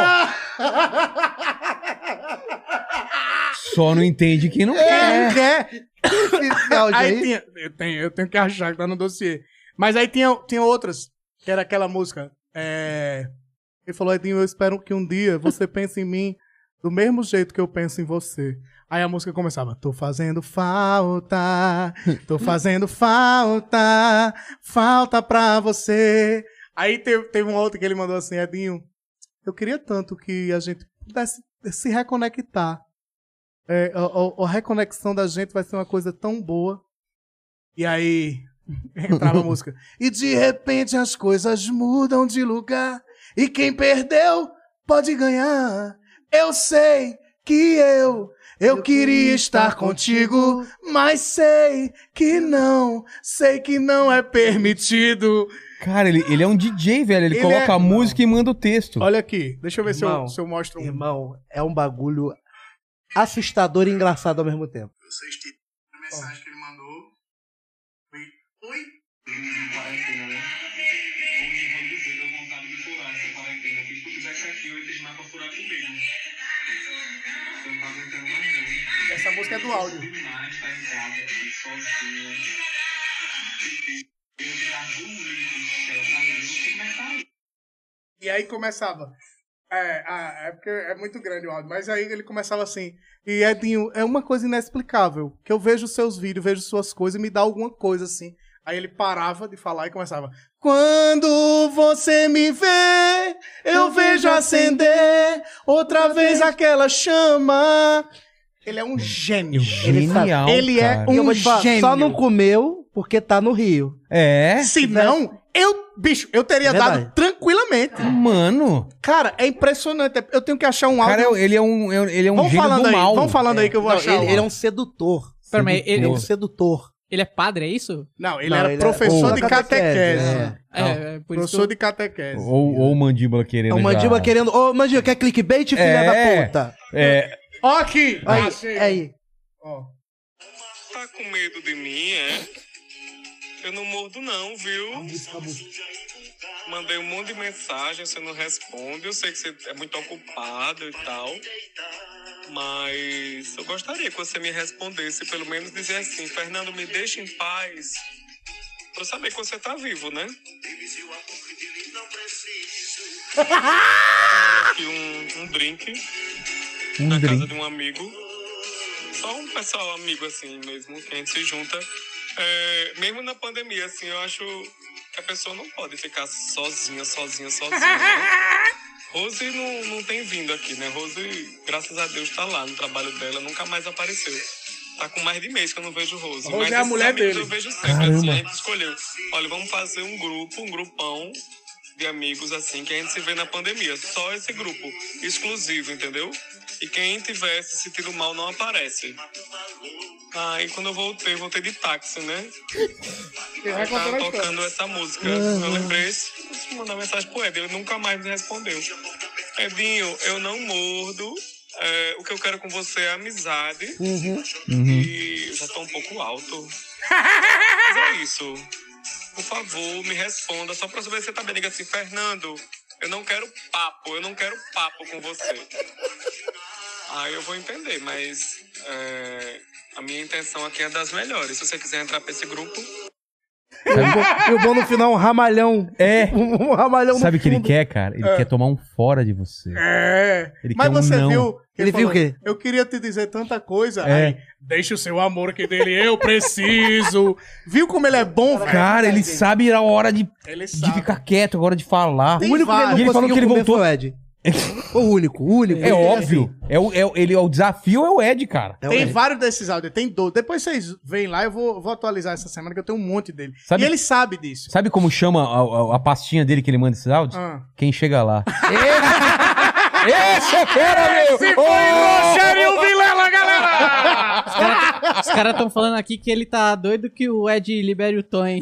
Só não entende quem não É, quer. quer. Esse áudio Aí aí? tinha, eu, tenho, eu tenho que achar que tá no dossiê. Mas aí tinha, tinha outras, que era aquela música. É... Ele falou: Edinho, eu espero que um dia você pense em mim do mesmo jeito que eu penso em você. Aí a música começava: Tô fazendo falta, tô fazendo falta, falta pra você. Aí teve, teve um outro que ele mandou assim: Edinho, eu queria tanto que a gente pudesse se reconectar. É, a, a- a reconexão da gente vai ser uma coisa tão boa. E aí entrava a música: E de repente as coisas mudam de lugar, e quem perdeu pode ganhar. Eu sei que eu, eu queria estar contigo, mas sei que não, sei que não é permitido. Cara, ele, ele é um D J, velho. Ele, Ele coloca é- a música e manda o texto. Olha aqui, deixa eu ver se eu, Irmão, se eu mostro um. Irmão, é um bagulho assustador e engraçado ao mesmo tempo. A mensagem que ele mandou foi: Oi? Essa música é do áudio. E aí começava. É, ah, é porque é muito grande o áudio, mas aí ele começava assim. E Edinho, é uma coisa inexplicável. Que eu vejo seus vídeos, vejo suas coisas e me dá alguma coisa assim. Aí ele parava de falar e começava. Quando você me vê, eu vejo acender outra vez aquela chama. Ele é um gênio. Genial, Ele é cara. um E eu vou te falar, gênio. Só não comeu porque tá no Rio. É? Se não, eu, bicho, eu teria É verdade. dado tranquilamente. Mano. Cara, é impressionante. Eu tenho que achar um áudio. Cara, ele é um, ele é um Vamos gênio falando do aí, mal. vamos falando aí que eu vou Não, achar. ele, o ele é um áudio. sedutor. Pera, mas ele, Ele é um sedutor. ele é padre, é isso? Não, ele Não, era ele é- professor Ou- de catequese, catequese. É, é, por isso Professor que eu- de catequese. Ou, ou o Mandíbula querendo É o Mandíbula já... querendo. Ô, Mandíbula, quer clickbait, filha É, da puta? É. Ó aqui. Aí, achei. aí. Ó. Tá com medo de mim, é? Eu não mordo não, viu? Mandei um monte de mensagem, você não responde. Eu sei que você é muito ocupado e tal. Mas eu gostaria que você me respondesse, pelo menos dizer assim: Fernando, me deixa em paz. Pra eu saber que você tá vivo, né? Aqui um, um drink Um na drink. casa de um amigo. Só um pessoal amigo assim mesmo, que a gente se junta. É, mesmo na pandemia, assim, eu acho que a pessoa não pode ficar sozinha, sozinha, sozinha, né? Rose não, não tem vindo aqui, né? Rose, graças a Deus, tá lá no trabalho dela, nunca mais apareceu. Tá com mais de mês que eu não vejo Rose. Rose mas é a esses mulher amigos dele. eu vejo sempre, Caramba. assim, a gente escolheu. Olha, vamos fazer um grupo, um grupão de amigos, assim, que a gente se vê na pandemia. Só esse grupo, exclusivo, entendeu? E quem tiver se sentindo mal não aparece. Aí quando eu voltei, voltei de táxi, né? Quem vai Aí tava contar a história? tocando essa música. Uhum. Eu lembrei, de mandar mensagem pro Ed, ele nunca mais me respondeu. Edinho, eu não mordo. É, o que eu quero com você é amizade. Uhum. E eu já tô um pouco alto. Mas é isso. Por favor, me responda. Só pra saber se você tá bem. Diga assim, Fernando, eu não quero papo. Eu não quero papo com você. Aí eu vou entender, mas é, a minha intenção aqui é das melhores. Se você quiser entrar pra esse grupo... E o bom- e o bom no final é um ramalhão. É. Um ramalhão Sabe o no que ele fundo. quer, cara? Ele É. quer tomar um fora de você. É. Ele Mas quer um você não. viu? que Ele viu o quê? Eu queria te dizer tanta coisa. É. Aí, deixa o seu amor aqui dele, eu preciso. Viu como ele é bom, velho? Cara, ele sabe a hora de, Ele de sabe. ficar quieto, a hora de falar. O único que ele não E ele falou conseguiu que ele comer voltou. foi o Ed. O único, o único. É Ele óbvio. É o, é, o- ele, o desafio é o Ed, cara. É o Tem Ed. vários desses áudios, tem dois. Depois vocês vêm lá, eu vou, vou atualizar essa semana, que eu tenho um monte dele. Sabe- E ele sabe disso. Sabe como chama a, a- a pastinha dele que ele manda esses áudios? Ah. Quem chega lá. Esse é fera, meu! Esse foi o Rogério Vilela, galera! Os caras cara estão falando aqui que ele tá doido que o Ed libere o Tom, hein?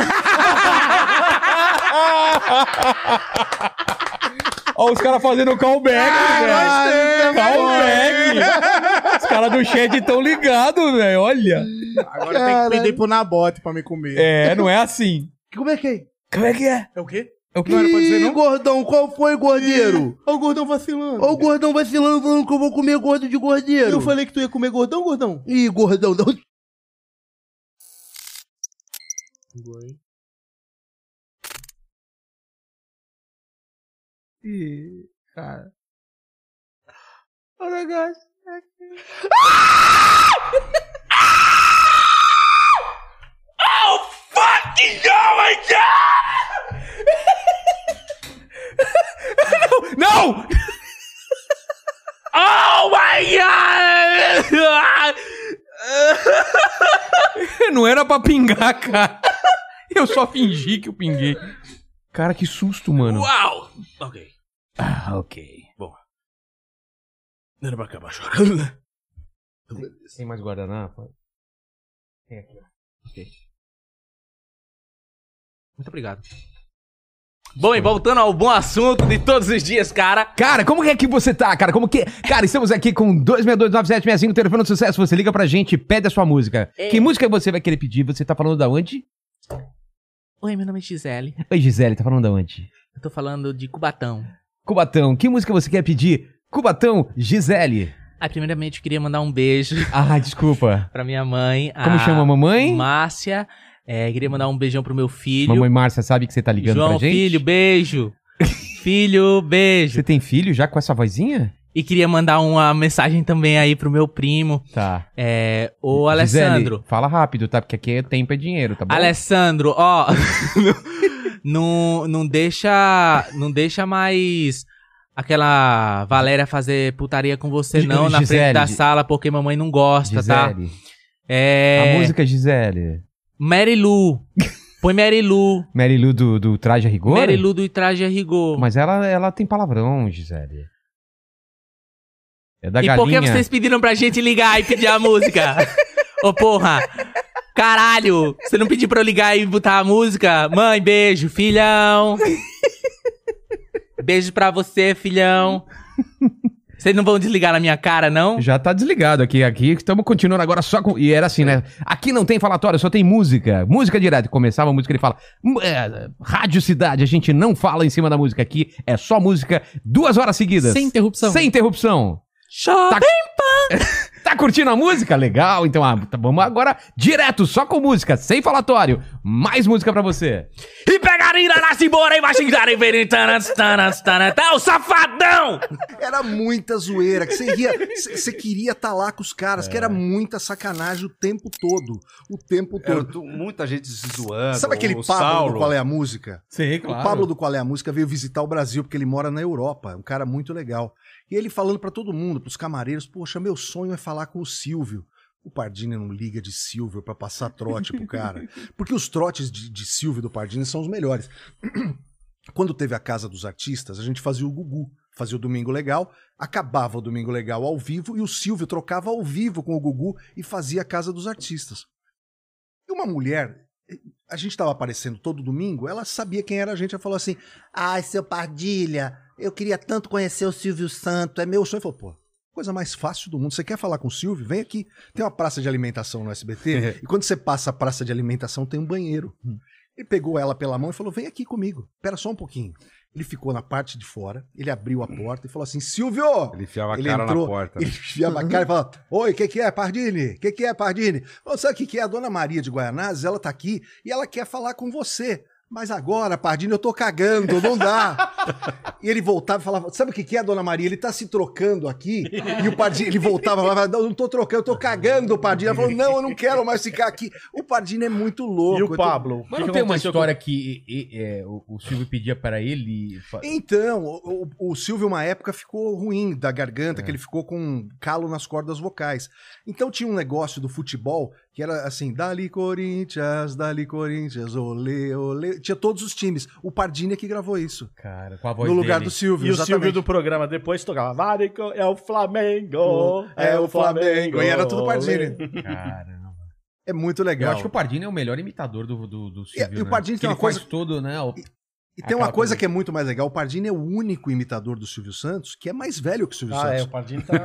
Ó, os caras fazendo callback, velho. Callback. Os caras do chat estão ligados, velho. Olha. Agora tem que pedir pro Nabote pra me comer. É, não é assim. Como é que é? Como é que é? É o quê? É o que? Não era pra dizer, não? Ih, gordão, qual foi, gordeiro? Olha o gordão vacilando. Ó o gordão vacilando falando que eu vou comer gordo de gordeiro. Eu falei que tu ia comer gordão, gordão? Ih, gordão, não. Ih, cara. O negócio. Oh, fucking oh my God! Não! Oh my God! Não era pra pingar, cara. Eu só fingi que eu pinguei. Cara, que susto, mano. Uau! Ok. Ah, ok. Bom. Não era pra acabar chorando, né? Tem mais guardanapo? Tem aqui, ó. Ok. Muito obrigado. Bom, e voltando ao bom assunto de todos os dias, cara. Cara, como é que você tá, cara? Como que... Cara, estamos aqui com dois seis dois nove sete seis cinco, telefone do sucesso. Você liga pra gente e pede a sua música. É. Que música você vai querer pedir? Você tá falando da onde? Oi, meu nome é Gisele. Oi, Gisele, tá falando da onde? Eu tô falando de Cubatão. Cubatão, que música você quer pedir? Cubatão, Gisele. Ah, primeiramente eu queria mandar um beijo. Ah, desculpa. Pra minha mãe. Como chama a mamãe? Márcia. É, queria mandar um beijão pro meu filho. Mamãe Márcia sabe que você tá ligando João, pra gente? filho, beijo. Filho, beijo. Você tem filho já com essa vozinha? E queria mandar uma mensagem também aí pro meu primo. Tá. É, o Gisele, Alessandro. fala rápido, tá? Porque aqui é tempo é dinheiro, tá bom? Alessandro, ó. não, não deixa. Não deixa mais aquela Valéria fazer putaria com você, não, na Gisele, frente da sala, porque mamãe não gosta, tá? Gisele. É. A música Gisele. Mary Lu. Põe Mary Lu. Mary Lu do, do Traje a Rigor? Mary Lu do Traje a Rigor. Mas ela, ela tem palavrão, Gisele. É da e galinha. por que vocês pediram pra gente ligar e pedir a música? Ô, porra. Caralho. Você não pediu pra eu ligar e botar a música? Mãe, beijo. Filhão. Beijo pra você, filhão. Vocês não vão desligar na minha cara, não? Já tá desligado aqui. Aqui estamos continuando agora só com... E era assim, né? Aqui não tem falatório, só tem música. Música direto. Começava a música, ele fala... É, Rádio Cidade, a gente não fala em cima da música aqui. É só música duas horas seguidas. Sem interrupção. Sem interrupção. Shopping tá... tá curtindo a música? Legal. Então ah, tá, vamos agora direto, só com música, sem falatório. Mais música pra você. E pegarina na cibora e machigarem tá o safadão! Era muita zoeira, que você ria, você queria estar tá lá com os caras, é. que era muita sacanagem o tempo todo. O tempo todo. Era muita gente se zoando. Sabe aquele Pablo Saulo. do Qual é a Música? Sim, claro. O Pablo do Qual é a Música veio visitar o Brasil, porque ele mora na Europa. É um cara muito legal. E ele falando pra todo mundo, pros camareiros, poxa, meu sonho é falar com o Silvio. O Pardini não liga de Silvio pra passar trote pro cara. Porque os trotes de, de Silvio do Pardini são os melhores. Quando teve a Casa dos Artistas, a gente fazia o Gugu. Fazia o Domingo Legal, acabava o Domingo Legal ao vivo e o Silvio trocava ao vivo com o Gugu e fazia a Casa dos Artistas. E uma mulher, a gente tava aparecendo todo domingo, ela sabia quem era a gente, ela falou assim, ai, seu Pardilha, eu queria tanto conhecer o Silvio Santos, é meu sonho. Eu falei, pô, coisa mais fácil do mundo. Você quer falar com o Silvio? Vem aqui. Tem uma praça de alimentação no S B T e quando você passa a praça de alimentação tem um banheiro. Ele pegou ela pela mão e falou, vem aqui comigo. Espera só um pouquinho. Ele ficou na parte de fora, ele abriu a porta e falou assim, Silvio! Ele enfiava ele a cara entrou, na porta. Ele enfiava a cara e falava, oi, o que, que é, Pardini? O que, que é, Pardini? Falou, sabe o que, que é? A dona Maria de Guaianazes, ela tá aqui e ela quer falar com você. Mas agora, Pardini, eu tô cagando, não dá. E ele voltava e falava, sabe o que que é, dona Maria? Ele tá se trocando aqui. E o Pardini, ele voltava e falava, não, não tô trocando, eu tô cagando, Pardini. Ela falou, não, eu não quero mais ficar aqui. O Pardini é muito louco. E o Pablo? Mas não tem uma história com... que e, e, é, o, o Silvio pedia para ele... Então, o, o, o Silvio, uma época, ficou ruim da garganta, é. que ele ficou com calo nas cordas vocais. Então tinha um negócio do futebol que era assim, dali Corinthians, dali Corinthians, olê, olê. Tinha todos os times. O Pardini é que gravou isso. Cara, com a voz No lugar dele. do Silvio, E exatamente. o Silvio do programa depois tocava, Vale, é o Flamengo, é o Flamengo. E era tudo Pardini. Caramba. É muito legal. Eu acho que o Pardini é o melhor imitador do, do, do Silvio, E, e o né? Pardini Porque tem uma ele coisa... faz todo, né? O... E tem uma coisa que é muito mais legal, o Pardini é o único imitador do Silvio Santos que é mais velho que o Silvio Ah, Santos. é, o Pardini tá...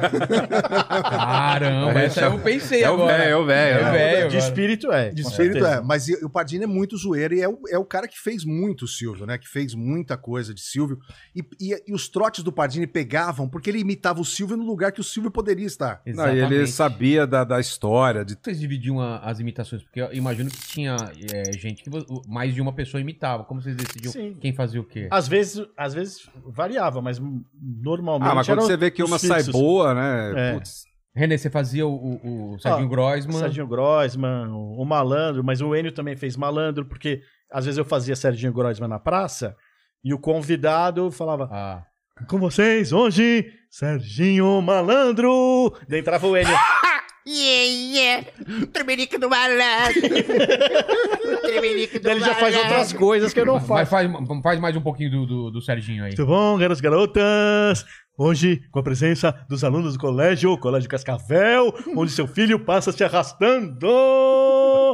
Caramba, essa eu pensei é agora. É o velho, é o velho. De espírito é. De espírito é, mas o Pardini é muito zoeiro e é o, é o cara que fez muito o Silvio, né? Que fez muita coisa de Silvio. E, e, e os trotes do Pardini pegavam porque ele imitava o Silvio no lugar que o Silvio poderia estar. Não, e ele sabia da, da história. De... Vocês dividiam a, as imitações? Porque eu imagino que tinha é, gente que mais de uma pessoa imitava. Como vocês decidiam Sim. quem fazia o quê? Às vezes, às vezes variava, mas normalmente. Ah, mas quando eram você vê que uma os sai fixos. boa, né? É. Putz. René, você fazia o, o, o Serginho Ah, Groisman. Serginho Groisman, o, o Malandro, mas o Enio também fez Malandro, porque às vezes eu fazia Serginho Groisman na praça e o convidado falava: ah. Com vocês hoje, Serginho Malandro. Daí entrava o Enio. Yeah, yeah. Tremelique do malandro. Tremelique do Daí ele já faz outras coisas que eu não faço. Mas faz, faz mais um pouquinho do, do, do Serginho aí. Muito bom, garotos e garotas. Hoje, com a presença dos alunos do colégio, Colégio Cascavel, onde seu filho passa se arrastando.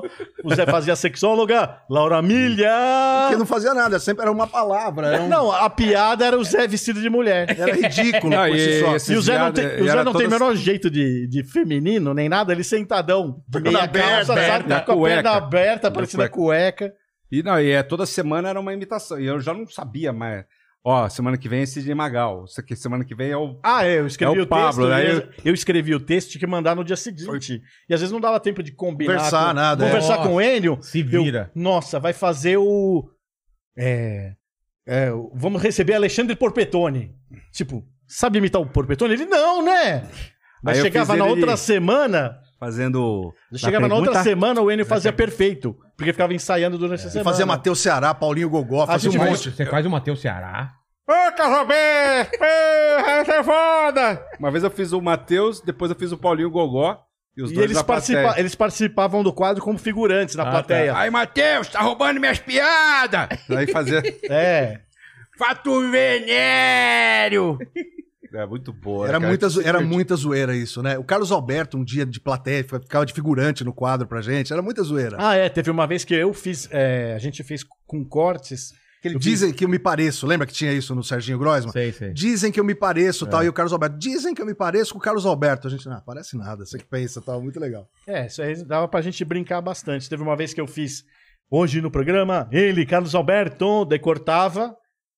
O Zé fazia sexóloga, Laura Milha. Porque não fazia nada, sempre era uma palavra. Era um... Não, a piada era o Zé vestido de mulher. Era ridículo. Não, por si e, só. e o Zé não tem, o Zé não tem o todas... menor jeito de, de feminino, nem nada, ele sentadão. De meia calça, sabe? na Com a cueca. perna aberta, Na parecendo a cueca. cueca. E, não, e é, toda semana era uma imitação. E eu já não sabia mais. Ó, semana que vem é Sidney Magal. Isso aqui, semana que vem é o. Ah, é, eu escrevi é o, o Pablo. texto. Aí Eu, eu... eu escrevi o texto, tinha que mandar no dia seguinte. E às vezes não dava tempo de combinar. Conversar, com, nada, Conversar é. com o Enio. Se vira. Eu, nossa, vai fazer o. É, é, vamos receber Alexandre Porpetone. Tipo, sabe imitar o Porpetone? Ele não, né? Mas Aí eu chegava fiz na ele outra semana. Fazendo. Chegava na outra semana, o Enio fazia perfeito. Porque ficava ensaiando durante a Você semana. fazia Matheus Ceará, Paulinho Gogó, fazia um Você faz- monte. Você faz o Matheus Ceará. Ô, Carroberto! Essa é foda! Uma vez eu fiz o Matheus, depois eu fiz o Paulinho Gogó. E, os E dois eles, na plateia. participa eles participavam do quadro como figurantes na Ah, plateia. tá. Aí, Matheus, tá roubando minhas piadas! Aí fazia. É. Fato venério! É muito boa. Era cara. muita, zo- era muita zoeira isso, né? O Carlos Alberto, um dia de plateia, ficava de figurante no quadro pra gente. Era muita zoeira. Ah, é. Teve uma vez que eu fiz. é, a gente fez com cortes. Que ele Eu dizem fiz- que eu me pareço. Lembra que tinha isso no Serginho Groisman? Sei, sei. Dizem que eu me pareço, É. tal. E o Carlos Alberto. Dizem que eu me pareço com o Carlos Alberto. A gente, não, parece nada. Você que pensa, tal. Muito legal. É, isso aí dava pra gente brincar bastante. Teve uma vez que eu fiz hoje no programa, ele, Carlos Alberto, daí cortava.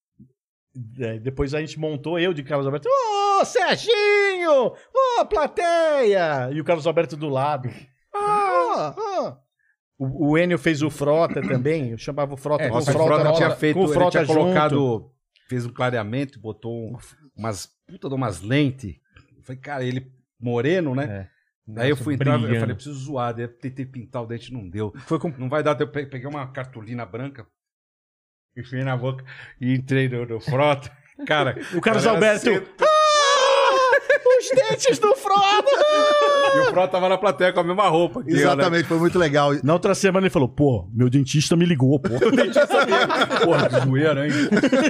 É, depois a gente montou eu de Carlos Alberto. Ô, Serginho! Ô, plateia! E o Carlos Alberto do lado. Ah, ah. O, o Enio fez o Frota também. Eu chamava o Frota É, com nossa, o o Frota, Frota tinha feito, com o ele Frota tinha colocado, junto. fez um clareamento, botou um- umas puta de umas lentes. Eu falei, cara, ele moreno, né? Aí eu Nossa, fui entrar, eu brilhando. falei, preciso zoar. Daí eu tentei pintar o dente, não deu. Foi com... Não vai dar, eu pe- peguei uma cartolina branca, enfiei na boca e entrei no, no Frota. Cara, O Carlos cara, Alberto. cedo. Os dentes do Frota! E o Frota tava na plateia com a mesma roupa. aqui, Exatamente, foi muito legal. Na outra semana ele falou, pô, meu dentista me ligou, pô. O dentista mesmo. Porra, que zoeira, hein?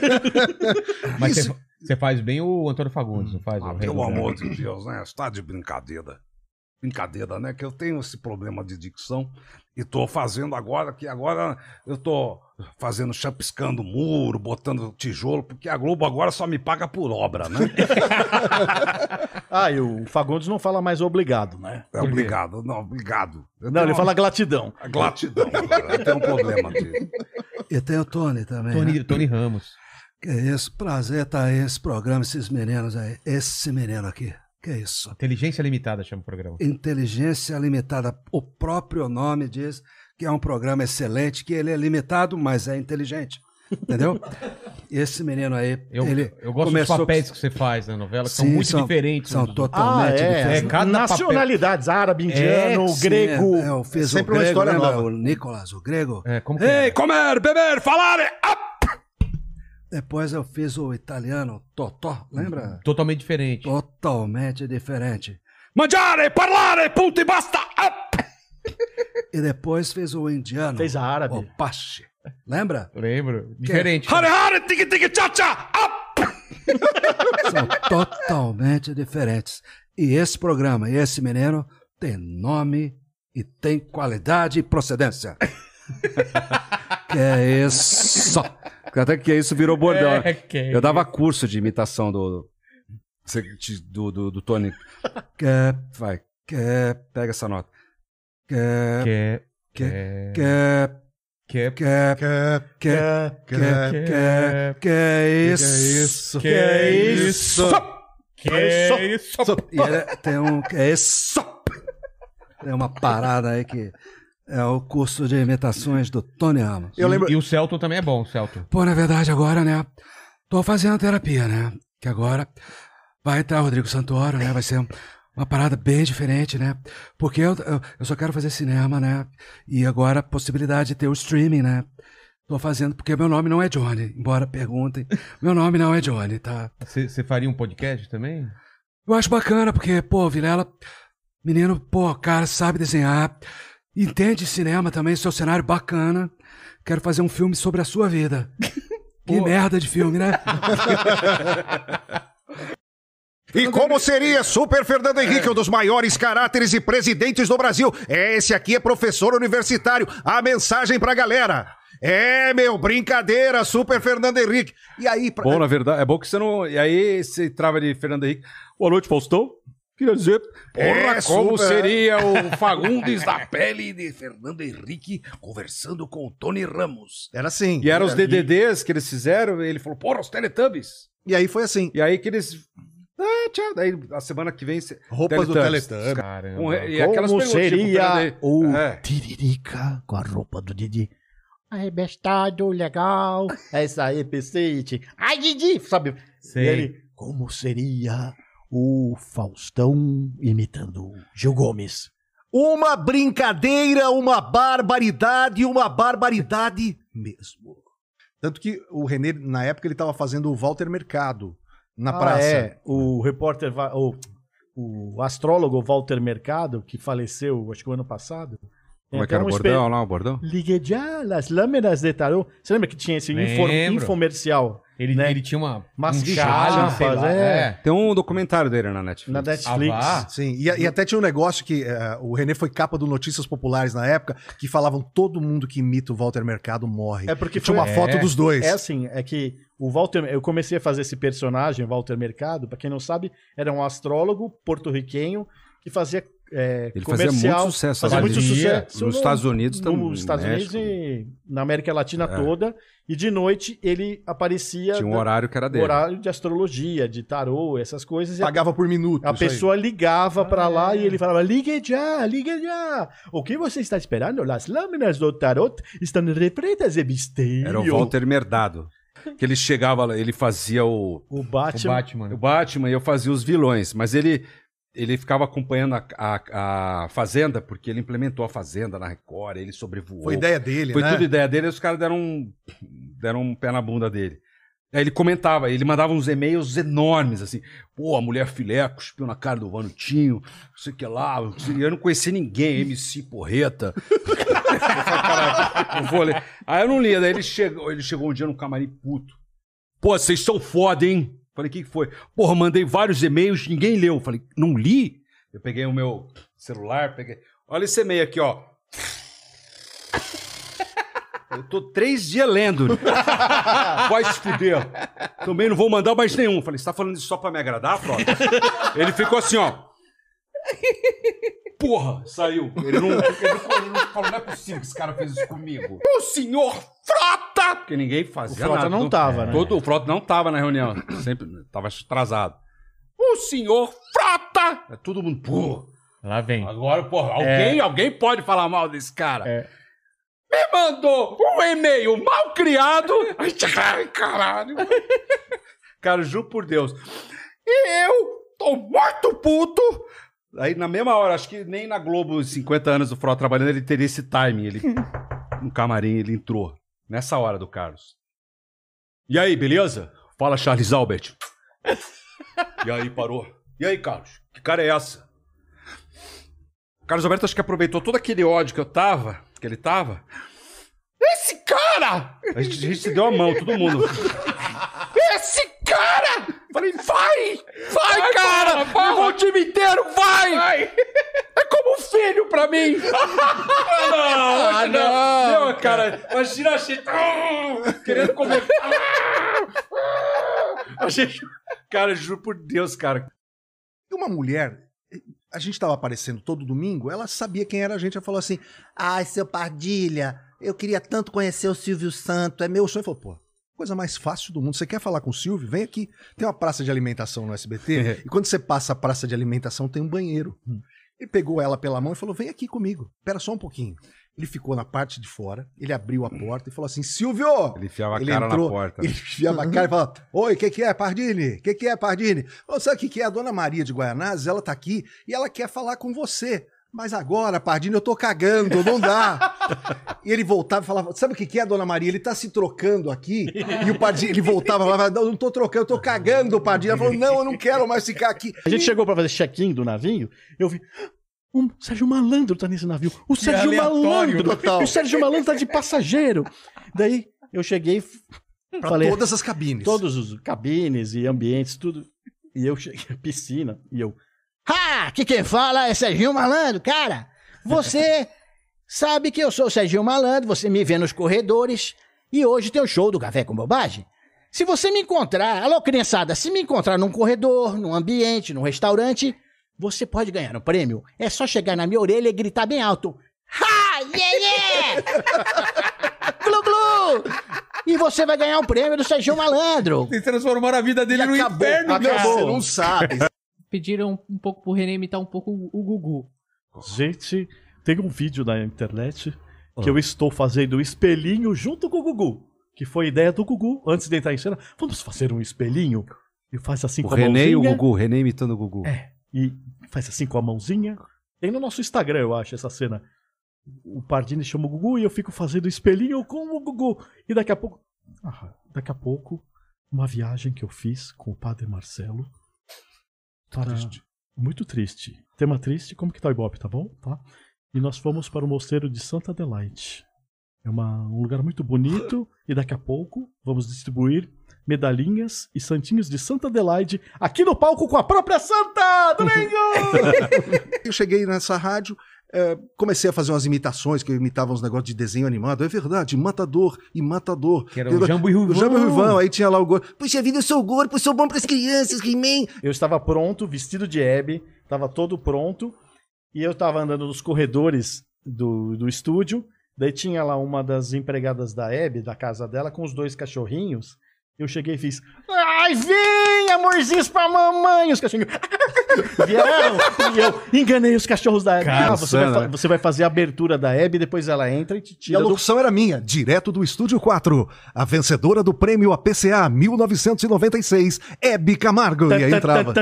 Mas você, você faz bem o Antônio Fagundes, não faz? Ah, o pelo Rei do amor Drama? de Deus, né? Você tá de brincadeira. Brincadeira, né? Que eu tenho esse problema de dicção e tô fazendo agora, que agora eu tô fazendo, chapiscando muro, botando tijolo, porque a Globo agora só me paga por obra, né? Ah, e o Fagundes não fala mais obrigado, né? É obrigado, não, obrigado. Eu Não, tenho ele uma- fala gratidão. Gratidão, cara. Eu tenho um problema disso. E tem o Tony também. Tony, né? Tony Ramos. Que isso, prazer tá aí esse programa, esses meninos aí. Esse menino aqui. Que isso? Inteligência Limitada chama o programa. Inteligência Limitada. O próprio nome diz que é um programa excelente, que ele é limitado, mas é inteligente. Entendeu? Esse menino aí, Eu, ele eu gosto começou... dos papéis que você faz na novela, que são Sim, muito são- diferentes. são uns dos outros. totalmente Ah, é. diferentes. É, cada Nacionalidades, árabe, indiano, Sim, grego. é, eu fiz Sempre o uma grego, história lembra? nova. O Nicolas, o grego. É, como que Ei, é? comer, beber, falar! Up! Depois eu fiz o italiano, Totó, lembra? Totalmente diferente. Totalmente diferente. Mangiare, parlare, punto e basta! Up! E depois fez o indiano. Fez a árabe. O Pache. Lembra? Lembro. Diferente. Hare, hare, tiki, tiki, tcha, tcha! Up! São totalmente diferentes. E esse programa, e esse menino, tem nome e tem qualidade e procedência. Que é isso? Até que isso virou bordão. É, que Eu dava curso de imitação do, do, do, do Tony. Que, Vai, que, pega essa nota. que, Que, que, que, que, que, que, que, que, que, que é isso? que é isso? Que é isso? E ele tem um, que é isso? Tem uma parada aí que é o curso de imitações do Tony Ramos. Eu lembro- E o Celton também é bom, o Celton. Pô, na verdade, agora, né? Tô fazendo terapia, né? Que agora vai entrar o Rodrigo Santoro, né? Vai ser uma parada bem diferente, né? Porque eu, eu, eu só quero fazer cinema, né? E agora a possibilidade de ter o streaming, né? Tô fazendo porque meu nome não é Johnny. Embora perguntem, meu nome não é Johnny, tá? Você faria um podcast também? Eu acho bacana, porque, pô, Vilela, menino, pô, cara, sabe desenhar, entende cinema também, seu cenário bacana. Quero fazer um filme sobre a sua vida. Que Pô. merda de filme, né? E como seria Super Fernando Henrique, um dos maiores caráteres e presidentes do Brasil? Esse aqui é professor universitário. A mensagem pra galera. É, meu, brincadeira, Super Fernando Henrique. E aí... Pra... Bom, na verdade, é bom que você não... E aí você trava de Fernando Henrique. Boa noite, Faustão. Queria dizer, porra, É, como super. seria o Fagundes da pele de Fernando Henrique conversando com o Tony Ramos. Era assim. E eram os E- D D Ds que eles fizeram, e ele falou, porra, os Teletubbies. E aí foi assim. E aí que eles... Ah, tchau. Daí a semana que vem... cê- Roupas do Teletubbies. Caramba. Com- e Como aquelas perguntinhas pro seria Fernando Henrique. o É. Tiririca com a roupa do Didi. Arrebestado, legal. É isso aí, Pecete. Ai, Didi! Sabe? Sei. E ele, como seria o Faustão imitando o Gil Gomes? Uma brincadeira, uma barbaridade, uma barbaridade mesmo. Tanto que o René, na época, ele tava fazendo o Walter Mercado na Ah, praça. é. O repórter, Va- o, o astrólogo Walter Mercado, que faleceu, acho que o ano passado. tem Como é que até era o um bordão espe- lá, o bordão? Ligue já las lâminas de tarô. Você lembra que tinha esse infor- Lembro. infomercial? Ele, né? ele tinha uma... Umas um chá, sei chapas, lá, é. Tem um documentário dele na Netflix. Na Netflix. Ah, vá. Sim, e, e até tinha um negócio que eh, o René foi capa do Notícias Populares na época, que falavam todo mundo que imita o Walter Mercado morre. É porque E tinha foi- uma foto é, dos dois. É assim, é que o Walter, eu comecei a fazer esse personagem, Walter Mercado, pra quem não sabe, era um astrólogo porto-riquenho que fazia é, Ele fazia comercial, muito sucesso, fazia muito fazia sucesso nos no- Estados Unidos no- também, nos Estados no Unidos México. e na América Latina É. toda, e de noite ele aparecia Tinha um da- horário que era dele. horário de astrologia, de tarô, essas coisas. e a- Pagava por minuto. A isso aí. pessoa ligava pra Ah, lá é. e ele falava: ligue já, ligue já. O que você está esperando? As lâminas do tarot estão repletas de mistério. Era o Walter Merdado. Que ele chegava lá, ele fazia o... O Batman. O Batman. O Batman e eu fazia os vilões, mas ele... Ele ficava acompanhando a, a, a Fazenda, porque ele implementou a Fazenda na Record, ele sobrevoou. Foi ideia dele, Foi né? tudo ideia dele, e os caras deram um, deram um pé na bunda dele. Aí ele comentava, ele mandava uns e-mails enormes, assim, pô, a mulher filé cuspiu na cara do Vanutinho, não sei o que lá, eu não conhecia ninguém, M C Porreta. Eu falei, "Caralho, não vou ler." Aí eu não lia, daí ele chegou, ele chegou um dia no camarim puto. Pô, vocês são foda, hein? Falei, o que que foi? Porra, mandei vários e-mails, ninguém leu. Falei, não li? Eu peguei o meu celular, peguei... Olha esse e-mail aqui, ó. Eu tô três dias lendo. Vai se fuder. Também não vou mandar mais nenhum. Falei, você tá falando isso só pra me agradar, Frota? Ele ficou assim, ó. Porra, saiu. Ele não, ele não, ele não falou, não é possível que esse cara fez isso comigo. O senhor Frota! Porque ninguém fazia O Frota nada. não tava, né? Todo, o Frota não tava na reunião. Sempre tava atrasado. O senhor Frota! É todo mundo, pô. Lá vem. Agora, porra, alguém, É. alguém pode falar mal desse cara. Me mandou um e-mail mal criado. Ai, caralho. Cara, juro por Deus. E eu tô muito puto. Aí, na mesma hora, acho que nem na Globo, cinquenta anos do Frota trabalhando, ele teria esse timing. Ele, no camarim, ele entrou. Nessa hora do Carlos. E aí, beleza? Fala, Charles Albert. E aí, parou. E aí, Carlos? Que cara é essa? O Carlos Alberto acho que aproveitou todo aquele ódio que eu tava, que ele tava. Esse cara! A gente, a gente se deu a mão, todo mundo. Esse cara! Falei, vai! Vai, vai cara! Vai, levou o time inteiro, vai! vai! É como um filho pra mim! Ah, não! Ah, não! Meu, cara, imagina a gente querendo comer. A gente... Cara, juro por Deus, cara. E uma mulher, a gente tava aparecendo todo domingo, ela sabia quem era a gente, ela falou assim, ai, seu Pardilha, eu queria tanto conhecer o Silvio Santos, é meu sonho. Eu falei, pô, coisa mais fácil do mundo, você quer falar com o Silvio? Vem aqui, tem uma praça de alimentação no S B T, e quando você passa a praça de alimentação tem um banheiro. Ele pegou ela pela mão e falou, vem aqui comigo, espera só um pouquinho. Ele ficou na parte de fora, ele abriu a porta e falou assim, Silvio! Ele enfiava a Ele cara entrou, na porta. Ele enfiava a cara e falava, oi, o que que é, Pardini? O que que é, Pardini? Ô, sabe o que que é? A dona Maria de Guaianazes, ela tá aqui e ela quer falar com você. Mas agora, Pardini, eu tô cagando, não dá. E ele voltava e falava, sabe o que que é, dona Maria? Ele tá se trocando aqui. E o Pardini, ele voltava e falava, não, não tô trocando, eu tô cagando, Pardini. Ela falou, não, eu não quero mais ficar aqui. A gente chegou pra fazer check-in do navio, eu vi... O Sérgio Malandro tá nesse navio. O Que Sérgio aleatório, Malandro. total. O Sérgio Malandro tá de passageiro. Daí eu cheguei... Pra falei, todas as cabines. Todos os cabines e ambientes, tudo. E eu cheguei à piscina e eu... Ha! Que quem fala é Serginho Malandro. Cara, você sabe que eu sou o Serginho Malandro, você me vê nos corredores e hoje tem o show do Café com Bobagem. Se você me encontrar, alô criançada, se me encontrar num corredor, num ambiente, num restaurante, você pode ganhar um prêmio. É só chegar na minha orelha e gritar bem alto. Ha! Yeah, yeah! Glu, glu! E você vai ganhar um prêmio do Serginho Malandro. Vocês transformaram a vida dele E no acabou, inferno, acabou. cara. Você não sabe. Pediram um pouco pro René imitar um pouco o o Gugu. Gente, tem um vídeo na internet que eu estou fazendo o espelhinho junto com o Gugu. Que foi ideia do Gugu, antes de entrar em cena. Vamos fazer um espelhinho? E faz assim O com a René e o mãozinha. Gugu, René imitando o Gugu. É, e faz assim com a mãozinha. Tem no nosso Instagram, eu acho, essa cena. O Pardini chama o Gugu e eu fico fazendo espelhinho com o Gugu. E daqui a pouco... Ah, daqui a pouco, uma viagem que eu fiz com o Padre Marcelo. Para... Triste. Muito triste. Tema triste, como que tá o Ibope, tá bom? Tá? E nós fomos para o mosteiro de Santa Adelaide. É uma, um lugar muito bonito. E daqui a pouco vamos distribuir medalhinhas e santinhos de Santa Adelaide aqui no palco com a própria Santa! Domingo! Eu cheguei nessa rádio, é, comecei a fazer umas imitações, que eu imitava uns negócios de desenho animado. É verdade, Matador e Matador. Que era o Jambo e Ruivão. O Jambo e Ruivão, aí tinha lá o gordo. Puxa vida, eu sou o gordo, pois sou bom pras crianças, He-Man. Eu estava pronto, vestido de Hebe, estava todo pronto, e eu estava andando nos corredores do, do estúdio, daí tinha lá uma das empregadas da Hebe, da casa dela, com os dois cachorrinhos. Eu cheguei e fiz, ai, vem, amorzinhos pra mamãe, os cachorrinhos vieram, e eu enganei os cachorros da Hebe. Ah, você, vai fa- você vai fazer a abertura da Hebe, depois ela entra e te E tira a do... locução era minha, direto do Estúdio quatro. A vencedora do prêmio A P C A mil novecentos e noventa e seis, Hebe Camargo. E aí entrava.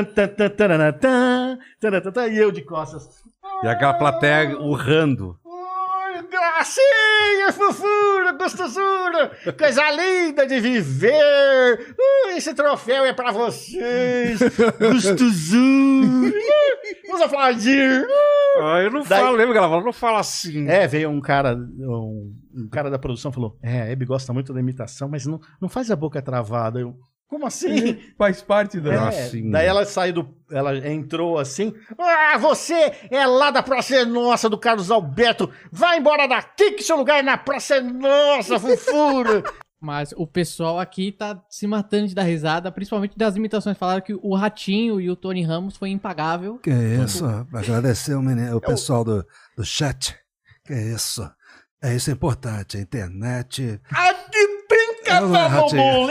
E eu de costas. E aquela plateia urrando. Gracinha, fofura, gostosura, coisa linda de viver. Uh, esse troféu é pra vocês. Gostosura. Vamos aplaudir. Ah, eu não Daí- falo, lembra que ela falou? Não fala assim. É, veio um cara, um, um cara da produção falou: É, a Hebe gosta muito da imitação, mas não, não faz a boca travada. Eu, como assim? Faz parte da... É, Assim. daí ela saiu do. Ela entrou assim. Ah, você é lá da Praça é Nossa, do Carlos Alberto. Vai embora daqui que seu lugar é na Praça é Nossa, fofura. Mas o pessoal aqui tá se matando de dar risada, principalmente das imitações. Falaram que o Ratinho e o Tony Ramos foi impagável. Que isso, agradecer o, menino, o pessoal do, do chat. Que isso. É isso importante, a internet. Ah, que brinca, Não é, Ratinho.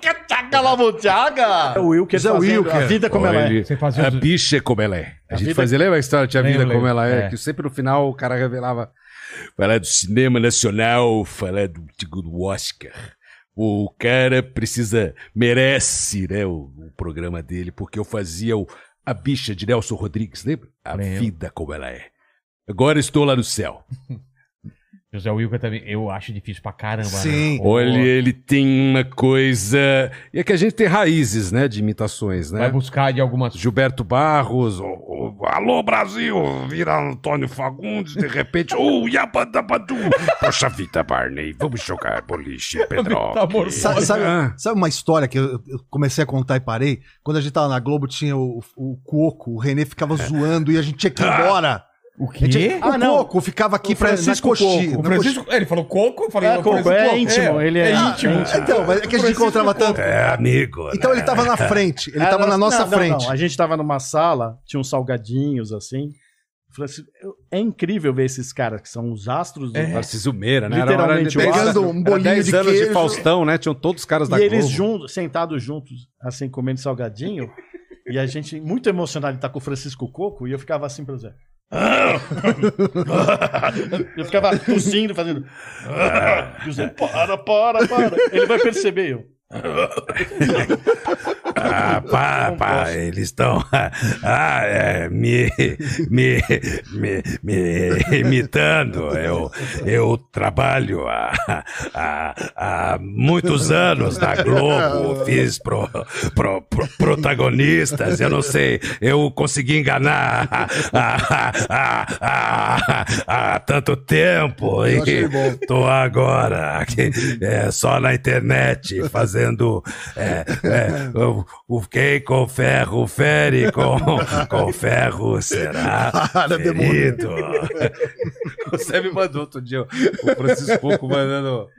É o Wilker Zé fazendo Wilker. a vida como Ó, ela ele- é. Você fazia A os- bicha é como ela é. A, A gente vida- fazia, lembra a história? Tinha a vida Lembro, como ela é, é. que sempre no final o cara revelava. Falar do cinema nacional, falar do, do Oscar. O cara precisa, merece, né, o, o programa dele, porque eu fazia o A Bicha de Nelson Rodrigues, lembra? A Lembro. vida como ela é. Agora estou lá no céu. José Wilker também, eu acho difícil pra caramba. Sim. Né? Olha, ele tem uma coisa... E é que a gente tem raízes, né, de imitações, né? Vai buscar de algumas... Gilberto Barros, o, o- Alô Brasil, vira Antônio Fagundes, de repente, oh, Yabadabadu. Poxa vida, Barney, vamos jogar boliche, Pedro. Sabe, sabe- Ah. sabe uma história que eu, eu comecei a contar e parei? Quando a gente tava na Globo, tinha o, o Coco, o René ficava zoando e a gente tinha que ir embora. O A gente- quê? o Coco ficava aqui O pra, na Francisco coxinha. Coco. O na Francisco, coxinha. ele falou Coco? Eu falei, É, o Coco, Francisco é Coco. íntimo, ele é íntimo. Então, mas é que a gente encontrava tanto. É amigo. Então né? ele tava na frente, ele Era- tava na nossa não, não, frente. não, a gente tava numa sala, tinha uns salgadinhos assim. Eu falei assim, eu- é incrível ver esses caras que são os astros do Narciso Meira, né? Literalmente, era, pegando um era bolinho dez de anos queijo. de Faustão, né? Tinham todos os caras da E eles Globo. juntos, sentados juntos, assim, comendo salgadinho. E a gente, muito emocionado de estar com o Francisco Coco, e eu ficava assim pra você. Eu ficava tossindo, fazendo. E o Zé, para, para, para. Ele vai perceber eu. Ah, pá, pá, eles estão ah, é, me, me, me, me imitando. Eu, eu trabalho há, há, há muitos anos na Globo, fiz pro, pro, pro- protagonistas, eu não sei, eu consegui enganar há, há, há, há, há tanto tempo Eu achei e bom. tô agora aqui, é, só na internet fazendo é, é, o, o quem com ferro fere, com, com ferro será ferido. Você me mandou outro dia o Francisco Coco mandando...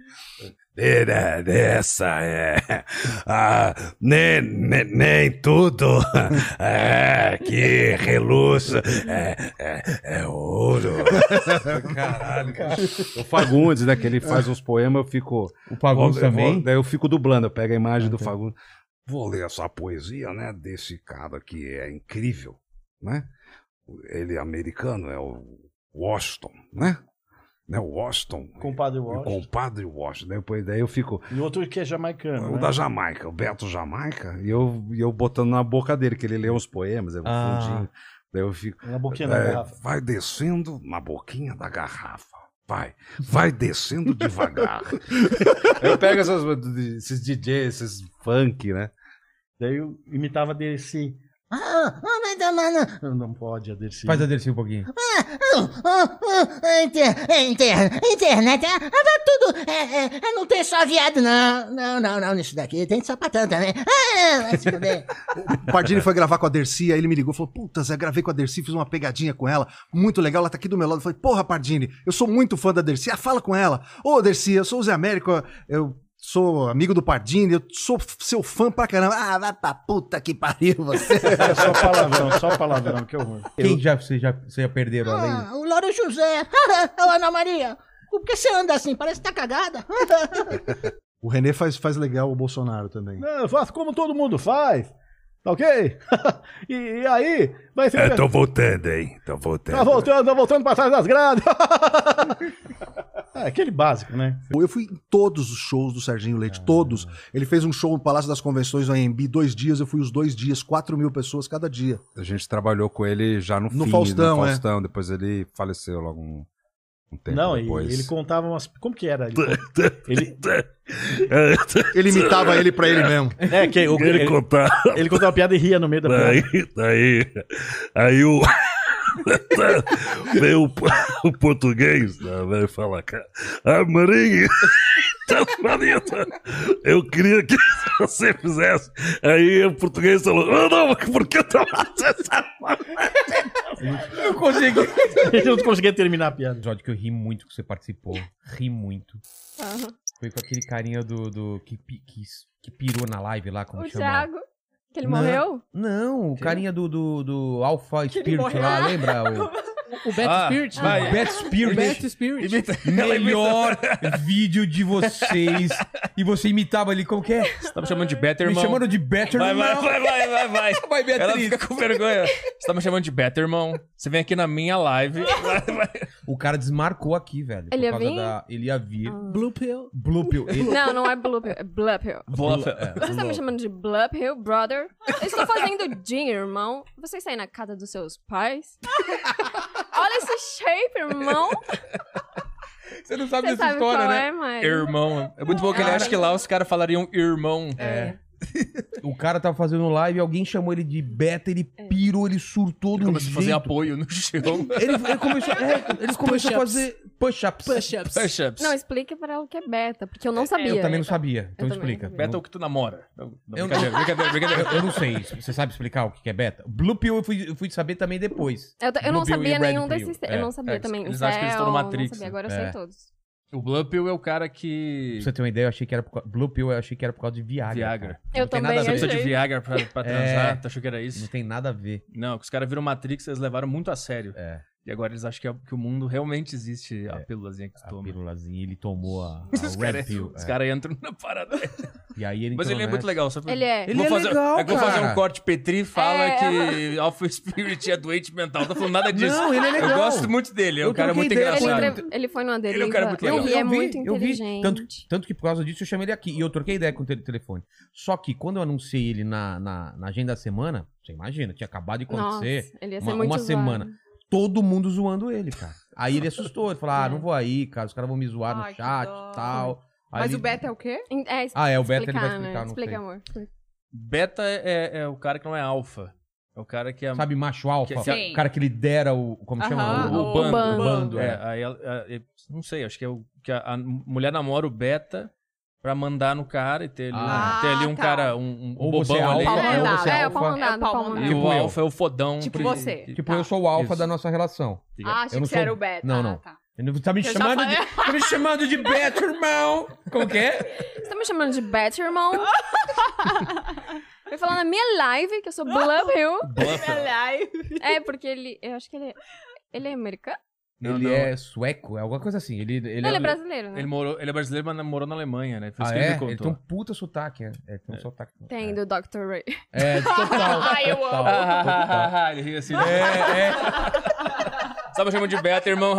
Essa é. Ah, nem, nem, nem tudo é que reluça. É, é, é ouro. Caralho, cara. O Fagundes, né? Que ele faz uns poemas, eu fico. O Fagundes eu também? Vou, daí eu fico dublando, eu pego a imagem do Fagundes. Vou ler essa poesia, né? Desse cara que é incrível, né? Ele é americano, é o Washington, né? Né, o Washington. Compadre O Washington. compadre Washington. Depois daí eu fico. E outro que é jamaicano. O né? da Jamaica, o Beto Jamaica. E eu, e eu botando na boca dele, que ele lê uns poemas, é um Ah. fundinho. Daí eu fico. Na boquinha da É, garrafa. vai descendo na boquinha da garrafa. Vai. Vai descendo devagar. Eu pego essas, esses D Js, esses funk, né? Daí eu imitava desse. Ah, ah, mas não, não, não. Não pode, a Dercy. Faz a Dercy um pouquinho. Ah, ah, ah, ah, inter, inter, internet, ah, ah, tudo, é, é, não tem só viado, não, não, não, não, nisso daqui, tem sapatão também, ah, vai se fuder. O Pardini foi gravar com a Dercy, aí ele me ligou e falou, puta, Zé, gravei com a Dercy, fiz uma pegadinha com ela, muito legal, ela tá aqui do meu lado. Eu falei, porra, Pardini, eu sou muito fã da Dercy, ah, fala com ela. Ô, Dercy, eu sou o Zé Américo, eu sou amigo do Pardini, eu sou seu fã pra caramba. Ah, vai pra puta que pariu você. É só palavrão, só palavrão, que horror. Quem já, você já, você já perderam além? Ah, o Louro José, ô Ana Maria, por que você anda assim, parece que tá cagada. O Renê faz, faz legal o Bolsonaro também. Não, eu faço como todo mundo faz. Tá ok? e, e aí, vai ser. É, tô voltando, hein? Tô voltando. Tá voltando, tá voltando pra trás das grades. É, aquele básico, né? Eu fui em todos os shows do Serginho Leite, todos. Ele fez um show no Palácio das Convenções, no A M B, dois dias, eu fui os dois dias, quatro mil pessoas cada dia. A gente trabalhou com ele já no, No fim, Faustão, no é. Faustão. Depois ele faleceu logo um, um tempo Não, depois. ele, ele contava umas. Como que era? Ele, ele... Ele imitava ele pra ele mesmo. É, que o, Ele contava. Ele contava uma piada e ria no meio da piada. Daí, daí, aí o. Veio o, o português, né, vai falar, cara. Ah, Marinho, tá bonito. Eu queria que você fizesse. Aí o português falou: ah, não, por que eu tô Eu consegui. Eu não conseguia terminar a piada. Episódio que eu ri muito que você participou. Ri muito. Aham. Foi com aquele carinha do. do que, pi- que, que pirou na live lá, como O chama? Thiago, que ele Não, morreu? Não, o carinha do, do, do Alpha Que ele Spirit morreu? lá, lembra? O, O Bad Ah, Spirit. vai. Ah, Bad Spirit. Bad Spirit. Melhor vídeo de vocês. E você imitava ali, como que é? Você tá me chamando de Better, Me irmão? chamando de Better, vai, irmão. vai, vai, vai, vai, vai. Vai, Beatriz. Ela fica com vergonha. Você tá me chamando de Better, irmão? Você vem aqui na minha live. Vai, vai. O cara desmarcou aqui, velho. Ele por ia causa vir? da- Ele ia vir. Blue Pill. Blue Pill. Ele- Não, não é Blue Pill, é Blue Pill. Blue- é. Você tá me chamando de Blue Pill, brother? Eu estou fazendo gin, irmão. Você sai na casa dos seus pais? Olha esse shape, irmão. Você não sabe Você dessa sabe história, qual né? é, mas... Irmão. É muito bom que ele Cara. acha que lá os caras falariam irmão. É. O cara tava fazendo live, alguém chamou ele de beta, ele pirou, ele surtou Ele de um começou a fazer jeito. apoio no chão. Ele, ele começou, é, ele começou a Push-ups. fazer push-ups. Push-ups. Push-ups. Não, explica pra ela o que é beta, porque eu não sabia. Eu também não sabia, então Eu também explica. não sabia. Beta é o que tu namora. Não, não, Eu não- brincadeira, brincadeira, brincadeira. Eu, eu não sei, você sabe explicar o que é beta? Blue Pill eu fui, eu fui saber também depois. Eu, t- eu não Blue Pill e sabia Red nenhum Pill. desses... É. Eu não sabia É, também. eles acham que eles estão no Cell, Matrix, Não sabia, agora eu né? sei É. todos. O Blue Pill é o cara que... Pra você ter uma ideia, eu achei que era por causa... Blue Pill eu achei que era por causa de Viagra. Viagra. cara. Eu Não tem também nada a Você ver. precisa de achei. Viagra pra, pra É. transar? Tu achou que era isso? Não tem nada a ver. Não, que os caras viram Matrix, eles levaram muito a sério. É. E agora eles acham que, é- que o mundo realmente existe a pílulazinha que tu A toma. pílulazinha, ele tomou a, a Os Red caras Pill. os é. cara entram na parada. E aí ele Mas entrou ele é nessa. muito legal. Só pra- Ele é. Ele Vou é fazer, legal, é que eu vou fazer cara. um corte Petri fala É. que Alpha Spirit é doente mental. Não tô falando nada disso. Não, ele é legal. Eu gosto muito dele. É um Eu cara troquei muito ideia com Ele, engraçado. entre- ele foi numa deriva. Ele é um cara muito Eu, legal. Ele é eu vi, muito eu vi. inteligente. Tanto, tanto que por causa disso eu chamei ele aqui. E eu troquei ideia com o tele- telefone. Só que quando eu anunciei ele na, na, na agenda da semana, você imagina, tinha acabado de acontecer. Nossa, ele ia ser uma, muito uma zoado. semana. Todo mundo zoando ele, cara. Aí ele assustou. Ele falou: ah, não vou aí, cara. Os caras vão me zoar Ai, no que chat dó. e tal. Aí Mas ele- o beta é o quê? É, Ah, é, o beta ele vai né? explicar, não Explica, sei. amor. Beta é, é o cara que não é alfa. É o cara que é... Sabe, macho alfa? Que- que- O cara que lidera o. Como chama? Aham, o, o bando. bando. bando, É, é. aí ela- é, é, não sei, acho que é o que a, a mulher namora o beta Pra mandar no cara e ter ali, Ah, um, ter ali um tá. cara, um, um Ou bobão você é ali. alfa, É, ou você é É, o pau alfa. mandado, o pau mandado. E Tipo o eu. alfa é o fodão. Tipo pro- você. Tipo, eu sou o alfa Isso. da nossa relação. Ah, achei Eu não que você sou- era o beta. Não, Ah, não. tá. Ele tá me Eu já chamando de. falei. Tá me chamando de beta, irmão! Como que é? Você tá me chamando de beta, irmão? Eu ia falar na minha live que eu sou Bluff Hill. Bluff Hill. É, porque ele... Eu acho que ele é... Ele é americano? Ele Não, não. é sueco, é alguma coisa assim. Ele, ele, Não, ele é brasileiro, né? Ele, morou, ele é brasileiro, mas morou na Alemanha, né? Foi isso Ah, que ele é? me Ele contou. tem um puta sotaque, é. É, tem um sotaque. Tem, do doutor Ray. É, total. Ai, eu total, amo. total. Ele ri assim. É, é. Só me chamando de beta, irmão.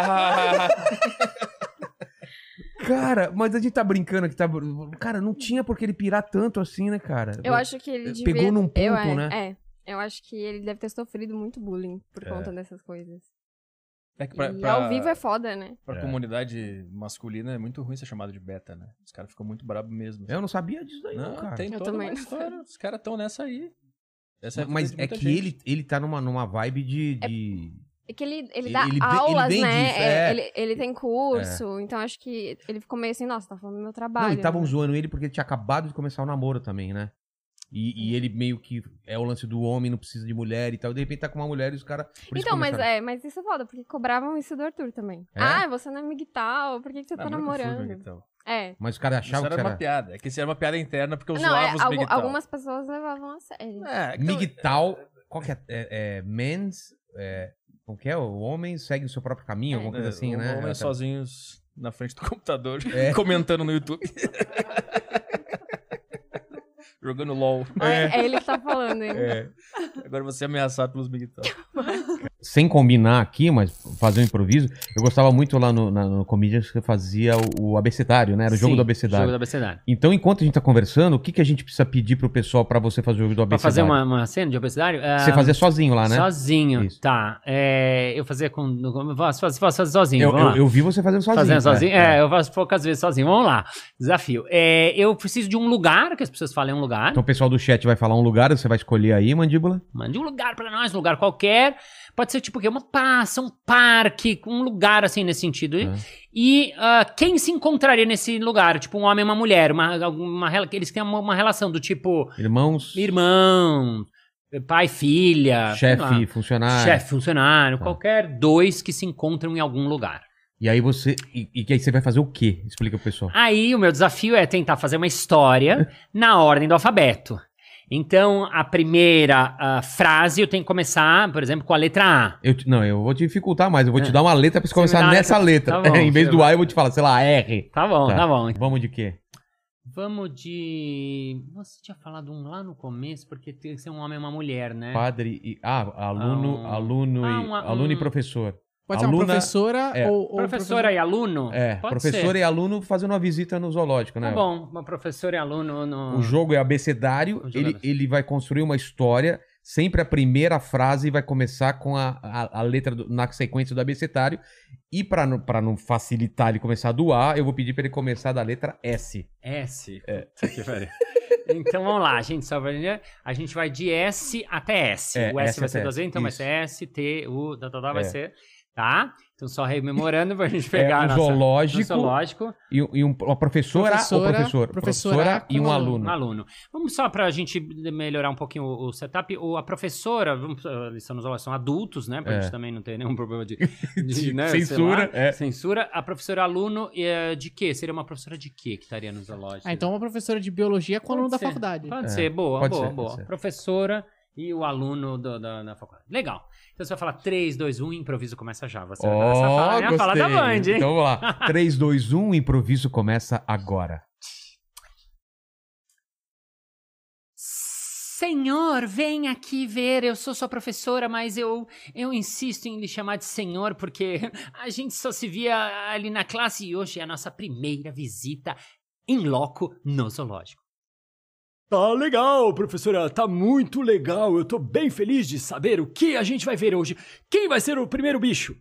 Cara, mas a gente tá brincando que tá. Cara, não tinha por que ele pirar tanto assim, né, cara? Eu acho que ele devia... Pegou num ponto, eu, é, né? É. Eu acho que ele deve ter sofrido muito bullying por É. conta dessas coisas. É que pra, E pra- ao vivo é foda, né? Pra É. comunidade masculina é muito ruim ser chamado de beta, né? Os caras ficam muito bravos mesmo. Eu não sabia disso daí, não, cara. Tem Eu toda também uma não história. Os caras estão nessa aí. Essa é a Mas vida de é muita que gente. ele, ele tá numa, numa vibe de. de... É que ele, ele Ele- dá ele vem- ele aulas, vem né? disso, É, é. Ele, ele tem curso, então acho que ele ficou meio assim, nossa, tá falando do meu trabalho. Não, e estavam né? zoando ele porque ele tinha acabado de começar o namoro também, né? E, e ele meio que é o lance do homem, não precisa de mulher e tal. De repente tá com uma mulher e os caras. por isso Então, mas começaram- é, mas isso é foda, porque cobravam isso do Arthur também. É? Ah, você não é miguital, por que, que você Ah, tá mas nunca fui namorando? miguital. É. Mas os caras Isso achavam era que uma era. piada. É que isso era uma piada interna porque eu Não, zoava é, os algu- miguital. algumas pessoas levavam a sério. É, Migtal. Qual que é? É, é men's. É, como que é? O homem segue o seu próprio caminho, alguma coisa assim, É, né? Homens sozinhos na frente do computador, É. comentando no YouTube. Jogando LOL. É, é ele que tá falando, hein? É. Agora você é ameaçado pelos miguital. Sem combinar aqui, mas fazer um improviso, eu gostava muito lá no, na, no Comedians que fazia o, o abecedário, né? Era o jogo Sim, do abecedário. jogo do abecedário. Então, enquanto a gente tá conversando, o que, que a gente precisa pedir pro pessoal pra você fazer o jogo do Pra fazer abecedário? uma, uma cena de abecedário? Você ah, fazia sozinho lá, né? Sozinho, Isso. tá. É, eu fazia com... no- Faço, faço, faço sozinho, Eu, vamos eu, lá. eu vi você fazendo sozinho. Fazendo sozinho? é, É, eu faço poucas vezes sozinho. Vamos lá. Desafio. É, eu preciso de um lugar, que as pessoas falem um lugar. Então o pessoal do chat vai falar um lugar, você vai escolher aí, Mandíbula. Mande um lugar pra nós, um lugar qualquer. Pode ser tipo o quê? Uma praça, um parque, um lugar assim nesse sentido. E ah, quem se encontraria nesse lugar? Tipo um homem e uma mulher. Uma, uma, rela- eles têm uma, uma relação do tipo... Irmãos. Irmão, pai, filha. sei lá. Chefe, funcionário. Chefe, funcionário. Qualquer dois que se encontram em algum lugar. E aí você. E, e que aí você vai fazer o quê? Explica pro pessoal. Aí o meu desafio é tentar fazer uma história na ordem do alfabeto. Então, a primeira ah, frase eu tenho que começar, por exemplo, com a letra A. Eu, te- não, eu vou te dificultar mais. Eu vou te É. dar uma letra pra você Você me começar dá uma nessa letra. letra. Tá bom, em vez você do vai. A, eu vou te falar, sei lá, R. Tá bom, tá bom. Vamos de quê? Vamos de... Você tinha falado um lá no começo, porque tem que ser um homem e uma mulher, né? Padre e. Ah, aluno, Ah, um- aluno, ah, e, uma- aluno e um- professor. Pode ser uma Aluna- professora é. ou, ou Professora e aluno? É, Pode professor ser. e aluno fazendo uma visita no zoológico, né? Tá bom, uma professora e aluno no... O jogo é abecedário, jogo é ele, abecedário. ele vai construir uma história, sempre a primeira frase vai começar com a, a, a letra do- na sequência do abecedário, e pra não, pra não facilitar ele começar do A, eu vou pedir pra ele começar da letra S. S. É. Puta que pariu. Então vamos lá, gente, só pra... A gente vai de S até S. É, o S, S vai até ser duas vezes, então isso. vai ser S, T, U, tá, tá, tá, vai É. ser... Tá? Então só rememorando pra gente pegar É, a um nossa- zoológico, no zoológico. E, e um, uma professora, Professora, ou professor? professora Professora e um com aluno. Um aluno. Vamos só pra gente melhorar um pouquinho o, o setup. O, a professora, vamos, eles são, nos- são adultos, né? Pra É. gente também não ter nenhum problema de, de, né, sei Censura, lá. é. Censura. A professora aluno é, de quê? Seria uma professora de quê que estaria no zoológico? Ah, então uma professora de biologia com aluno da ser. faculdade. Pode É, ser, boa, pode boa, ser, boa. pode ser. Professora e o aluno do- da, da faculdade. Legal. Então você vai falar três, dois, um, improviso começa já. Você vai começar a Ó, falar, né? Fala da gostei. Band, hein? Então vamos lá. três, dois, um, improviso começa agora. Senhor, vem aqui ver. Eu sou sua professora, mas eu, eu insisto em lhe chamar de senhor porque a gente só se via ali na classe e hoje é a nossa primeira visita em loco no zoológico. Tá legal, professora, tá muito legal. Eu tô bem feliz de saber o que a gente vai ver hoje. Quem vai ser o primeiro bicho?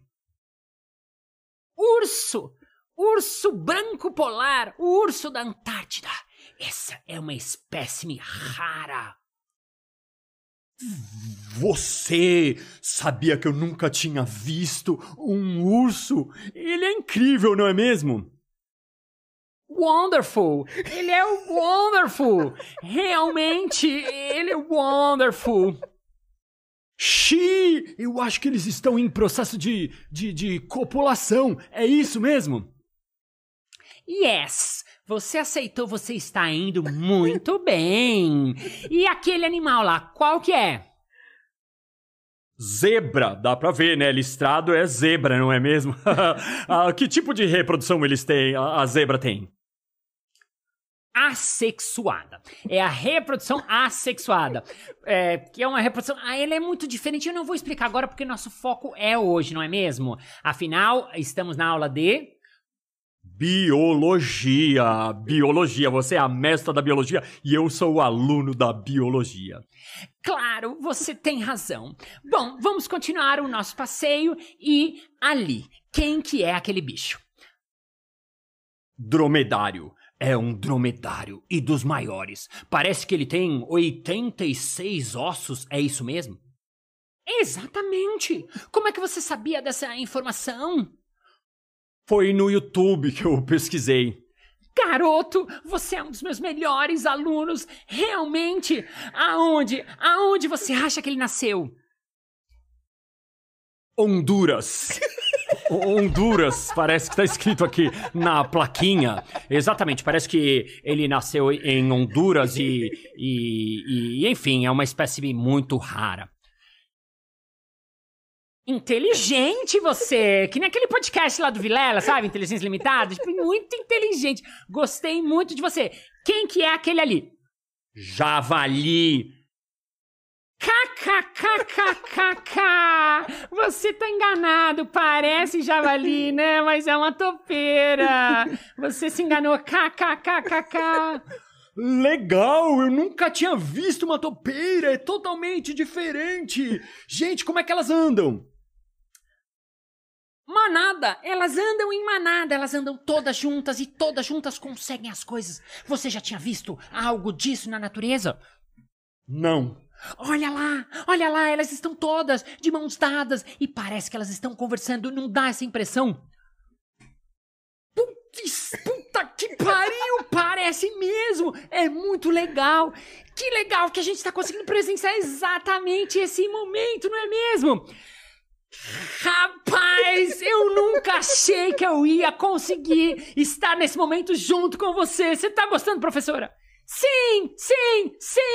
Urso! Urso branco polar, o urso da Antártida. Essa é uma espécime rara. Você sabia que eu nunca tinha visto um urso? Ele é incrível, não é mesmo? Wonderful! Ele é o wonderful! Realmente, ele é wonderful! Xiii, eu acho que eles estão em processo de, de, de copulação. É isso mesmo? Yes! Você aceitou, você está indo muito bem. E aquele animal lá, qual que é? Zebra, dá pra ver, né? Listrado é zebra, não é mesmo? Ah, que tipo de reprodução eles têm, a, a zebra tem? Assexuada. É a reprodução assexuada. É, que é uma reprodução... Ah, ela é muito diferente. Eu não vou explicar agora porque nosso foco é hoje, não é mesmo? Afinal, estamos na aula de... Biologia. Biologia. Você é a mestra da biologia e eu sou o aluno da biologia. Claro, você tem razão. Bom, vamos continuar o nosso passeio e ali, quem que é aquele bicho? Dromedário. É um dromedário e dos maiores. Parece que ele tem oitenta e seis ossos, é isso mesmo? Exatamente. Como é que você sabia dessa informação? Foi no YouTube que eu pesquisei. Garoto, você é um dos meus melhores alunos. Realmente. Aonde? Aonde você acha que ele nasceu? Honduras. Honduras, parece que tá escrito aqui na plaquinha. Exatamente, parece que ele nasceu em Honduras e, e, e enfim, é uma espécie muito rara. Inteligente você! Que nem aquele podcast lá do Vilela, sabe? Inteligência Limitada. Tipo, muito inteligente. Gostei muito de você. Quem que é aquele ali? Javali. Kkkkkk. Você tá enganado. Parece javali, né? Mas é uma topeira. Você se enganou. Kkkkkk. Legal, eu nunca tinha visto uma topeira. É totalmente diferente. Gente, como é que elas andam? Manada, elas andam em manada, elas andam todas juntas e todas juntas conseguem as coisas. Você já tinha visto algo disso na natureza? Não. Olha lá, olha lá, elas estão todas de mãos dadas e parece que elas estão conversando, não dá essa impressão? Putz, puta que pariu, parece mesmo, é muito legal. Que legal que a gente está conseguindo presenciar exatamente esse momento, não é mesmo? Rapaz, eu nunca achei que eu ia conseguir estar nesse momento junto com você. Você tá gostando, professora? Sim, sim,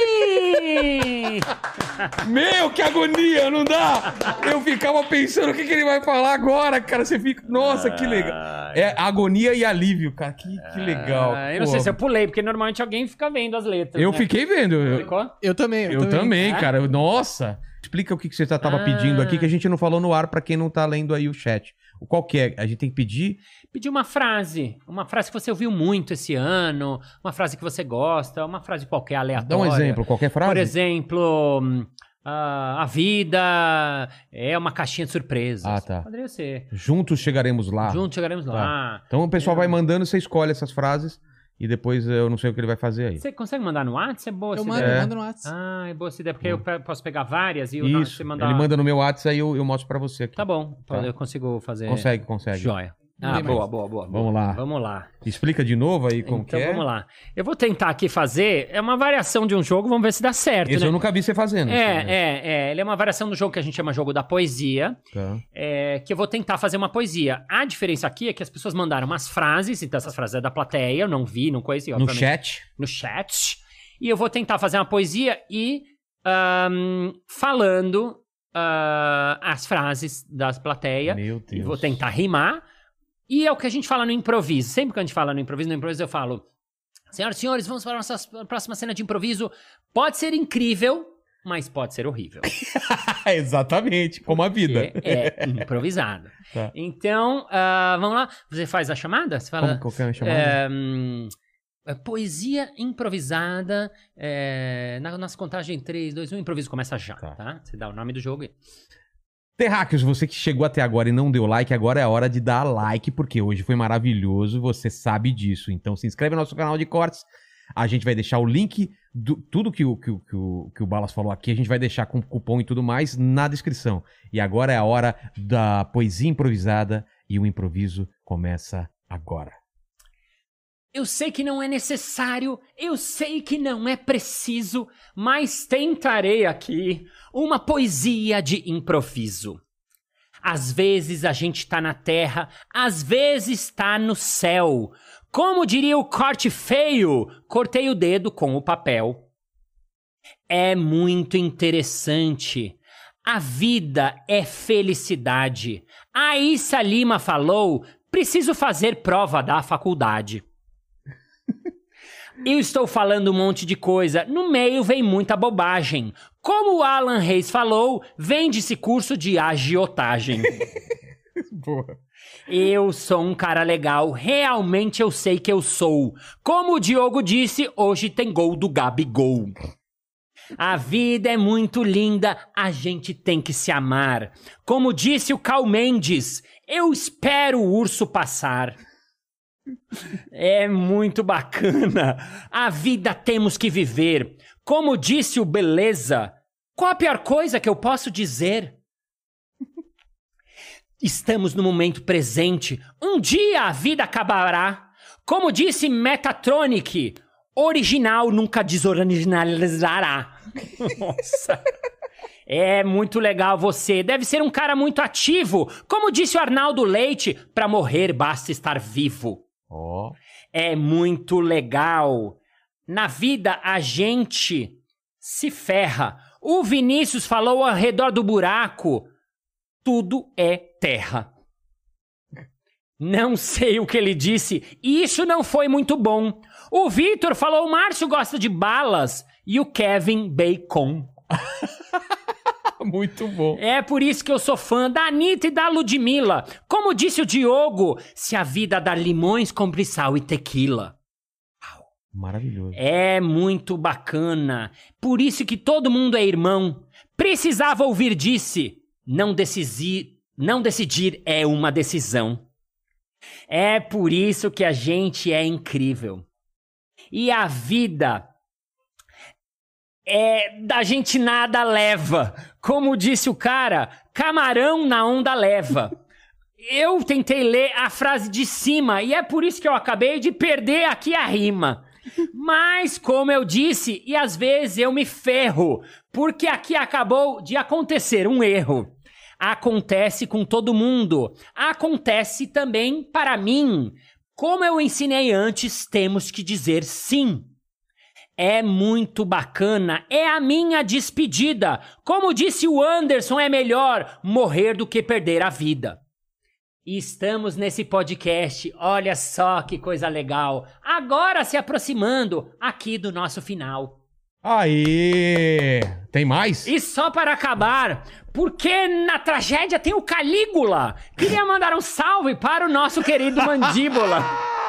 sim! Meu, que agonia, não dá! Eu ficava pensando o que, que ele vai falar agora, cara. Você fica, nossa, que legal. É agonia e alívio, cara. Que, que legal. Ah, eu não Pô. sei se eu pulei, porque normalmente alguém fica vendo as letras. Eu né? fiquei vendo. Ficou? Eu também. Eu, Eu, eu também, É? cara. Nossa. Explica o que, que você tava Ah. pedindo aqui, que a gente não falou no ar pra quem não tá lendo aí o chat. Qual que é? A gente tem que pedir? Pedir uma frase. Uma frase que você ouviu muito esse ano. Uma frase que você gosta. Uma frase qualquer, aleatória. Dá um exemplo, qualquer frase. Por exemplo, hum, ah, a vida é uma caixinha de surpresas. Ah, tá. Poderia ser. Juntos chegaremos lá. Juntos chegaremos Tá. lá. Então o pessoal É. vai mandando, você escolhe essas frases e depois eu não sei o que ele vai fazer aí. Você consegue mandar no WhatsApp? É boa Eu essa mando, ideia. eu mando no WhatsApp. Ah, é boa essa ideia, porque eu pe- posso pegar várias e o Isso. você mandar... Ele manda no meu WhatsApp aí eu, eu mostro pra você aqui. Tá bom, Tá. eu consigo fazer... Consegue, consegue. Joia. Ah, Bem boa, mais. boa, boa, boa. Vamos lá. Vamos lá. Explica de novo aí como Então que é. vamos lá. Eu vou tentar aqui fazer, é uma variação de um jogo, vamos ver se dá certo, Esse né? eu nunca vi você fazendo. É, assim, né? é, é. Ele é uma variação do jogo que a gente chama jogo da poesia. Tá. É, que eu vou tentar fazer uma poesia. A diferença aqui é que as pessoas mandaram umas frases, então essas frases é da plateia, eu não vi, não conheci, No obviamente. chat. No chat. E eu vou tentar fazer uma poesia e ahn, falando ah, as frases das plateias. Meu E Deus. vou tentar rimar. E é o que a gente fala no improviso. Sempre que a gente fala no improviso, no improviso eu falo: senhoras e senhores, vamos para a nossa próxima cena de improviso. Pode ser incrível, mas pode ser horrível. Exatamente, como a vida. Porque é improvisado. Tá. Então, ah, vamos lá. Você faz a chamada? Você fala. Como qual que é a chamada? é, hum, é, poesia improvisada. É, na, nas contagens três, dois, um, o improviso começa já. Tá. Você dá o nome do jogo e. Terráqueos, você que chegou até agora e não deu like, agora é a hora de dar like, porque hoje foi maravilhoso, você sabe disso. Então se inscreve no nosso canal de cortes, a gente vai deixar o link, do, tudo que o, que, o, que, o, que o Balas falou aqui, a gente vai deixar com cupom e tudo mais na descrição. E agora é a hora da poesia improvisada e o improviso começa agora. Eu sei que não é necessário, eu sei que não é preciso, mas tentarei aqui uma poesia de improviso. Às vezes a gente tá na terra, às vezes tá no céu. Como diria o corte feio, cortei o dedo com o papel. É muito interessante. A vida é felicidade. A Issa Lima falou, preciso fazer prova da faculdade. Eu estou falando um monte de coisa, no meio vem muita bobagem. Como o Alan Reis falou, vende-se curso de agiotagem. Boa. Eu sou um cara legal, realmente eu sei que eu sou. Como o Diogo disse, hoje tem gol do Gabigol. A vida é muito linda, a gente tem que se amar. Como disse o Cal Mendes, eu espero o urso passar. É muito bacana. A vida temos que viver. Como disse o Beleza, qual a pior coisa que eu posso dizer? Estamos no momento presente. Um dia a vida acabará. Como disse Metatronic, original nunca desoriginalizará. Nossa. É muito legal você. Deve ser um cara muito ativo. Como disse o Arnaldo Leite, pra morrer basta estar vivo. Ó. É muito legal. Na vida a gente se ferra. O Vinícius falou ao redor do buraco. Tudo é terra. Não sei o que ele disse. E isso não foi muito bom. O Vitor falou o Márcio gosta de balas. E o Kevin bacon. Muito bom. É por isso que eu sou fã da Anitta e da Ludmilla. Como disse o Diogo, se a vida dá limões, compre sal e tequila. Maravilhoso. É muito bacana. Por isso que todo mundo é irmão. Precisava ouvir disse. Não decidir, não decidir é uma decisão. É por isso que a gente é incrível. E a vida... É, da gente nada leva. Como disse o cara, camarão na onda leva. Eu tentei ler a frase de cima e é por isso que eu acabei de perder aqui a rima. Mas, como eu disse, e às vezes eu me ferro, porque aqui acabou de acontecer um erro. Acontece com todo mundo. Acontece também para mim. Como eu ensinei antes, temos que dizer sim. É muito bacana, é a minha despedida. Como disse o Anderson, é melhor morrer do que perder a vida. E estamos nesse podcast, olha só que coisa legal. Agora se aproximando aqui do nosso final. Aê! Tem mais? E só para acabar, porque na tragédia tem o Calígula. Queria mandar um salve para o nosso querido Mandíbula.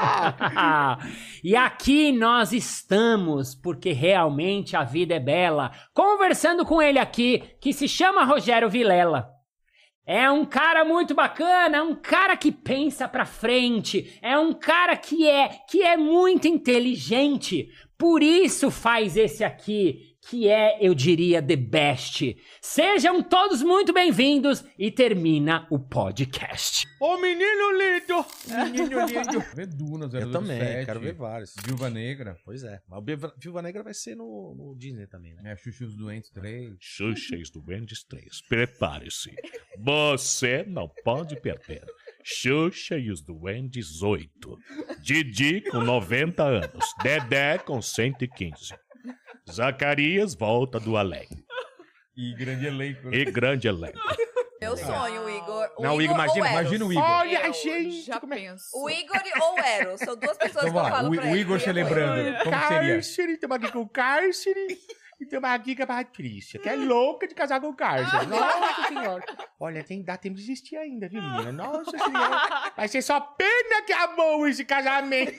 E aqui nós estamos, porque realmente a vida é bela, conversando com ele aqui, que se chama Rogério Vilela. É um cara muito bacana, é um cara que pensa pra frente, é um cara que é, que é muito inteligente. Por isso faz esse aqui, que é, eu diria, the best. Sejam todos muito bem-vindos e termina o podcast. Ô menino lindo! Menino lindo. Vê Duna, Eu também, quero ver vários. Viúva Negra. Pois é, mas o Viúva- Viúva Negra vai ser no, no Disney também, né? É, Xuxa e os Doentes três. Xuxa e os Duendes três. Prepare-se. Você não pode perder. Xuxa e os Duendes oito. Didi com noventa anos. Dedé com cento e quinze. Zacarias volta do além. E grande elenco. E grande elenco. Meu sonho, o Igor. O Não, o Igor Igor, imagina- ou Eros? imagina o Igor. Olha, Eu gente, já como é- penso. O Igor ou o Eros. São duas pessoas Então que eu vai, falo o- pra o ele. Igor E eu celebrando. vou- Como seria? Cárcere, tem uma aqui com o Cárcere e tem uma aqui com a Patrícia, que é louca de casar com o Cárcere. Nossa senhora. Olha, tem, dá tempo de existir ainda, viu, menina? Nossa senhora. Vai ser só pena que amou esse casamento.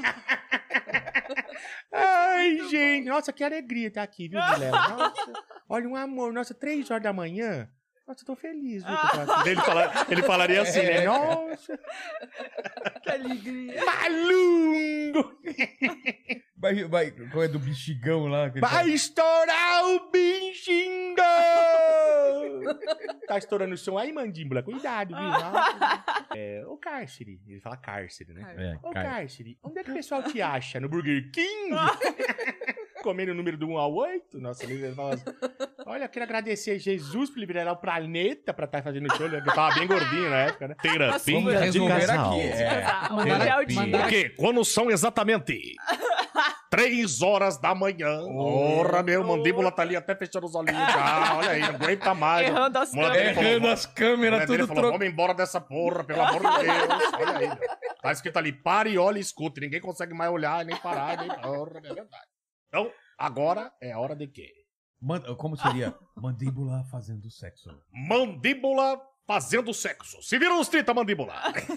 Ai, gente. Nossa, que alegria estar aqui, viu, Vilela? Nossa. Olha, um amor. Nossa, três horas da manhã. Nossa, eu tô feliz, viu? que eu tô aqui. Ele, fala- ele falaria assim, É, né? Nossa. Que alegria. Malungo. Vai, vai, qual é do bexigão lá? que ele Vai fala? estourar o bichinho! Tá estourando o som aí, mandíbula? Cuidado, viu? Nossa. É, ô cárcere. Ele fala cárcere, né? É, Ô cár- cárcere, onde é que o pessoal te acha? No Burger King? Comendo o número do um ao oito? Nossa, ele fala assim, olha, quero agradecer a Jesus por liberar o planeta pra estar fazendo show. Eu tava bem gordinho na época, né? Terapia Vamos de resolver casal. aqui. É. Mandaram- Por mandaram- quê? Quando são exatamente três horas da manhã. Porra, meu, mandíbula tá ali até fechando os olhinhos já. Olha aí, não aguenta mais. Errando as Mulher dele câmeras. falou, Errando as câmeras, mulher dele tudo falou, tro- vamos embora dessa porra, pelo amor de Deus. Olha aí, meu. Tá escrito ali, pare, olhe e escute. Ninguém consegue mais olhar, nem parar, nem... Porra, é verdade. Então, agora é a hora de quê? Man- Como seria? Mandíbula fazendo sexo. Mandíbula fazendo sexo. Se vira nos trinta, mandíbula.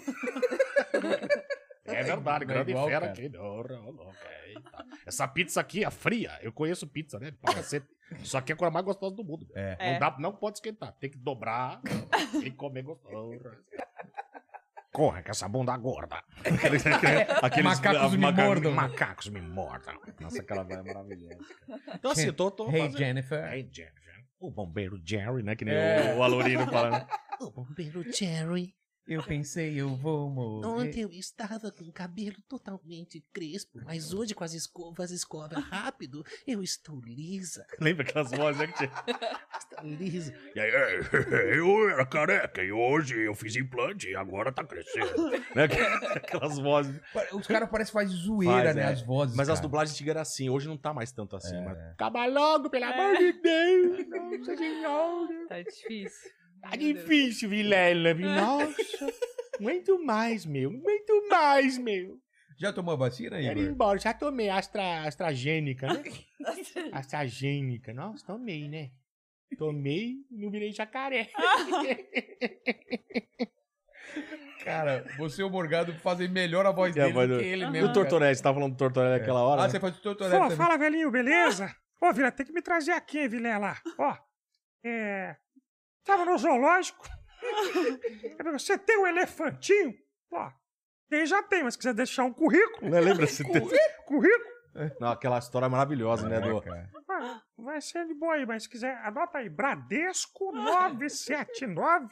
É verdade, Não é grande igual, fera cara. aqui. Porra, ô louco, eita. Essa pizza aqui é fria. Eu conheço pizza, né? Pra cacete. Isso aqui é a coisa mais gostosa do mundo. É. Não, É. dá, não pode esquentar. Tem que dobrar e comer gostoso. Corre, que essa bunda gorda. Aqueles, aqueles Macacos me maca- mordam. Macacos me mordam. Nossa, aquela vai é maravilhosa. Então, assim, eu tô. tô Hey, fazendo- Jennifer. Hey, Jennifer. O bombeiro Jerry, né? Que nem É. o, o Alorino fala, né? O bombeiro Jerry. Eu pensei, eu vou morrer. Ontem eu estava com o cabelo totalmente crespo, mas hoje com as escovas escova rápido, eu estou lisa. Lembra aquelas vozes, né? Que tinha... Estou lisa. E aí, "É, eu era careca e hoje eu fiz implante e agora tá crescendo. Né? Aquelas vozes. Os caras parecem que faz zoeira, Faz, né? é. As vozes. Mas as cara. dublagens antigas eram assim, hoje não tá mais tanto assim. É. Mas... Acaba logo, pelo amor de Deus. Nossa senhora. Tá difícil. Tá difícil, Vilela, viu? Nossa. Muito mais, meu. Muito mais, meu. Já tomou a vacina aí, Quero ir embora. Já tomei Astra, AstraZeneca, né? AstraZeneca. Nossa, tomei, né? Tomei e não virei jacaré. Cara, você e o Morgado fazem melhor a voz E a dele voz do do- que ele E mesmo. o Tortorelli, você tava falando do Tortorelli naquela hora? Ah, né? você faz o Tortorelli Pô, também. fala, velhinho, beleza? Ô, Vila, tem que me trazer aqui, Vilela. Ó, é... Tava no zoológico. Você tem um elefantinho? Ó, tem, já tem, mas se quiser deixar um currículo... Não lembra se tem... Currículo? Não, aquela história maravilhosa, né? Do... Ah, vai ser de boa aí, mas se quiser, anota aí. Bradesco nove sete nove.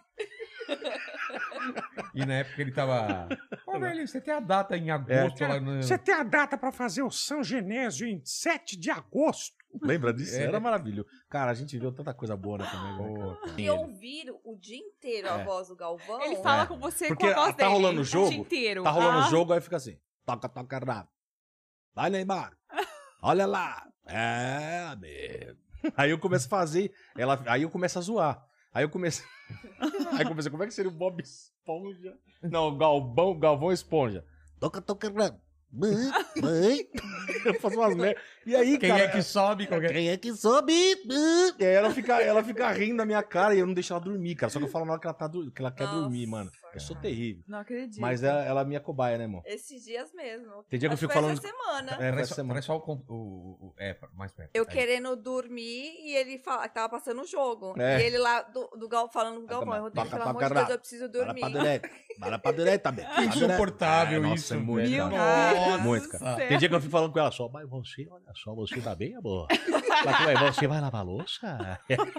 E na época ele tava... Ô, velho, você tem a data em agosto lá no... Você tem a data pra fazer o São Genésio em sete de agosto. Lembra disso? É. Era maravilhoso. Cara, a gente viu tanta coisa boa, né, também. né, cara? E ouvir o dia inteiro a É. voz do Galvão. Ele fala com você Porque com a voz tá dele. rolando o jogo, O dia inteiro. tá rolando o Ah. jogo, aí fica assim, toca, toca, rápido. Vai, Neymar. Olha lá. É, amigo. Aí eu começo a fazer, ela, aí eu começo a zoar. Aí eu começo... aí eu comecei, como é que seria o Bob Esponja? Não, o Galvão, Galvão Esponja. Toca, toca, rápido. Mãe, mãe. Eu faço umas merdas. E aí, Quem cara... é que sobe? Qualquer... Quem é que sobe? E aí ela fica, ela fica rindo da minha cara e eu não deixo ela dormir, cara. Só que eu falo na hora que ela, tá, dur- que ela quer Nossa, dormir, mano. Eu sou terrível. Não acredito. Mas ela, ela é minha cobaia, né, irmão? Esses dias mesmo. Tem dia que eu Acho fico foi falando- essa semana. É, Traz vai só, ser traz só o, con- o, o- É, mais perto. Eu Aí. querendo dormir e ele fala, tava passando o jogo. É. E ele lá do, do Gal falando com o Galvão, Rodrigo, Toca, pelo toca, amor de Deus, rápido. eu preciso Para dormir. pra direita. Para pra direita, bem. Que insuportável é, isso, Nossa, é muito, velho. cara. Meu Deus Muito, do cara. céu. Tem dia que eu fico falando com ela só, mas você, olha só, você tá bem, amor? Mas como é, você vai lavar a louça?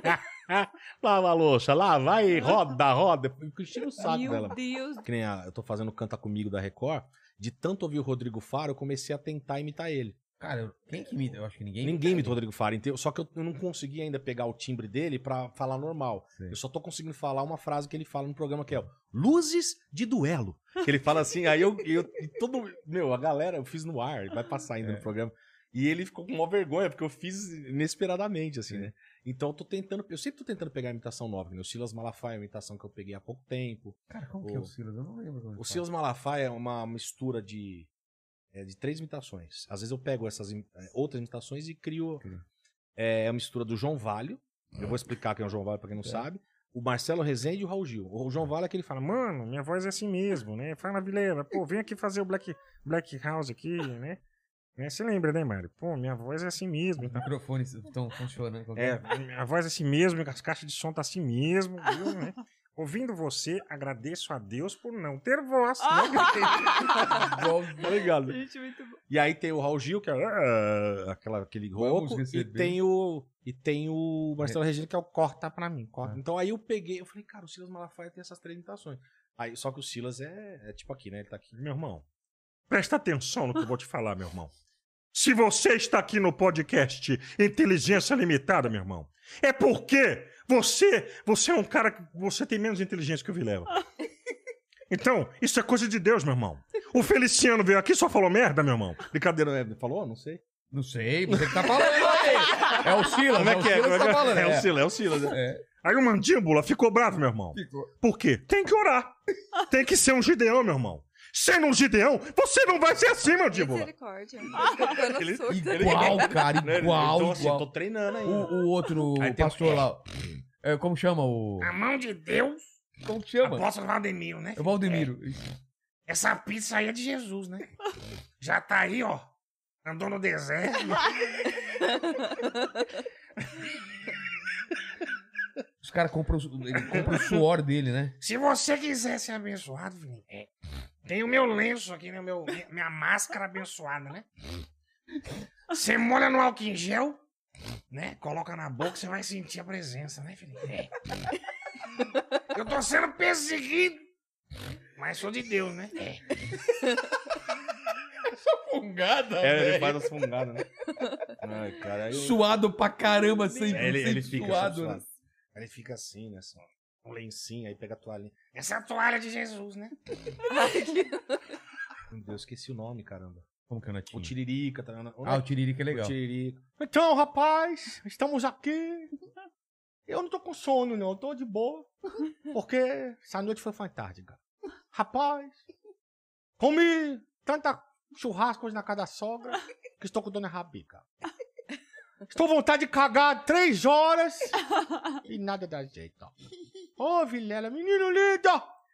Lava a louça, lá, vai, roda, roda. Eu fico enchendo o saco Meu dela. Deus. Que nem a, eu tô fazendo Canta Comigo da Record. De tanto ouvir o Rodrigo Faro, eu comecei a tentar imitar ele. Cara, eu- quem que imita? Eu acho que ninguém Ninguém imita o Rodrigo Faro, entendeu? Só que eu, eu não consegui ainda pegar o timbre dele pra falar normal. Eu só tô conseguindo falar uma frase que ele fala no programa que é ó, Luzes de Duelo. Que ele fala assim, aí eu, eu e todo, meu, a galera, eu fiz no ar, vai passar ainda no programa. E ele ficou com uma vergonha, porque eu fiz inesperadamente, assim, né? Então eu tô tentando, eu sempre tô tentando pegar a imitação nova, né? O Silas Malafaia é uma imitação que eu peguei há pouco tempo. Cara, como que é o Silas? Eu não lembro. como O ele Silas Malafaia é uma mistura de, é, de três imitações. Às vezes eu pego essas im- é, outras imitações e crio é, a mistura do João Valho. Eu vou explicar quem é o João Valho pra quem não É. sabe. O Marcelo Rezende e o Raul Gil. O João Valho é que ele fala, mano, Mano, minha voz é assim mesmo, né? Fala, Vilela, pô, vem aqui fazer o Black, Black House aqui, né? Né, você lembra, né, Mário? Pô, minha voz é assim mesmo. Os microfones estão funcionando. É, a voz é assim mesmo, as caixas de som tá assim mesmo, viu, né? Ouvindo você, agradeço a Deus por não ter voz. Tá ligado? Gente, muito bom. E aí tem o Raul Gil, que é ah, aquela, aquele rouco, e receber. tem o e tem o Marcelo Regina, que é o corta pra mim. Corta. Então aí eu peguei, eu falei, cara, o Silas Malafaia tem essas três imitações. Aí, só que o Silas é, é tipo aqui, né? Ele tá aqui. Meu irmão, presta atenção no que eu vou te falar, meu irmão. Se você está aqui no podcast Inteligência Limitada, meu irmão, é porque você, você é um cara que você tem menos inteligência que o Vilela. Então, isso é coisa de Deus, meu irmão. O Feliciano veio aqui e só falou merda, meu irmão. Brincadeira, né? Falou? Não sei. Não sei, você que tá falando aí. É o Silas, Como é que é? o Silas Como é tá que é? falando. É o Silas, é o Silas. É. Aí o Mandíbula ficou bravo, meu irmão. Ficou. Por quê? Tem que orar. Tem que ser um Gideão, meu irmão. Sendo um Gideão, você não vai ser assim, Mandíbula. Misericórdia. Tô ficando Ele- surda. Igual, cara, Né? igual, Então, assim, igual. eu tô treinando aí. O, o outro Aí tem- pastor lá, é, como chama o... A mão de Deus. Como que chama? Apóstolo Valdemiro, né? É o Valdemiro. Essa pizza aí é de Jesus, né? Já tá aí, ó. Andou no deserto. Os caras compram, o- ele compra o suor dele, né? Se você quiser ser abençoado, Vini, é, tem o meu lenço aqui, né? O meu, minha máscara abençoada, né? Você molha no álcool em gel, né? Coloca na boca, você vai sentir a presença, né, Felipe? É. Eu tô sendo perseguido, mas sou de Deus, né? É. Fungada, É, ele velho. faz as fungadas, né? Ai, cara, aí eu- Suado pra caramba, sempre, É, ele, ele sempre fica suado, suado. né? Aí ele fica assim, né? Só um lencinho, aí pega a toalhinha. Essa é a toalha de Jesus, né? Meu Deus, esqueci o nome, caramba. Como que é o Natinho? O Tiririca. Tá... Ah, o Tiririca é legal. O Tiririca. Então, rapaz, estamos aqui. Eu não tô com sono, não. Eu tô de boa. Porque essa noite foi fantástica. Rapaz, comi tanta churrasco hoje na casa da sogra que estou com dona Rabica. Estou com vontade de cagar três horas e nada dá jeito. Ô, Vilela, menino lindo!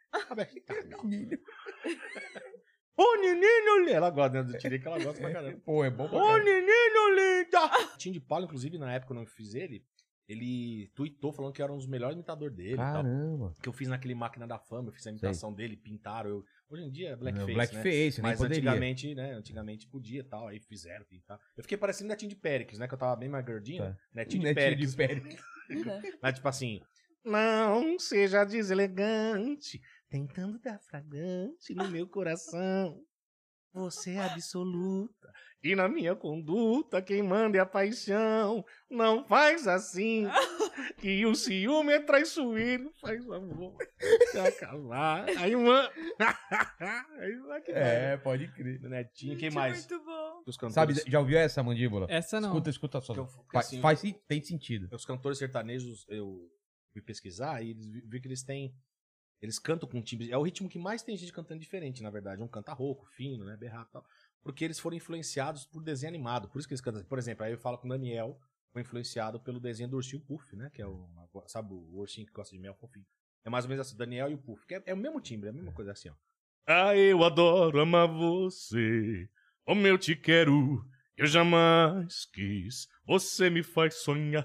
Ô, menino lindo! Ela gosta, né? Do Tiririca, ela gosta pra caramba. Pô, é bom pra Ô, caramba. menino lindo! Tim de Paulo, inclusive, na época quando eu fiz ele, ele tweetou falando que eu era um dos melhores imitadores dele. e tal. Caramba. Que eu fiz naquele Máquina da Fama, eu fiz a imitação dele, pintaram. Eu... Hoje em dia é blackface, Não, blackface, né? nem Mas poderia. antigamente, né? Antigamente podia e tal, aí fizeram, pintar. Eu fiquei parecendo Netinho de Péricles, né? Que eu tava bem mais gordinho. Tá. Netinho de Netinho de Péricles. Mas tipo assim, não seja deselegante, tentando dar fragante no meu coração. Você é absoluta. E na minha conduta, quem manda é a paixão. Não faz assim, que o ciúme é traiçoeiro. Faz favor, se acabar. Aí, mano. Aí vai que É, vai. pode crer. Netinho, quem mais? Muito bom. Os cantores... Sabe, já ouviu essa, Mandíbula? Essa não. Escuta, escuta só. Que eu- que Faz, assim- faz, tem sentido. Os cantores sertanejos, eu fui pesquisar e eles vi vi que eles têm. Eles cantam com timbre. É o ritmo que mais tem gente cantando diferente, na verdade. Um canta rouco, fino, né? Berrado e tal. Porque eles foram influenciados por desenho animado. Por isso que eles cantam. Por exemplo, aí eu falo com o Daniel, foi influenciado pelo desenho do Ursinho Puff, né? Que é o. Sabe, o ursinho que gosta de mel fofinho. É mais ou menos assim, Daniel e o Puff. Que é, é o mesmo timbre, é a mesma coisa assim, ó. Ah, eu adoro amar você. Como eu te quero. Eu jamais quis. Você me faz sonhar.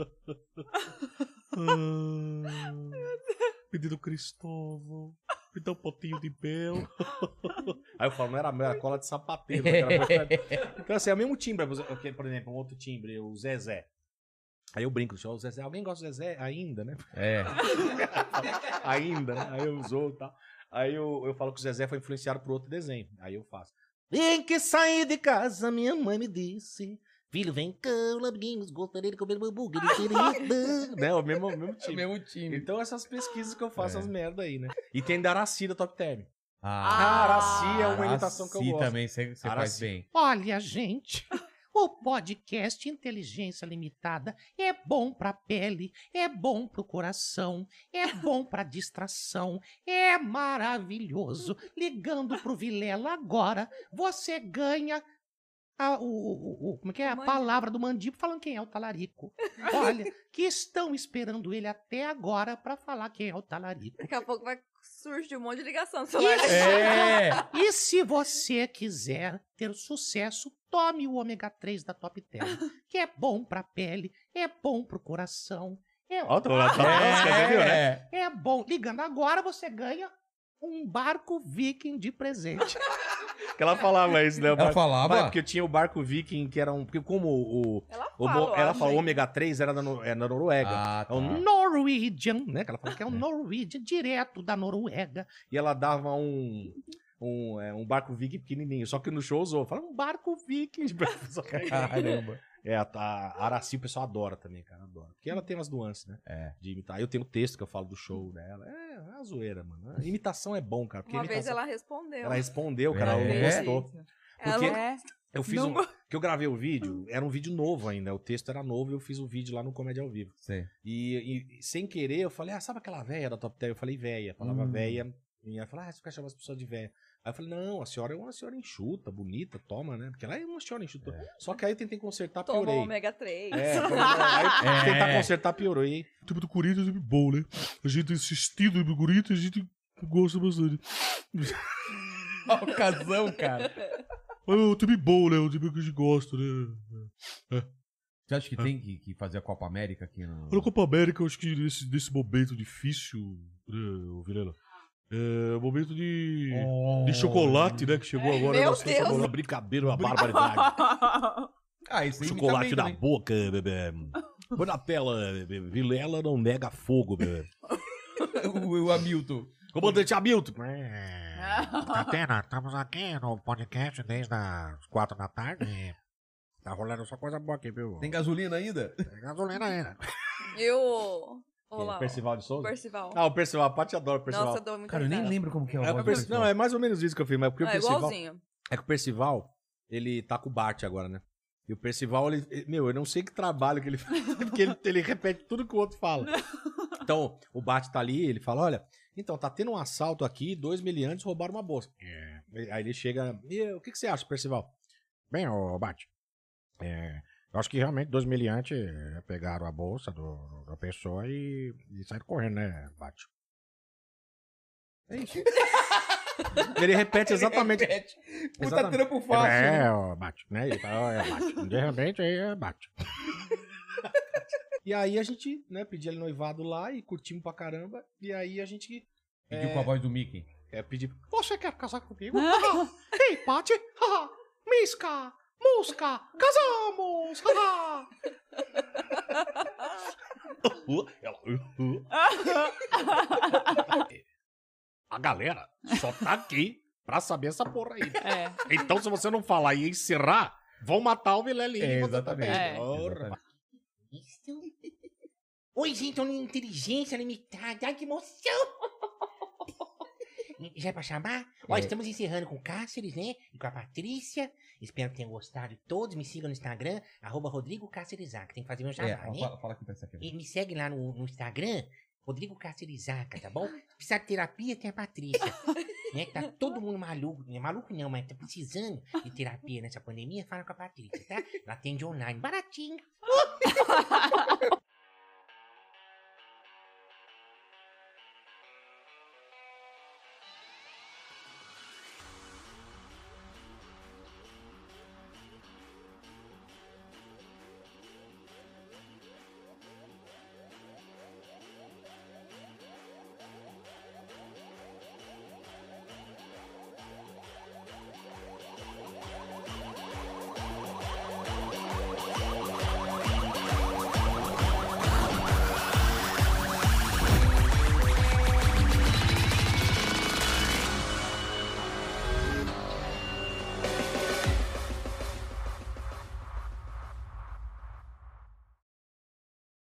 Ah, pedido Cristóvão. Me dá um potinho de mel. Aí eu falo, não era mel, era cola de sapateiro. Era... Então, assim, é o mesmo timbre. Por exemplo, um outro timbre, o Zezé. Aí eu brinco, o Zezé. Alguém gosta do Zezé? Ainda, né? É. Ainda, né? Aí eu usou e tal. Aí eu, eu falo que o Zezé foi influenciado por outro desenho. Aí eu faço. Vem que sair de casa, minha mãe me disse. Filho, vem cá, lambinhos, gostaria de comer meu hambúrguer. Né? O mesmo, o mesmo time. O mesmo time. Então essas pesquisas que eu faço, É. as merda aí, né? E tem da Araci da Top Term. Ah, Araci é uma imitação que eu Araci gosto. também, você você faz Araci. bem. Olha, gente, o podcast Inteligência Limitada é bom pra pele, é bom pro coração, é bom pra distração, é maravilhoso. Ligando pro Vilela agora, você ganha a, o, o, o- como é que é? A palavra do Mandíbula falando quem é o talarico. Olha, que estão esperando ele até agora pra falar quem é o talarico. Daqui a pouco vai surgir um monte de ligação no celular. E, e se você quiser ter sucesso, tome o ômega três da Top Term, que é bom pra pele, é bom pro coração. É, Ó, tô lá, tá lá, você viu, né? é bom. Ligando agora, você ganha um barco viking de presente. Que ela falava isso, né? O Ela barco- falava? Mas porque tinha o barco viking, que era um... Porque como o... Ela o fala, mo- eu ela acho falou, o aí. ômega três era da, no- é da Noruega. Ah, É o tá. Norwegian, né? Que ela fala que é o Norwegian, direto da Noruega. E ela dava um... Um, é, um barco viking pequenininho. Só que no show usou. Fala um barco viking. Só que- Caramba. É, a, a Araci o pessoal adora também, cara. Adora. Porque ela tem umas nuances, né? É. De imitar. Eu tenho um texto que eu falo do show dela. É, é uma zoeira, mano. A imitação é bom, cara. Porque Uma vez imitação- ela respondeu. Ela respondeu, cara. Ela É. não gostou. Ela Porque é. eu fiz Não um. go- Que eu gravei o vídeo, era um vídeo novo ainda. O texto era novo e eu fiz o vídeo lá no Comédia ao Vivo. Sim. E, e sem querer, eu falei, ah, sabe aquela véia da Top dez? Eu falei, véia. Falava Hum. véia. E ela falou, ah, você fica chamando as pessoas de véia. Aí eu falei, não, a senhora é uma senhora enxuta, bonita, toma, né? Porque ela é uma senhora enxuta. Só que aí eu tentei consertar, Tomou piorei. ômega três. É, foi- aí É. tentar consertar, piorou. E O time do Corinthians é bom, né? A gente assistindo do Corinthians, a gente gosta bastante. Ó, o casão, cara. É um time bom, né? Um time que a gente gosta, né? É. Você acha que tem que, que fazer a Copa América aqui no... Na Copa América, eu acho que nesse, nesse momento difícil, né, ô Vilela? É um momento de, Oh. de chocolate, né? Que chegou agora. Meu nossa, Deus. chocolate. brincadeira, uma barbaridade. Ah, isso aí Chocolate imita na bem também. boca, bebê. Põe na tela, bebê. Vilela não nega fogo, bebê. o, o Hamilton. Comandante Hamilton. Catena, estamos aqui no podcast desde as quatro da tarde. Tá rolando só coisa boa aqui, viu? Tem gasolina ainda? Tem gasolina ainda. E o... Olá, É, Percival de Souza? Percival. Ah, o Percival. A Paty adora o Percival. Nossa, eu dou muito Cara, eu nem risada. lembro como que é o É, voz o do Perci- Percival. Não, é mais ou menos isso que eu fiz, mas porque o É Percival... igualzinho. É que o Percival, ele tá com o Bart agora, né? E o Percival, ele... ele- Meu, eu não sei que trabalho que ele faz, porque ele, ele repete tudo que o outro fala. Então, o Bart tá ali, ele fala, olha, então, tá tendo um assalto aqui, dois miliantes roubaram uma bolsa. É. Aí ele chega, e, o que, que você acha, Percival? Bem, ô Bate, é, eu acho que realmente dois miliantes é, pegaram a bolsa do, da pessoa e, e saíram correndo, né, Bate? Ele repete exatamente. Ele repete. Puta Exatamente. trampo fácil. É, né? ó, Bate, né? Ele fala, ó, é Bate. De repente, aí é Bate. E aí a gente, né, pediu ele noivado lá e curtimos pra caramba. E aí a gente... Pediu é, com a voz do Mickey. É, pedir... Você quer casar comigo? Ei, Paty! Haha! Misca! Musca! Casamos! Haha! A galera só tá aqui pra saber essa porra aí. É. Então, se você não falar e encerrar, vão matar o Vilelinho. É, e você exatamente. também. É. Porra. Oi, gente, uma inteligência limitada. Ai, que emoção! Já é pra chamar? Ó, É. estamos encerrando com o Cáceres, né? E com a Patrícia. Espero que tenham gostado de todos. Me sigam no Instagram, arroba Rodrigo Cáceresaca. Tem que fazer meu jabá, É, né? fala, fala aqui pra essa aqui. E me segue lá no, no Instagram, Rodrigo Cáceresaca, tá bom? Se precisar de terapia, tem a Patrícia. Né? Tá todo mundo maluco. Não é maluco não, mas tá precisando de terapia nessa pandemia, fala com a Patrícia, tá? Ela atende online, baratinho.